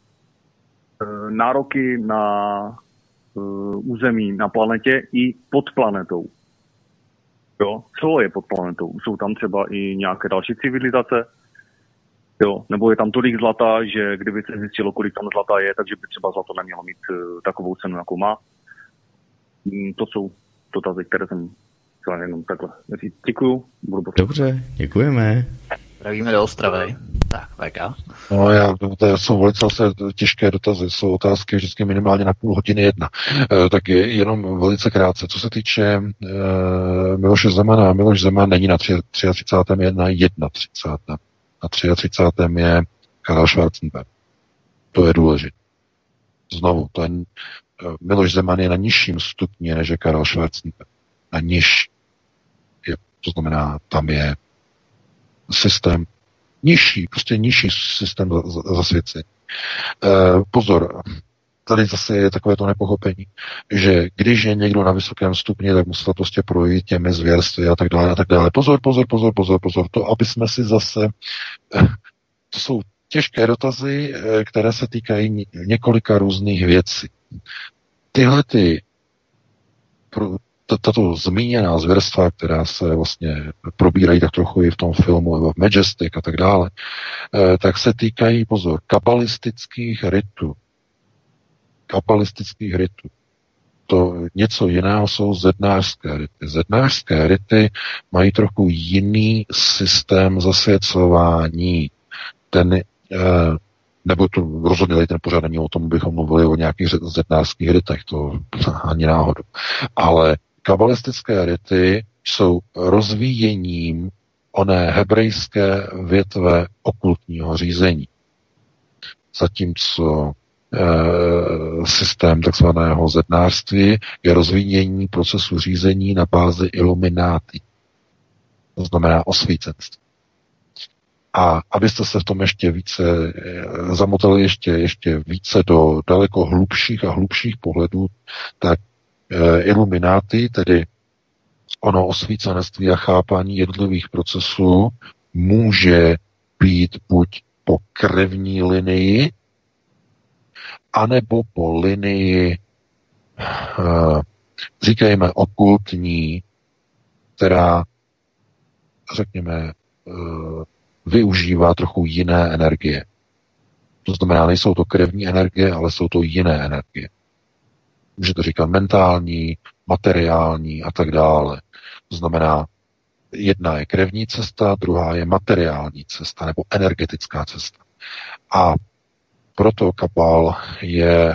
nároky na území na planetě i pod planetou. Jo, co je pod planetou? Jsou tam třeba i nějaké další civilizace? Jo, nebo je tam tolik zlata, že kdyby se zjistilo, kolik tam zlata je, takže by třeba zlato nemělo mít takovou cenu, jakou má. To jsou dotazy, které jsem chtěl jenom takhle. Děkuju. Dobře, děkujeme. Zdravíme do Ostravy. Tak, VK. No, to jsou velice těžké dotazy, jsou otázky vždycky minimálně na půl hodiny 1. Tak jenom velice krátce. Co se týče Miloše Zemana, Miloš Zeman není na 33. je na 31. Na 33. je Karel Schwarzenberg. To je důležité. Znovu, Miloš Zeman je na nižším stupni, než je Karel Schwarzenberg. Na nižší. To znamená, tam je systém prostě nižší systém zasvěcení. Pozor, tady zase je takové to nepochopení, že když je někdo na vysokém stupni, tak musel prostě projít těmi zvěrstvy a tak dále a tak dále. Pozor, to, aby jsme si zase, to jsou těžké dotazy, které se týkají několika různých věcí. Tyhle tato zmíněná zvěrstva, která se vlastně probírají tak trochu i v tom filmu Majestic a tak dále, tak se týkají, pozor, kabalistických rytů. To něco jiného jsou zednářské ryty. Zednářské ryty mají trochu jiný systém zasvěcování. Ten nebo to rozhodně ten pořád není o tom, bychom mluvili o nějakých zetnářských rytech, to ani náhodou. Ale kabalistické rity jsou rozvíjením oné hebrejské větve okultního řízení. Zatímco systém takzvaného zetnářství je rozvíjení procesu řízení na bázi ilumináty. To znamená osvícenství. A abyste se v tom ještě více zamotali ještě více do daleko hlubších a hlubších pohledů, tak ilumináty, tedy ono osvícenství a chápání jednotlivých procesů, může být buď po krevní linii, anebo po linii, říkejme, okultní, která, řekněme, využívá trochu jiné energie. To znamená, nejsou to krevní energie, ale jsou to jiné energie. Můžete říkat mentální, materiální a tak dále. To znamená, jedna je krevní cesta, druhá je materiální cesta nebo energetická cesta. A proto kabal je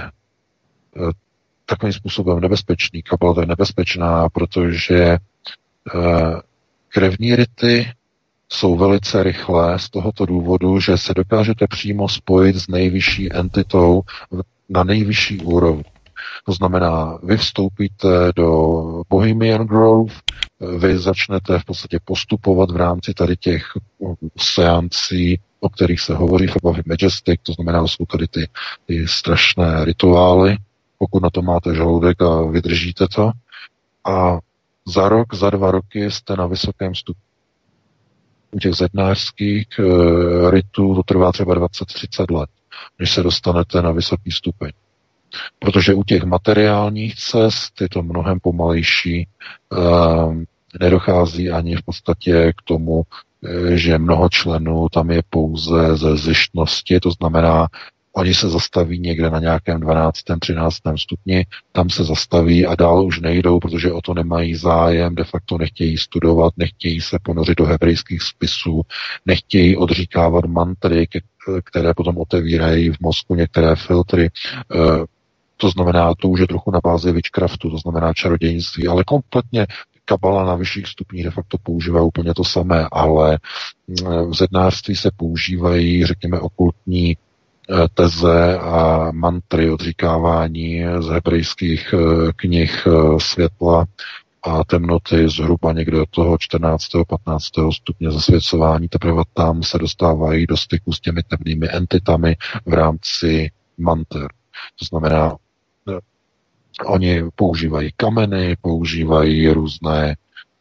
takovým způsobem nebezpečný. Kabala je nebezpečná, protože krevní rity jsou velice rychlé z tohoto důvodu, že se dokážete přímo spojit s nejvyšší entitou na nejvyšší úrovni. To znamená, vy vstoupíte do Bohemian Grove, vy začnete v podstatě postupovat v rámci tady těch seancí, o kterých se hovoří v Above Majestic, to znamená, jsou tady ty strašné rituály, pokud na to máte žaludek a vydržíte to. A za rok, za 2 roky jste na vysokém stupni. U těch zetnářských rytů to trvá třeba 20-30 let, než se dostanete na vysoký stupeň. Protože u těch materiálních cest je to mnohem pomalejší, nedochází ani v podstatě k tomu, že mnoho členů tam je pouze ze zištnosti, to znamená, oni se zastaví někde na nějakém 12., 13. stupni, tam se zastaví a dál už nejdou, protože o to nemají zájem, de facto nechtějí studovat, nechtějí se ponořit do hebrejských spisů, nechtějí odříkávat mantry, které potom otevírají v mozku některé filtry. To znamená, to už je trochu na bázi witchcraftu, to znamená čarodějnictví, ale kompletně kabala na vyšších stupních de facto používá úplně to samé, ale v zetnářství se používají, řekněme, okultní teze a mantry odříkávání z hebrejských knih světla a temnoty zhruba někde od toho 14. 15. stupně zasvěcování. Teprve tam se dostávají do styku s těmi temnými entitami v rámci manter. To znamená, oni používají kameny, používají různé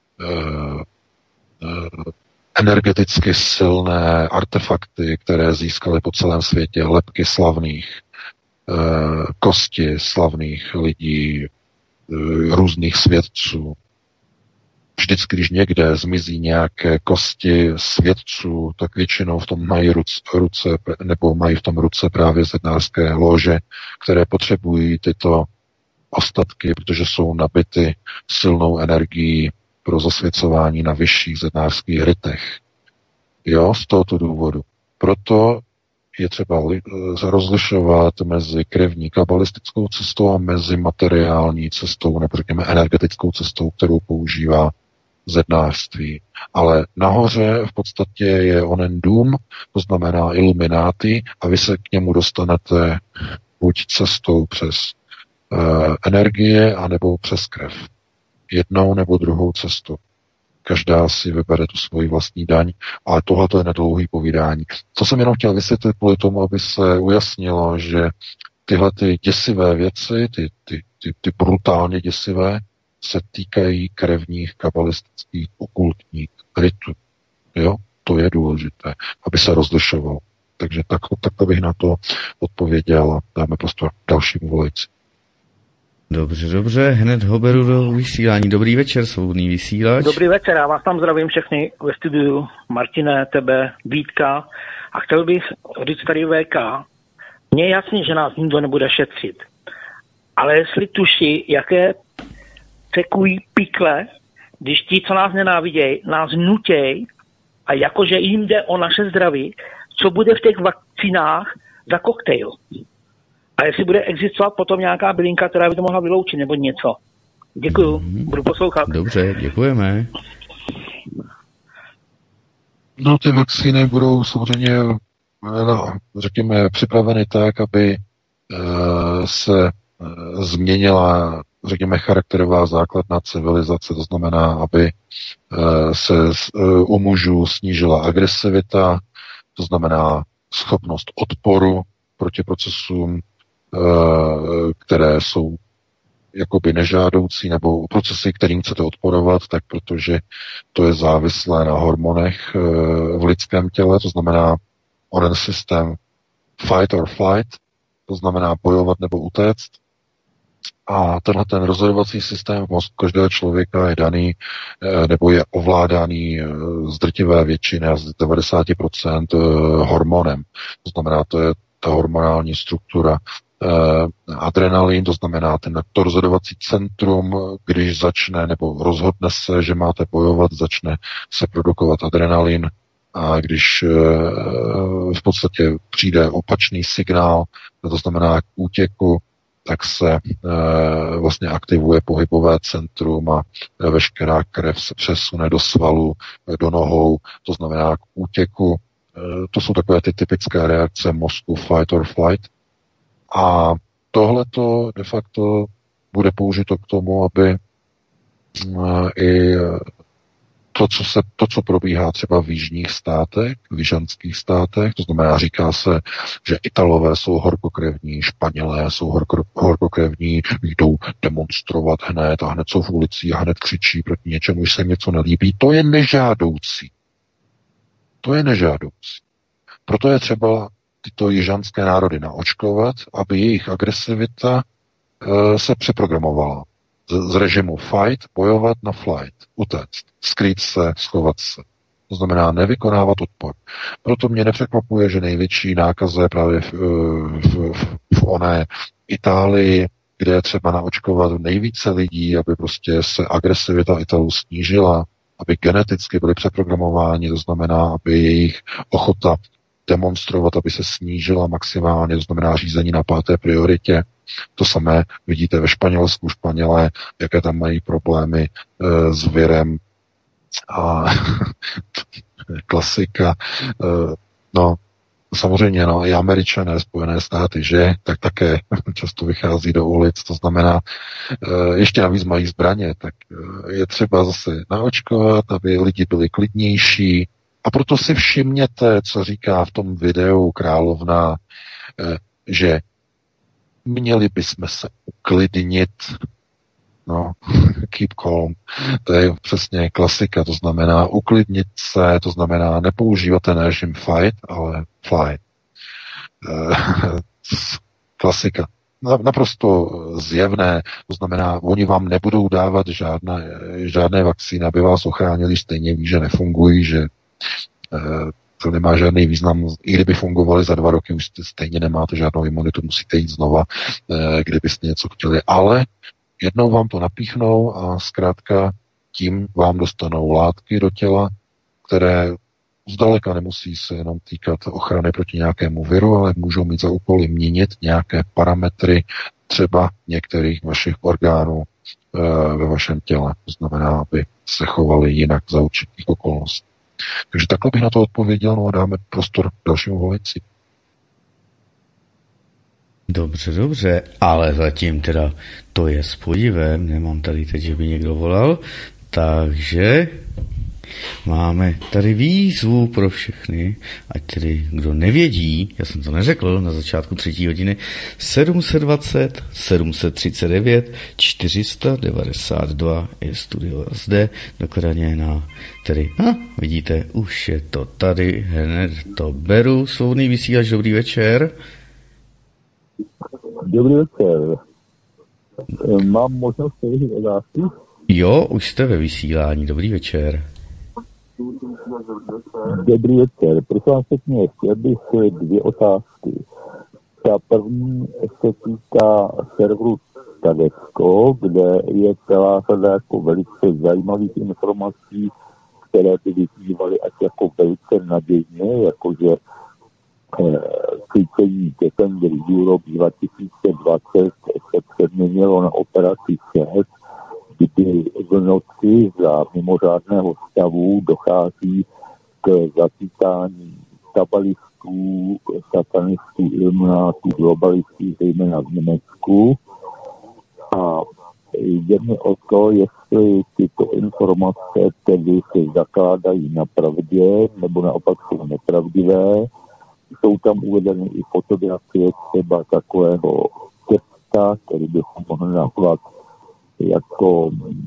energeticky silné artefakty, které získaly po celém světě, lebky slavných, kosti slavných lidí, různých svědců. Vždycky, když někde zmizí nějaké kosti svědců, tak většinou v tom mají ruce, nebo mají v tom ruce právě zetnářské lože, které potřebují tyto ostatky, protože jsou nabity silnou energií pro zasvěcování na vyšších zetnářských rytech. Jo, z tohoto důvodu. Proto je třeba rozlišovat mezi krevní kabalistickou cestou a mezi materiální cestou, nebo řekněme energetickou cestou, kterou používá zetnářství. Ale nahoře v podstatě je onen dům, to znamená ilumináty, a vy se k němu dostanete buď cestou přes energie, anebo přes krev. Jednou nebo druhou cestu. Každá si vybere tu svoji vlastní daň, ale tohle je nedlouhý povídání. Co jsem jenom chtěl vysvětlit kvůli tomu, aby se ujasnilo, že tyhle ty děsivé věci, ty brutálně děsivé, se týkají krevních kabalistických okultních rytů. Jo? To je důležité, aby se rozlišoval. Takže takto bych na to odpověděl a dáme prostor dalšímu volající. Dobře, hned ho beru do vysílání. Dobrý večer, svobodný vysílač. Dobrý večer, já vás tam zdravím všechny ve studiu, Martine, tebe, Vítka, a chtěl bych říct tady VK, mně je jasný, že nás nikdo nebude šetřit, ale jestli tuší, jaké tekují pikle, když ti, co nás nenávidějí, nás nutějí, a jakože jim jde o naše zdraví, co bude v těch vakcínách, za koktejl. A jestli bude existovat potom nějaká bylinka, která by to mohla vyloučit, nebo něco. Děkuju, budu poslouchat. Dobře, děkujeme. No, ty vakcíny budou samozřejmě, řekněme, připraveny tak, aby se změnila, řekněme, charakterová základna civilizace, to znamená, aby se u mužů snížila agresivita, to znamená schopnost odporu proti procesům, které jsou jakoby nežádoucí, nebo procesy, kterým chcete odporovat, tak protože to je závislé na hormonech v lidském těle, to znamená onen systém fight or flight, to znamená bojovat nebo utéct. A tenhle ten rozhodovací systém v mozku každého člověka je daný, nebo je ovládaný z drtivé většiny, z 90% hormonem. To znamená, to je ta hormonální struktura. Adrenalin, to znamená to rozhodovací centrum, když začne nebo rozhodne se, že máte bojovat, začne se produkovat adrenalin, a když v podstatě přijde opačný signál, to znamená k útěku, tak se vlastně aktivuje pohybové centrum a veškerá krev se přesune do svalu, do nohou, to znamená k útěku. To jsou takové ty typické reakce mozku fight or flight. A tohleto de facto bude použito k tomu, aby i to, co probíhá třeba v jižních státech, v jižanských státech, to znamená, říká se, že Italové jsou horkokrevní, Španělé jsou horkokrevní, jdou demonstrovat hned a hned jsou v ulici a hned křičí proti něčemu, když se jim něco nelíbí. To je nežádoucí. To je nežádoucí. Proto je třeba tyto jižanské národy naočkovat, aby jejich agresivita se přeprogramovala. Z režimu fight, bojovat na flight, utéct, skrýt se, schovat se. To znamená nevykonávat odpor. Proto mě nepřekvapuje, že největší nákaza je právě v oné Itálii, kde je třeba naočkovat nejvíce lidí, aby prostě se agresivita Italů snížila, aby geneticky byli přeprogramováni, to znamená, aby jejich ochota demonstrovat, aby se snížila maximálně, to znamená řízení na 5. prioritě. To samé vidíte ve Španělsku, Španělé, jaké tam mají problémy s virem a klasika. No, samozřejmě, no, i Američané, Spojené státy, že, tak také často vychází do ulic, to znamená, ještě navíc mají zbraně, tak je třeba zase naočkovat, aby lidi byli klidnější. A proto si všimněte, co říká v tom videu královna, že měli bychom se uklidnit, no, keep calm, to je přesně klasika, to znamená uklidnit se, to znamená nepoužívat ten režim fight, ale flight. Klasika. Naprosto zjevné, to znamená, oni vám nebudou dávat žádné vakcíny, aby vás ochránili, stejně ví, že nefungují, že to nemá žádný význam. I kdyby fungovaly za 2 roky, už stejně nemáte žádnou imunitu, musíte jít znova, kdybyste něco chtěli. Ale jednou vám to napíchnou a zkrátka tím vám dostanou látky do těla, které zdaleka nemusí se jenom týkat ochrany proti nějakému viru, ale můžou mít za úkol měnit nějaké parametry třeba některých vašich orgánů ve vašem těle. To znamená, aby se chovali jinak za určitých okolností. Takže takhle bych na to odpověděl, no a dáme prostor dalšímu volající. Dobře, ale zatím teda to je s podivem, nemám tady teď, že by někdo volal, takže máme tady výzvu pro všechny, ať tedy kdo nevědí, já jsem to neřekl na začátku 3. hodiny, 720 739 492 je studio zde, dokladně na tedy, vidíte, už je to tady, hned to beru, svobodný vysílač, dobrý večer. Dobrý večer. Mám možnost položit otázky? Jo, už jste ve vysílání, dobrý večer. Dobrý večer. Prosím vás pěkně, chtěl bych 2 otázky. Ta první se týká serveru Tadecko, kde je celá řada jako velice zajímavých informací, které by vyznívaly až jako velice nadějně, jakože cvičení Defender Europe 2020 se přeměnilo na operaci 6, kdy v noci za mimořádného stavu dochází k zatýkání kabalistů, satanistů, iluminátů, globalistů, zejména v Německu. A jde mi o to, jestli tyto informace tedy se zakládají na pravdě, nebo naopak jsou nepravdivé. Jsou tam uvedeny i fotografie třeba takového těpka, který bychom mohli nazvat jako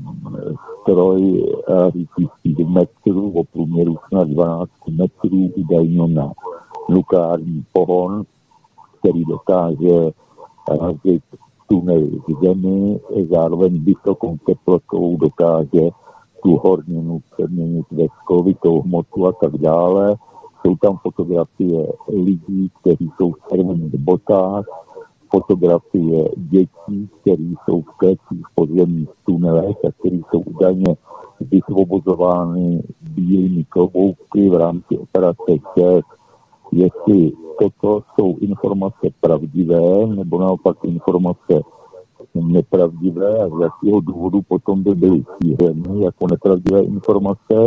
stroj řídících metrů, o průměru snad 12 metrů, údajně na nukleární pohon, který dokáže razit tunely v zemi, zároveň vysokou teplotou dokáže tu horninu přeměnit ve skovitou hmotu a tak dále. Jsou tam fotografie lidí, kteří jsou v červených botách, fotografie dětí, které jsou v klecích v podzemních tunelech a které jsou údajně vysvobozovány bílými klobouky v rámci operace 6. Jestli toto jsou informace pravdivé, nebo naopak informace nepravdivé a z jakého důvodu potom by byly šířeny jako nepravdivé informace.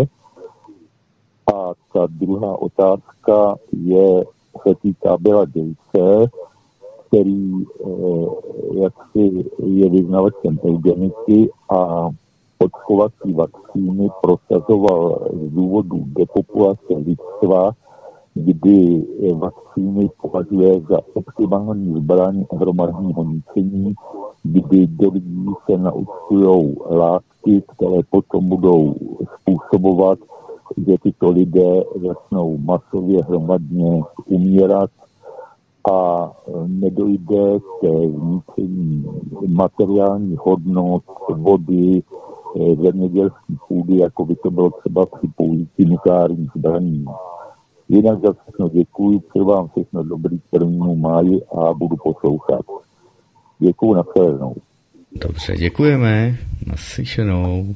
A ta druhá otázka se týká Billa Gatese, který jaksi je vyznavačem eugeniky a očkovací vakcíny prosazoval z důvodu depopulace lidstva, kdy vakcíny považuje za optimální zbraň hromadního ničení, kdy do lidí se naúčtují látky, které potom budou způsobovat, že tyto lidé začnou masově hromadně umírat a nedojde ke zničení materiálních hodnot, vody, zemědělské půdy, jako by to bylo třeba při použití nukleárních zbraní. Jinak za všechno děkuji, přeji vám všechno dobrý k 1. máji a budu poslouchat. Děkuji, nashledanou. Dobře, děkujeme, naslyšenou.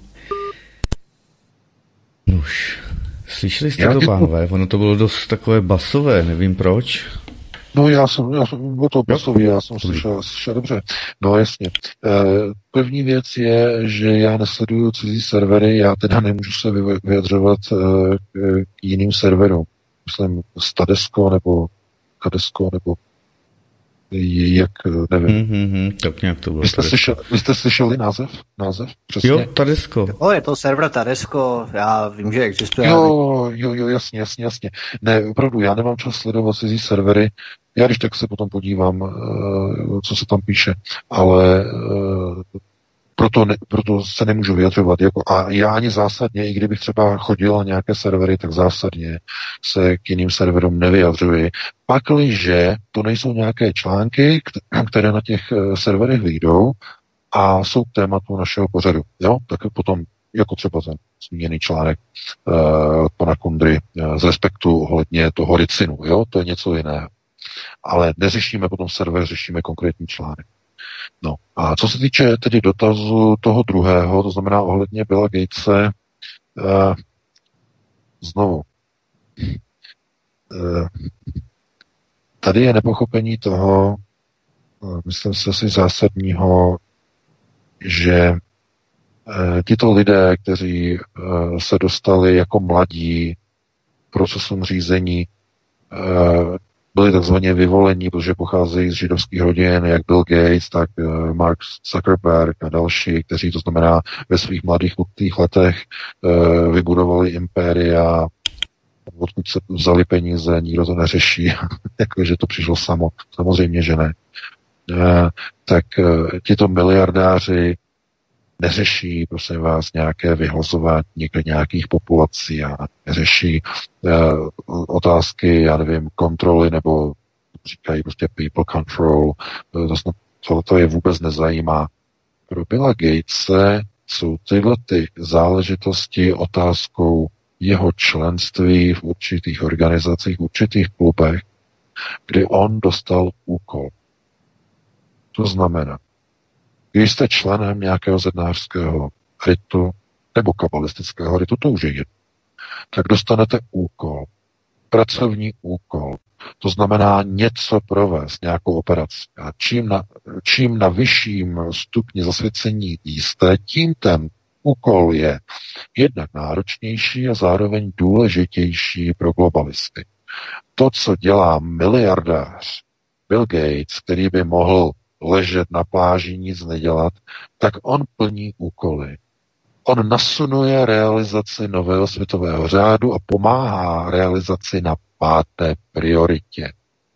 Nuž, slyšeli jste to, pánové? Ono to bylo dost takové basové, nevím proč. No já jsem bylo to basový, já jsem slyšel dobře. No jasně. První věc je, že já nesleduju cizí servery, já teda nemůžu se vyjadřovat k jiným serverům. Myslím Stadesko nebo Kadesko nebo jak, nevím. Tak nějak to bylo. Vy jste slyšeli název? Přesně? Jo, Tadesko. Je to server Tadesko, já vím, že existuje. Jo, jasně. Ne, opravdu, já nemám čas sledovat cizí servery, já když tak se potom podívám, co se tam píše, ale proto se nemůžu vyjadřovat. A já ani zásadně, i kdybych třeba chodil na nějaké servery, tak zásadně se k jiným serverům nevyjadřuji. Pakliže to nejsou nějaké články, které na těch serverech vyjdou a jsou k tématu našeho pořadu. Jo? Tak potom, jako třeba ten zmíněný článek pana Kundry z Respektu ohledně toho ricinu. Jo? To je něco jiného. Ale neřešíme potom server, řešíme konkrétní článek. No a co se týče tedy dotazu toho druhého, to znamená ohledně Billa Gatese, znovu, tady je nepochopení toho, myslím si zásadního, že tito lidé, kteří se dostali jako mladí procesům řízení, byli takzvaně vyvolení, protože pocházejí z židovských rodin, jak Bill Gates, tak Mark Zuckerberg a další, kteří to znamená ve svých mladých letech vybudovali impéria, odkud se vzali peníze, nikdo to neřeší, jakože to přišlo samo. Samozřejmě, že ne. Tak tito miliardáři neřeší, prosím vás, nějaké vyhlazování nějakých populací a neřeší otázky, já nevím, kontroly, nebo říkají prostě people control, to je vůbec nezajímá. Pro Billa Gatese jsou tyhle ty záležitosti otázkou jeho členství v určitých organizacích, v určitých klubech, kdy on dostal úkol. To znamená, když jste členem nějakého zednářského ritu nebo kabalistického ritu, to už je jedno, tak dostanete úkol pracovní úkol. To znamená něco provést, nějakou operaci. A čím na vyšším stupni zasvěcení jste, tím ten úkol je jednak náročnější a zároveň důležitější pro globalisty. To, co dělá miliardář Bill Gates, který by mohl ležet na pláži, nic nedělat, tak on plní úkoly. On nasunuje realizaci nového světového řádu a pomáhá realizaci na 5. prioritě.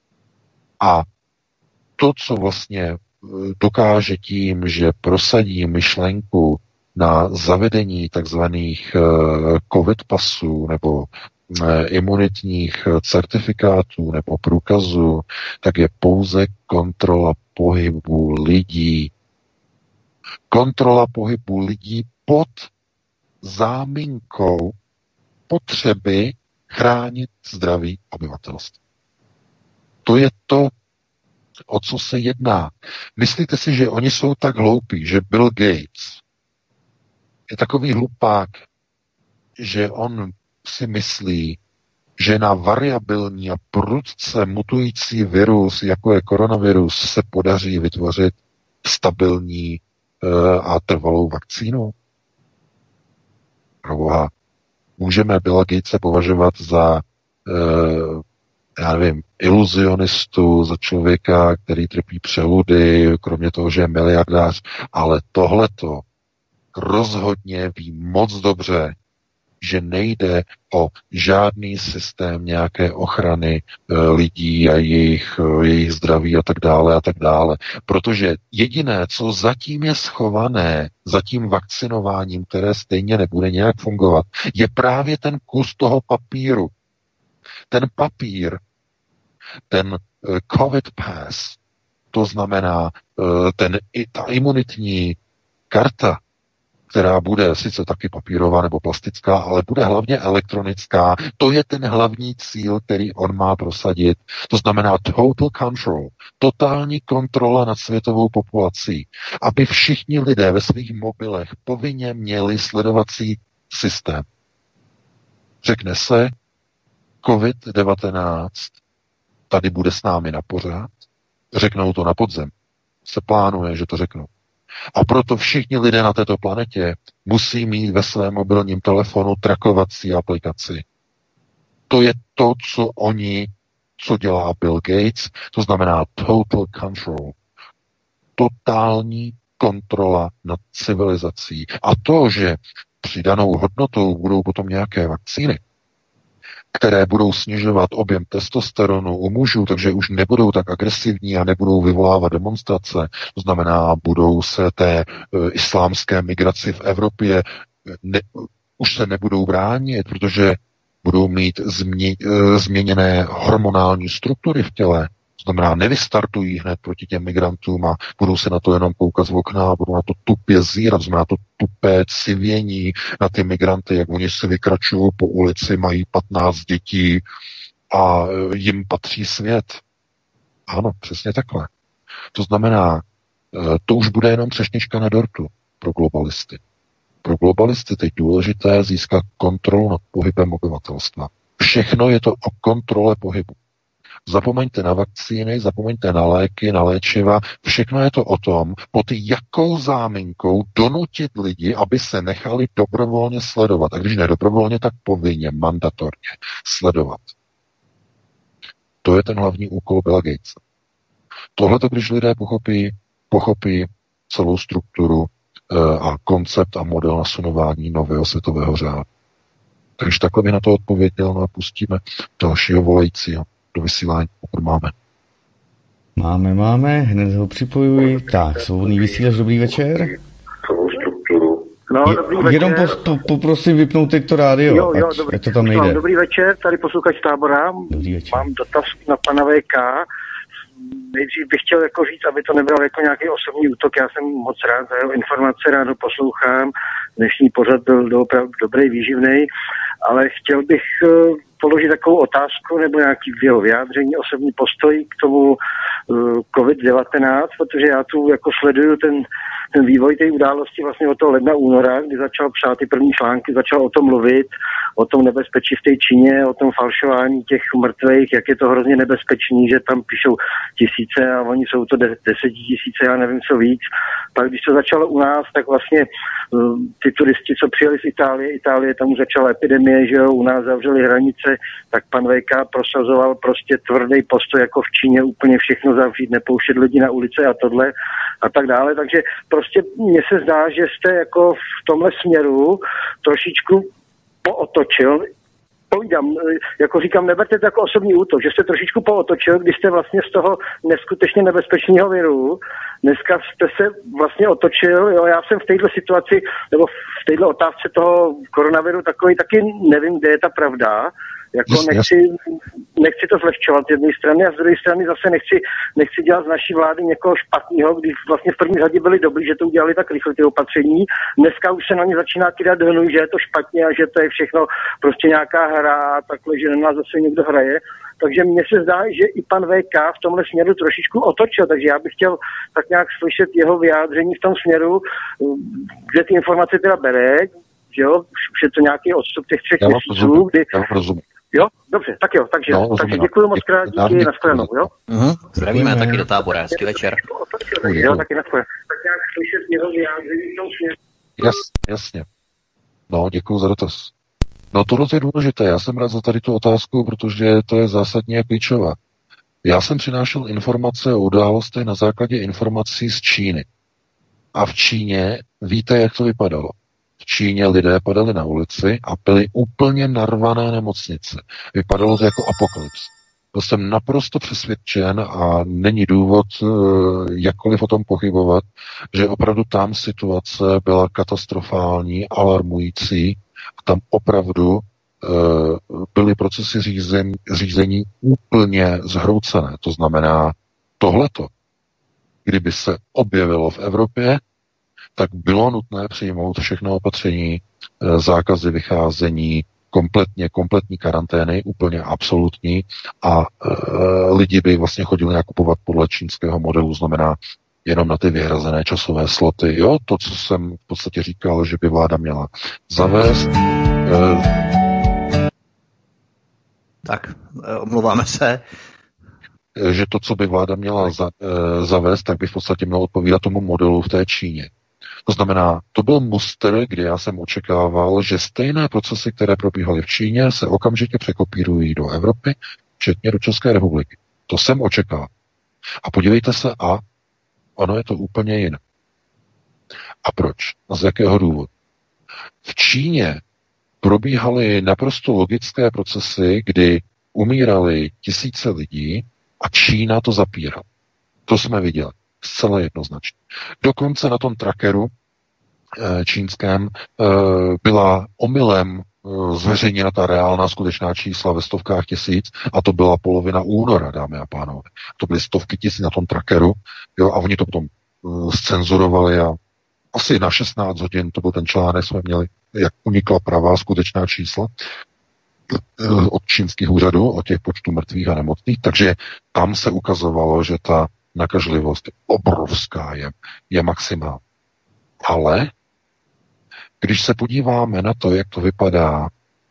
A to, co vlastně dokáže tím, že prosadí myšlenku na zavedení takzvaných covid pasů nebo imunitních certifikátů nebo průkazů, tak je pouze kontrola pohybu lidí. Kontrola pohybu lidí pod záminkou potřeby chránit zdraví obyvatelstva. To je to, o co se jedná. Myslíte si, že oni jsou tak hloupí, že Bill Gates je takový hlupák, že on si myslí, že na variabilní a prudce mutující virus, jako je koronavirus, se podaří vytvořit stabilní a trvalou vakcínu? Proboha, můžeme Billa Gatese považovat za já nevím, iluzionistu, za člověka, který trpí přeludy, kromě toho, že je miliardář, ale tohleto rozhodně ví moc dobře, že nejde o žádný systém nějaké ochrany lidí a jejich zdraví a tak dále. Protože jediné, co zatím je schované, za tím vakcinováním, které stejně nebude nějak fungovat, je právě ten kus toho papíru. Ten papír, ten COVID pass, to znamená ta imunitní karta, která bude sice taky papírová nebo plastická, ale bude hlavně elektronická. To je ten hlavní cíl, který on má prosadit. To znamená total control, totální kontrola nad světovou populací, aby všichni lidé ve svých mobilech povinně měli sledovací systém. Řekne se, COVID-19 tady bude s námi na pořád, řeknou to na podzem. Se plánuje, že to řeknou. A proto všichni lidé na této planetě musí mít ve svém mobilním telefonu trackovací aplikaci. To je to, co dělá Bill Gates, to znamená total control. Totální kontrola nad civilizací. A to, že přidanou hodnotou budou potom nějaké vakcíny, které budou snižovat objem testosteronu u mužů, takže už nebudou tak agresivní a nebudou vyvolávat demonstrace. To znamená, budou se té islámské migraci v Evropě už se nebudou bránit, protože budou mít změněné hormonální struktury v těle. To znamená, nevystartují hned proti těm migrantům a budou se na to jenom koukat z okna, budou na to tupě zírat, to znamená to tupé civění na ty migranty, jak oni si vykračují po ulici, mají 15 dětí a jim patří svět. Ano, přesně takhle. To znamená, to už bude jenom třešnička na dortu pro globalisty. Pro globalisty teď důležité získat kontrolu nad pohybem obyvatelstva. Všechno je to o kontrole pohybu. Zapomeňte na vakcíny, zapomeňte na léky, na léčiva. Všechno je to o tom, pod jakou záminkou donutit lidi, aby se nechali dobrovolně sledovat. A když ne dobrovolně, tak povinně, mandatorně sledovat. To je ten hlavní úkol Billa Gatese. Tohleto, když lidé pochopí celou strukturu a koncept a model nasunování nového světového řádu. Takže takhle bych na to odpověděl, no a pustíme dalšího volajícího do vysílání, pokud máme. Máme, hned ho připojuji. Tak, svobodný vysílač, dobrý večer. No, dobrý večer. Jenom poprosím vypnout teď to rádio, jo, dobrý, ať to tam nejde. Dobrý večer, tady posluchač Tábora. Dobrý večer. Mám dotaz na pana VK. Nejdřív bych chtěl jako říct, aby to nebyl jako nějaký osobní útok. Já jsem moc rád za jeho informace, rád ho poslouchám. Dnešní pořad byl opravdu dobrý, výživný, ale chtěl bych položit takovou otázku nebo nějaký jeho vyjádření, osobní postoj k tomu COVID-19, protože já tu jako sleduju ten vývoj té události vlastně od toho ledna, února, kdy začal psát ty první články, začal o tom mluvit, o tom nebezpečí v té Číně, o tom falšování těch mrtvých, jak je to hrozně nebezpečný, že tam píšou tisíce a oni jsou to 10 000, já nevím co víc. Pak když to začalo u nás, tak vlastně ty turisti, co přijeli z Itálie, tam už začala epidemie, že jo, u nás zavřeli hranice, tak pan VK prosazoval prostě tvrdý postoj jako v Číně, úplně všechno zavřít, nepouštět lidi na ulice a tohle a tak dále. Takže prostě mně se zdá, že jste jako v tomhle směru trošičku pootočil. Povídám, jako říkám, neberte to jako osobní útok, že jste trošičku pootočil, když jste vlastně z toho neskutečně nebezpečného viru, dneska jste se vlastně otočil, jo, já jsem v této situaci, nebo v této otázce toho koronaviru takový taky nevím, kde je ta pravda, jako nechci to zlehčovat z jedné strany a z druhé strany zase nechci dělat z naší vlády někoho špatného, když vlastně v první řadě byli dobrý, že to udělali tak rychle ty opatření. Dneska už se na ně začíná kydat hnuj, že je to špatně a že to je všechno prostě nějaká hra a takhle, že na nás zase někdo hraje. Takže mně se zdá, že i pan VK v tomhle směru trošičku otočil, takže já bych chtěl tak nějak slyšet jeho vyjádření v tom směru, kde ty informace teda bere, že jo, už je to nějaký odstup těch 3 měsíců, kdy... Jo, dobře, tak jo, takže děkuji moc krát, díky, nashledanou, jo? Zdravíme taky do Tábora, hezký večer. Jo, taky nashledanou. Tak nějak slyšet jeho vyjádření v tom směru. Jasně. No, děkuji za dotaz. No tohle je důležité, já jsem rád za tady tu otázku, protože to je zásadně klíčová. Já jsem přinášel informace o událostech na základě informací z Číny. A v Číně víte, jak to vypadalo. V Číně lidé padali na ulici a byly úplně narvané nemocnice. Vypadalo to jako apokalyps. To jsem naprosto přesvědčen a není důvod jakkoliv o tom pochybovat, že opravdu tam situace byla katastrofální, alarmující a tam opravdu byly procesy řízení úplně zhroucené. To znamená, tohleto, kdyby se objevilo v Evropě, tak bylo nutné přijmout všechno opatření, zákazy vycházení, kompletní karantény, úplně absolutní a lidi by vlastně chodili nakupovat podle čínského modelu, znamená jenom na ty vyhrazené časové sloty. Jo, to, co jsem v podstatě říkal, že by vláda měla zavést. Tak, omlouváme se. Že to, co by vláda měla zavést, tak by v podstatě mělo odpovídat tomu modelu v té Číně. To znamená, to byl muster, kdy já jsem očekával, že stejné procesy, které probíhaly v Číně, se okamžitě překopírují do Evropy, včetně do České republiky. To jsem očekával. A podívejte se, a ono je to úplně jiné. A proč? A z jakého důvodu? V Číně probíhaly naprosto logické procesy, kdy umírali tisíce lidí a Čína to zapírala. To jsme viděli. Zcela jednoznačně. Dokonce na tom trackeru čínském byla omylem zveřejněna ta reálná skutečná čísla ve stovkách tisíc a to byla polovina února, dámy a pánové. To byly stovky tisíc na tom trackeru, jo, a oni to potom scenzurovali a asi na 16 hodin, to byl ten článek, jsme měli, jak unikla pravá skutečná čísla od čínských úřadů, o těch počtu mrtvých a nemocných, takže tam se ukazovalo, že ta nakažlivost je obrovská, je maximální. Ale když se podíváme na to, jak to vypadá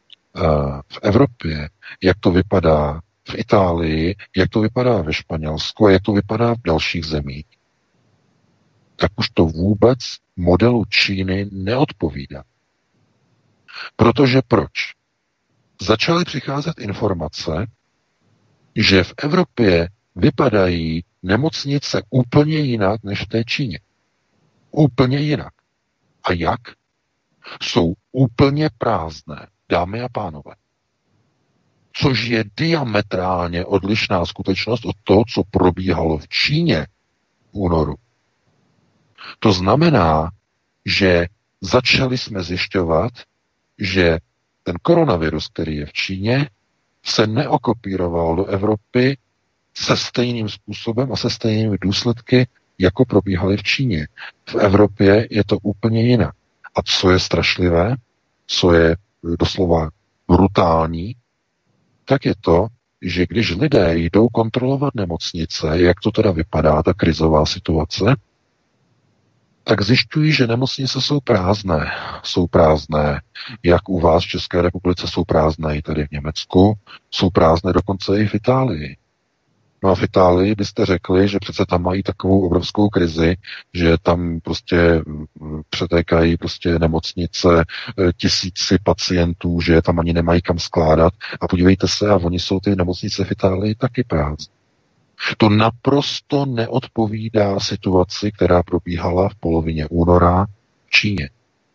v Evropě, jak to vypadá v Itálii, jak to vypadá ve Španělsku a jak to vypadá v dalších zemích, tak už to vůbec modelu Číny neodpovídá. Protože proč? Začaly přicházet informace, že v Evropě vypadají nemocnice úplně jinak než v té Číně. Úplně jinak. A jak? Jsou úplně prázdné, dámy a pánové. Což je diametrálně odlišná skutečnost od toho, co probíhalo v Číně v únoru. To znamená, že začali jsme zjišťovat, že ten koronavirus, který je v Číně, se neokopíroval do Evropy se stejným způsobem a se stejnými důsledky, jako probíhaly v Číně. V Evropě je to úplně jinak. A co je strašlivé, co je doslova brutální, tak je to, že když lidé jdou kontrolovat nemocnice, jak to teda vypadá, ta krizová situace, tak zjišťují, že nemocnice jsou prázdné. Jsou prázdné, jak u vás v České republice jsou prázdné i tady v Německu, jsou prázdné dokonce i v Itálii. No a v Itálii byste řekli, že přece tam mají takovou obrovskou krizi, že tam prostě přetékají prostě nemocnice, tisíci pacientů, že tam ani nemají kam skládat. A podívejte se, a oni jsou ty nemocnice v Itálii taky prázdné. To naprosto neodpovídá situaci, která probíhala v polovině února v Číně.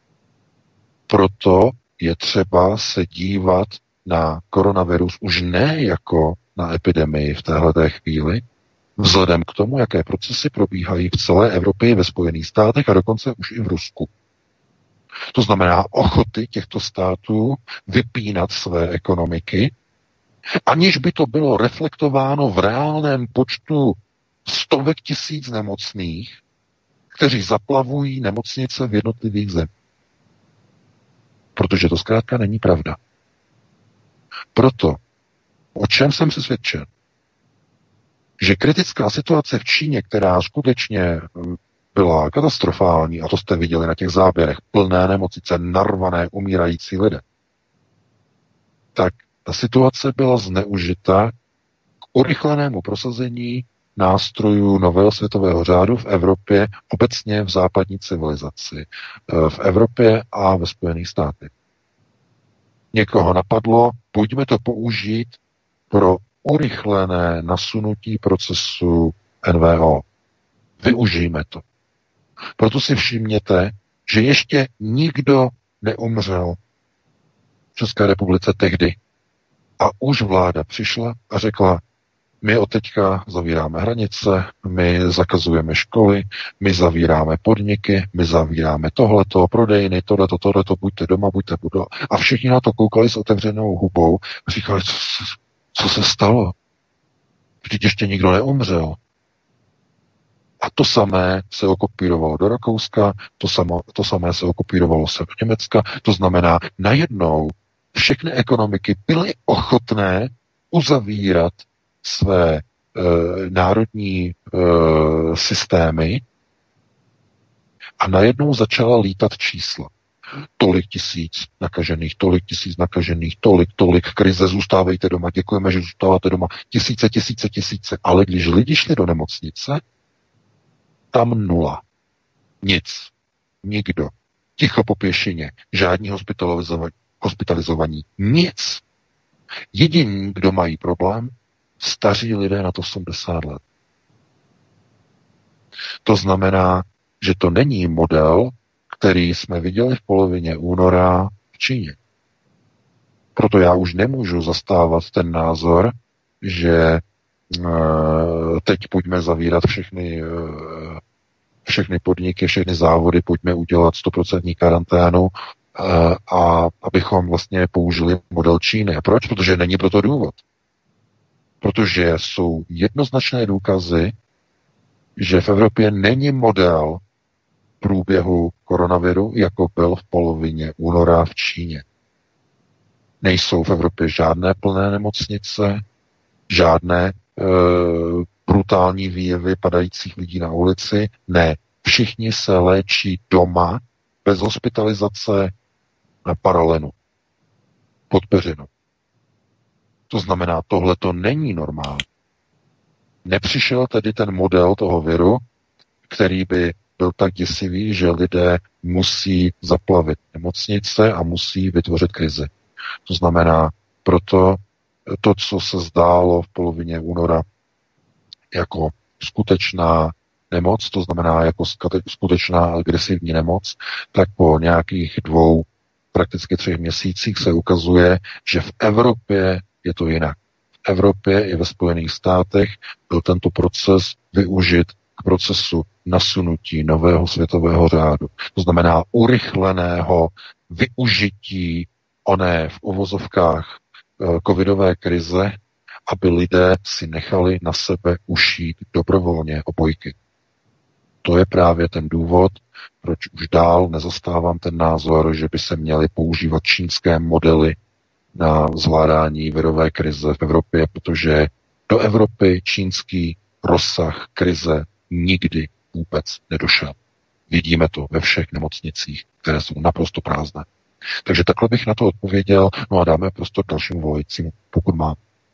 Proto je třeba se dívat na koronavirus už ne jako na epidemii v téhleté chvíli, vzhledem k tomu, jaké procesy probíhají v celé Evropě, ve Spojených státech a dokonce už i v Rusku. To znamená ochoty těchto států vypínat své ekonomiky, aniž by to bylo reflektováno v reálném počtu stovek tisíc nemocných, kteří zaplavují nemocnice v jednotlivých zemích. Protože to zkrátka není pravda. Proto, o čem jsem přesvědčen, že kritická situace v Číně, která skutečně byla katastrofální, a to jste viděli na těch záběrech, plné nemocnice, narvané, umírající lidé, tak ta situace byla zneužita k urychlenému prosazení nástrojů nového světového řádu v Evropě, obecně v západní civilizaci, v Evropě a ve Spojených státech. Někoho napadlo, pojďme to použít pro urychlené nasunutí procesu NVO. Využijme to. Proto si všimněte, že ještě nikdo neumřel v České republice tehdy. A už vláda přišla a řekla, my od teďka zavíráme hranice, my zakazujeme školy, my zavíráme podniky, my zavíráme tohleto, prodejny, tohleto, buďte doma. A všichni na to koukali s otevřenou hubou a říkali, co se stalo? Vždyť ještě nikdo neumřel. A to samé se okopírovalo do Rakouska, to samé se okopírovalo se do Německa, to znamená, najednou všechny ekonomiky byly ochotné uzavírat své národní systémy a najednou začala lítat čísla. Tolik tisíc nakažených, tolik krize, zůstávejte doma, děkujeme, že zůstáváte doma, tisíce, ale když lidi šli do nemocnice, tam nula. Nic. Nikdo. Ticho po pěšině. Žádní hospitalizovaní. Nic. Jediní, kdo mají problém, staří lidé nad 80 let. To znamená, že to není model, který jsme viděli v polovině února v Číně. Proto já už nemůžu zastávat ten názor, že teď pojďme zavírat všechny podniky, všechny závody, pojďme udělat 100% karanténu a abychom vlastně použili model Číny. A proč? Protože není proto důvod. Protože jsou jednoznačné důkazy, že v Evropě není model průběhu koronaviru, jako byl v polovině února v Číně. Nejsou v Evropě žádné plné nemocnice, žádné brutální výjevy padajících lidí na ulici. Ne, všichni se léčí doma, bez hospitalizace, na paralenu, pod peřinu. To znamená, tohle to není normální. Nepřišel tedy ten model toho viru, který by byl tak děsivý, že lidé musí zaplavit nemocnice a musí vytvořit krizi. To znamená, proto to, co se zdálo v polovině února jako skutečná nemoc, to znamená jako skutečná agresivní nemoc, tak po nějakých 2, prakticky 3 měsících se ukazuje, že v Evropě je to jinak. V Evropě i ve Spojených státech byl tento proces využit k procesu nasunutí nového světového řádu. To znamená urychleného využití oné v uvozovkách covidové krize, aby lidé si nechali na sebe ušít dobrovolně obojky. To je právě ten důvod, proč už dál nezastávám ten názor, že by se měly používat čínské modely na zvládání virové krize v Evropě, protože do Evropy čínský rozsah krize nikdy vůbec nedošel. Vidíme to ve všech nemocnicích, které jsou naprosto prázdné. Takže takhle bych na to odpověděl, no a dáme prostor dalšímu volajícímu, pokud má.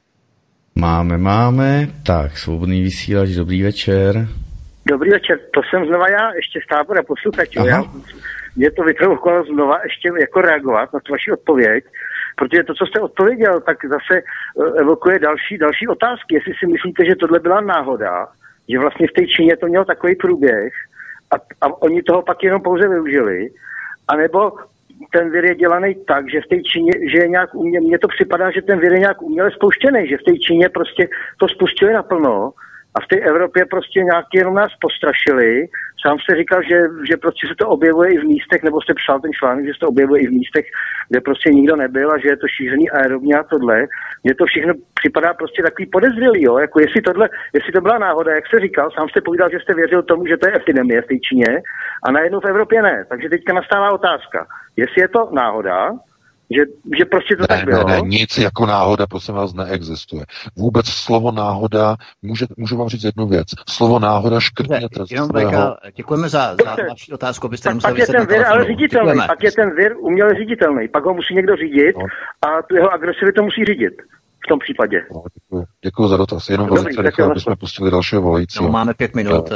Máme. Tak, svobodný vysílač, dobrý večer. Dobrý večer, to jsem znova já, ještě z Tábora posluchačů. Mě to vyprovokovalo znova ještě jako reagovat na tu vaši odpověď, protože to, co jste odpověděl, tak zase evokuje další otázky. Jestli si myslíte, že tohle byla náhoda, že vlastně v té Číně to mělo takový průběh a oni toho pak jenom pouze využili, anebo ten vir je dělaný tak, že v té Číně, že je nějak mně to připadá, že ten vir je nějak uměle spouštěný, že v té Číně prostě to spustili naplno a v té Evropě prostě nějak jenom nás postrašili. Sám jste říkal, že prostě se to objevuje i v místech, nebo jste psal ten článek, že se to objevuje i v místech, kde prostě nikdo nebyl a že je to šířený aerobně a tohle. Mně to všechno připadá prostě takový podezřelý, jo? Jako jestli to byla náhoda, jak jste říkal, sám jste povídal, že jste věřil tomu, že to je epidemie v té Číně a najednou v Evropě ne. Takže teďka nastává otázka, jestli je to náhoda, že prostě to tak bylo. Ne, nic jako náhoda, prosím vás, neexistuje. Vůbec slovo náhoda, můžu vám říct jednu věc. Slovo náhoda škrtněte. Děkujeme za vaši otázku, byste nemuseli pak je ten vir ale říditelný, pak je ten vir uměle říditelný, pak ho musí někdo řídit a tu jeho agresivitu musí řídit v tom případě. Děkuji za dotaz. Jenom velice rychle, aby jsme pustili dalšího volajícího. No, máme 5 minut,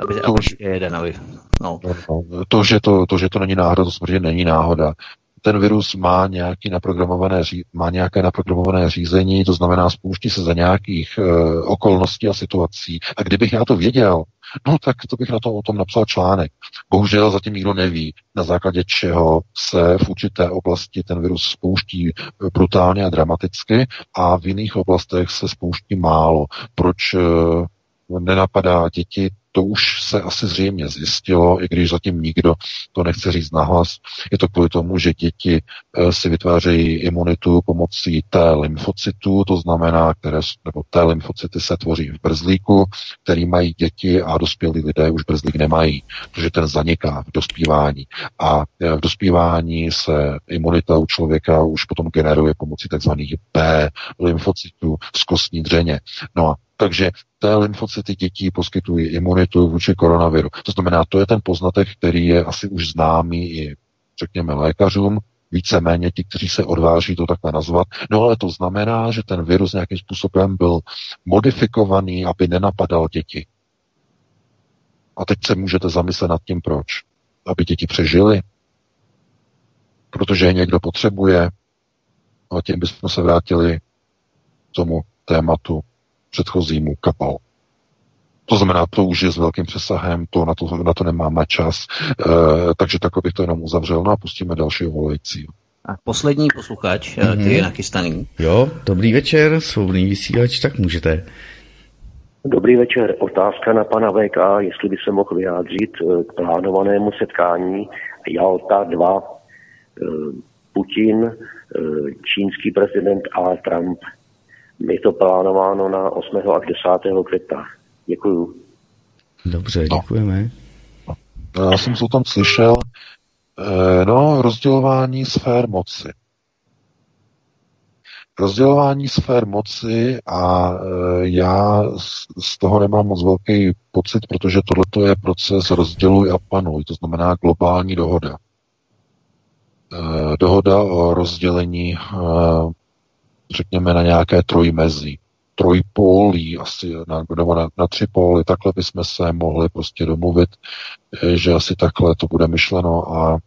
To, že to není náhoda, to samozřejmě není náhoda. Ten virus má nějaké naprogramované řízení, to znamená spouští se za nějakých okolností a situací. A kdybych já to věděl, no tak to bych o tom napsal článek. Bohužel zatím nikdo neví, na základě čeho se v určité oblasti ten virus spouští brutálně a dramaticky a v jiných oblastech se spouští málo. Proč nenapadá děti? To už se asi zřejmě zjistilo, i když zatím nikdo to nechce říct nahlas. Je to kvůli tomu, že děti si vytvářejí imunitu pomocí T lymfocytů, to znamená, T lymfocyty se tvoří v brzlíku, který mají děti a dospělí lidé už brzlík nemají, protože ten zaniká v dospívání. A v dospívání se imunita u člověka už potom generuje pomocí takzvaných B lymfocytů z kostní dřeně. No a takže té lymfocyty dětí poskytují imunitu vůči koronaviru. To znamená, to je ten poznatek, který je asi už známý i, řekněme, lékařům, víceméně ti, kteří se odváží to takhle nazvat. No ale to znamená, že ten virus nějakým způsobem byl modifikovaný, aby nenapadal děti. A teď se můžete zamyslet nad tím, proč. Aby děti přežily, protože je někdo potřebuje. A tím bychom se vrátili k tomu tématu předchozímu kapal. To znamená, to už je s velkým přesahem, na to nemáme čas, takže tak bych to jenom uzavřel, no a pustíme dalšího volajícího. A poslední posluchač, který je nachystaný. Jo, dobrý večer, svobodný vysílač, tak můžete. Dobrý večer, otázka na pana VK, jestli by se mohl vyjádřit k plánovanému setkání Jalta 2, Putin, čínský prezident a Trump. Je to plánováno na 8. až 10. května. Děkuju. Dobře, děkujeme. Já jsem se o tom slyšel. Rozdělování sfér moci. Rozdělování sfér moci a já z toho nemám moc velký pocit, protože tohleto je proces rozděluj a panuj, to znamená globální dohoda. Dohoda o rozdělení řekněme na nějaké trojmezí, trojpólí asi, nebo na tři póly, takhle bychom se mohli prostě domluvit, že asi takhle to bude myšleno a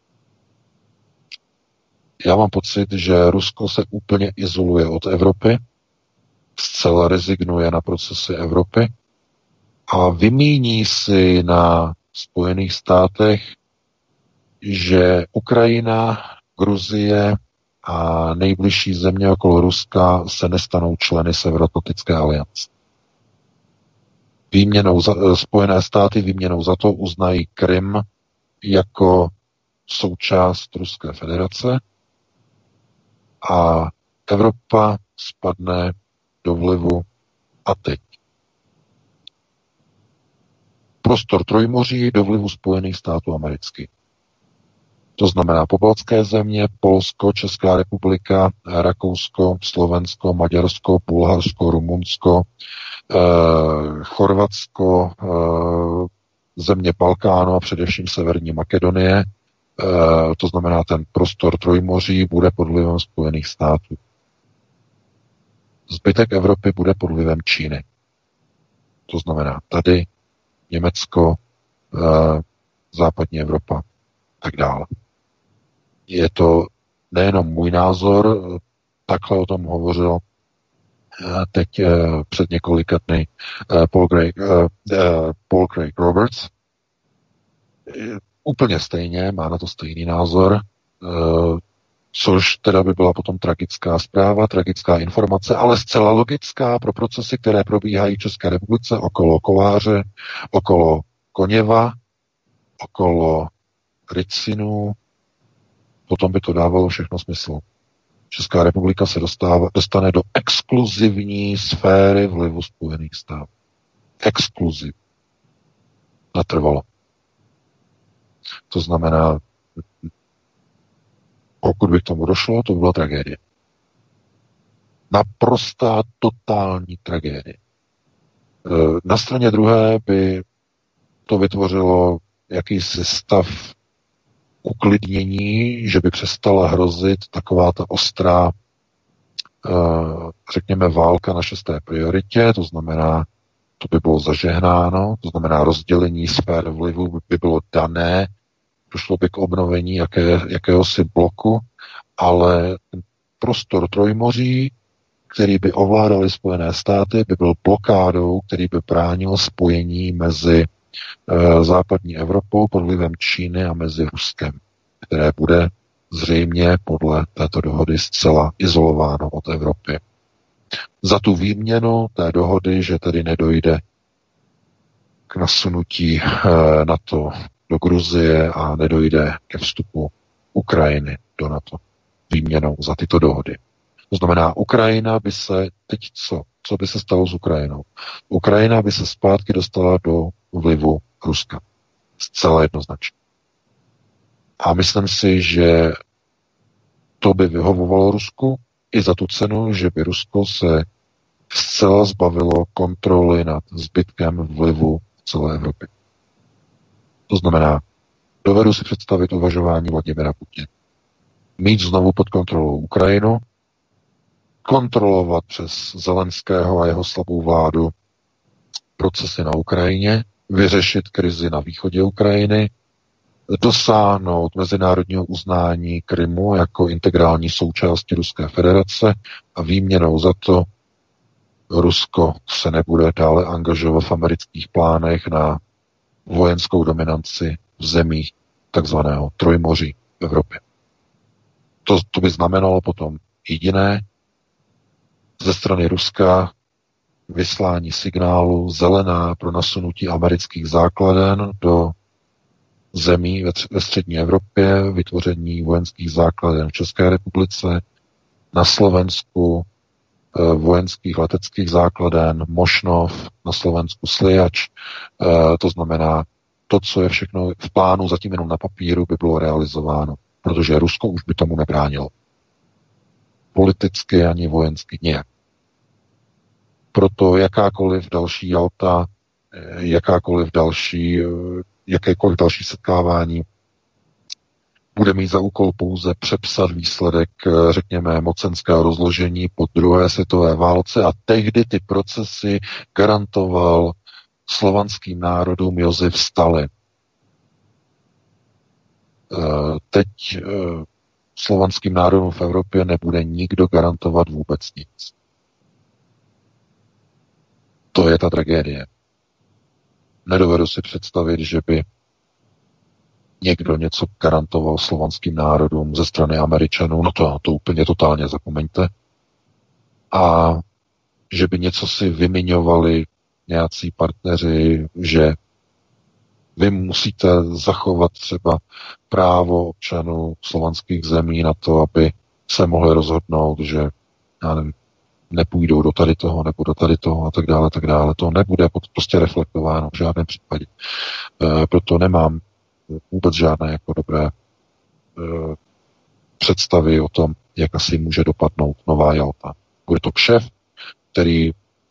já mám pocit, že Rusko se úplně izoluje od Evropy, zcela rezignuje na procesy Evropy a vymíní si na Spojených státech, že Ukrajina, Gruzie a nejbližší země okolo Ruska se nestanou členy Severoatlantické aliance. Spojené státy výměnou za to uznají Krym jako součást Ruské federace a Evropa spadne do vlivu a teď. Prostor Trojmoří do vlivu Spojených států amerických. To znamená pobaltské země, Polsko, Česká republika, Rakousko, Slovensko, Maďarsko, Bulharsko, Rumunsko, Chorvatsko, země Balkánu a především Severní Makedonie, to znamená ten prostor Trojmoří, bude pod vlivem Spojených států. Zbytek Evropy bude pod vlivem Číny. To znamená tady Německo, západní Evropa, tak dále. Je to nejenom můj názor, takhle o tom hovořil teď před několika dny Paul Craig Roberts. Úplně stejně, má na to stejný názor, což teda by byla potom tragická zpráva, tragická informace, ale zcela logická pro procesy, které probíhají v České republice okolo Koláře, okolo Koněva, okolo Ricinu, potom by to dávalo všechno smysl. Česká republika se dostane do exkluzivní sféry vlivu Spojených států. Exkluziv. Natrvalo. To znamená, pokud by k tomu došlo, to by byla tragédie. Naprostá, totální tragédie. Na straně druhé by to vytvořilo jakýsi stav uklidnění, že by přestala hrozit taková ta ostrá, řekněme, válka na 6. prioritě, to znamená, to by bylo zažehnáno, to znamená rozdělení sfér vlivu by bylo dané, došlo by k obnovení jakéhosi bloku, ale prostor Trojmoří, který by ovládali Spojené státy, by byl blokádou, který by bránil spojení mezi západní Evropou pod vlivem Číny a mezi Ruskem, které bude zřejmě podle této dohody zcela izolováno od Evropy. Za tu výměnu té dohody, že tedy nedojde k nasunutí NATO do Gruzie a nedojde ke vstupu Ukrajiny do NATO výměnou za tyto dohody. To znamená, Ukrajina by se teď co by se stalo s Ukrajinou? Ukrajina by se zpátky dostala do vlivu Ruska. Zcela jednoznačně. A myslím si, že to by vyhovovalo Rusku i za tu cenu, že by Rusko se zcela zbavilo kontroly nad zbytkem vlivu celé Evropy. To znamená, dovedu si představit uvažování Vladimira Putina. Mít znovu pod kontrolou Ukrajinu, kontrolovat přes Zelenského a jeho slabou vládu procesy na Ukrajině, vyřešit krizi na východě Ukrajiny, dosáhnout mezinárodního uznání Krymu jako integrální součásti Ruské federace a výměnou za to Rusko se nebude dále angažovat v amerických plánech na vojenskou dominanci v zemích takzvaného Trojmoří v Evropě. To by znamenalo potom jediné, ze strany Ruska vyslání signálu zelená pro nasunutí amerických základen do zemí ve střední Evropě, vytvoření vojenských základen v České republice, na Slovensku vojenských leteckých základen, Mošnov, na Slovensku Sliač. To znamená, to, co je všechno v plánu, zatím jenom na papíru, by bylo realizováno, protože Rusko už by tomu nebránilo. Politicky ani vojensky nějak. Proto jakékoliv další setkávání bude mít za úkol pouze přepsat výsledek, řekněme, mocenského rozložení po druhé světové válce a tehdy ty procesy garantoval slovanským národům Josef Stalin. Teď slovanským národům v Evropě nebude nikdo garantovat vůbec nic. To je ta tragédie. Nedovedu si představit, že by někdo něco garantoval slovanským národům ze strany Američanů, no to úplně totálně zapomeňte. A že by něco si vymiňovali nějací partneři, že vy musíte zachovat třeba právo občanů slovanských zemí na to, aby se mohli rozhodnout, že já nevím, nepůjdou do tady toho, nebo do tady toho a tak dále, tak dále. To nebude prostě reflektováno v žádném případě. Proto nemám vůbec žádné jako dobré představy o tom, jak asi může dopadnout nová Jalta. Bude to kšeft, který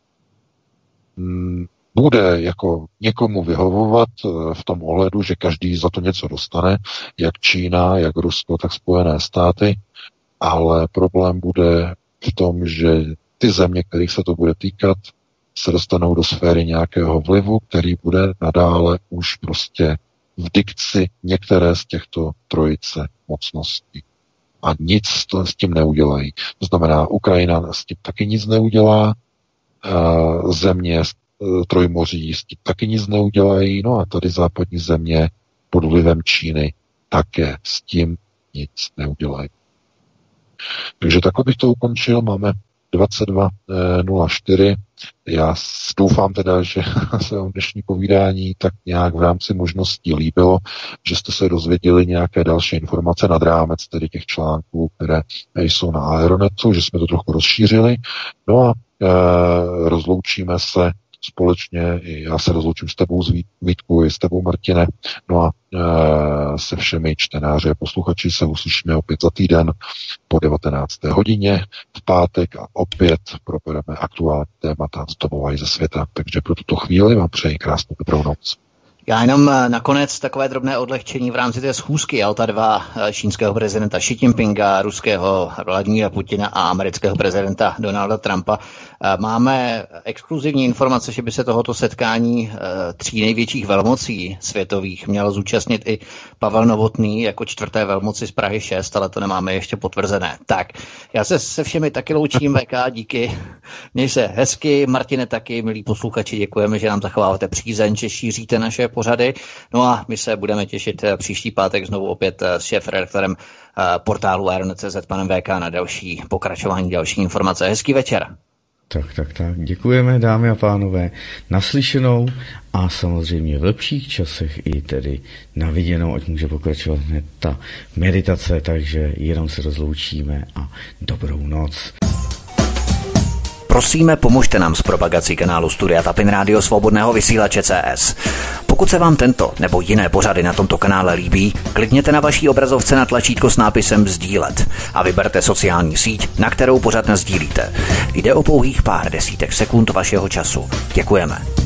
bude jako někomu vyhovovat v tom ohledu, že každý za to něco dostane, jak Čína, jak Rusko, tak Spojené státy, ale problém bude v tom, že ty země, kterých se to bude týkat, se dostanou do sféry nějakého vlivu, který bude nadále už prostě v dikci některé z těchto trojice mocností. A nic s tím neudělají. To znamená, Ukrajina s tím taky nic neudělá, země Trojmoří s tím taky nic neudělají, no a tady západní země pod vlivem Číny také s tím nic neudělají. Takže takhle bych to ukončil, máme 22:04. Já doufám teda, že se o dnešní povídání tak nějak v rámci možností líbilo, že jste se dozvěděli nějaké další informace nad rámec tedy těch článků, které jsou na Aeronetu, že jsme to trochu rozšířili. No a rozloučíme se společně, já se rozloučím s tebou, Vítku, i s tebou, Martine, no a se všemi čtenáři a posluchači se uslyšíme opět za týden po 19. hodině v pátek a opět probereme aktuální témata z domova i ze světa. Takže pro tuto chvíli vám přeji krásnou dobrou noc. Já jenom nakonec takové drobné odlehčení v rámci té schůzky Jalta 2 čínského prezidenta Xi Jinpinga, ruského Vladimíra Putina a amerického prezidenta Donalda Trumpa. Máme exkluzivní informace, že by se tohoto setkání 3 největších velmocí světových měl zúčastnit i Pavel Novotný jako 4. velmoci z Prahy 6, ale to nemáme ještě potvrzené. Tak, já se všemi taky loučím, VK, díky. Měj se hezky, Martine taky, milí posluchači, děkujeme, že nám zachováváte přízeň, že šíříte naše pořady. No a my se budeme těšit příští pátek znovu opět s šéfredaktorem portálu Aeronet.cz panem VK na další pokračování, další informace. Hezký večer. Tak. Děkujeme, dámy a pánové, naslyšenou a samozřejmě v lepších časech i tedy na viděnou, ať může pokračovat hned ta meditace, takže jenom se rozloučíme a dobrou noc. Prosíme, pomožte nám s propagací kanálu Studia Tapin Rádio Svobodného vysílače CS. Pokud se vám tento nebo jiné pořady na tomto kanále líbí, klikněte na vaší obrazovce na tlačítko s nápisem sdílet a vyberte sociální síť, na kterou pořad nasdílíte. Jde o pouhých pár desítek sekund vašeho času. Děkujeme.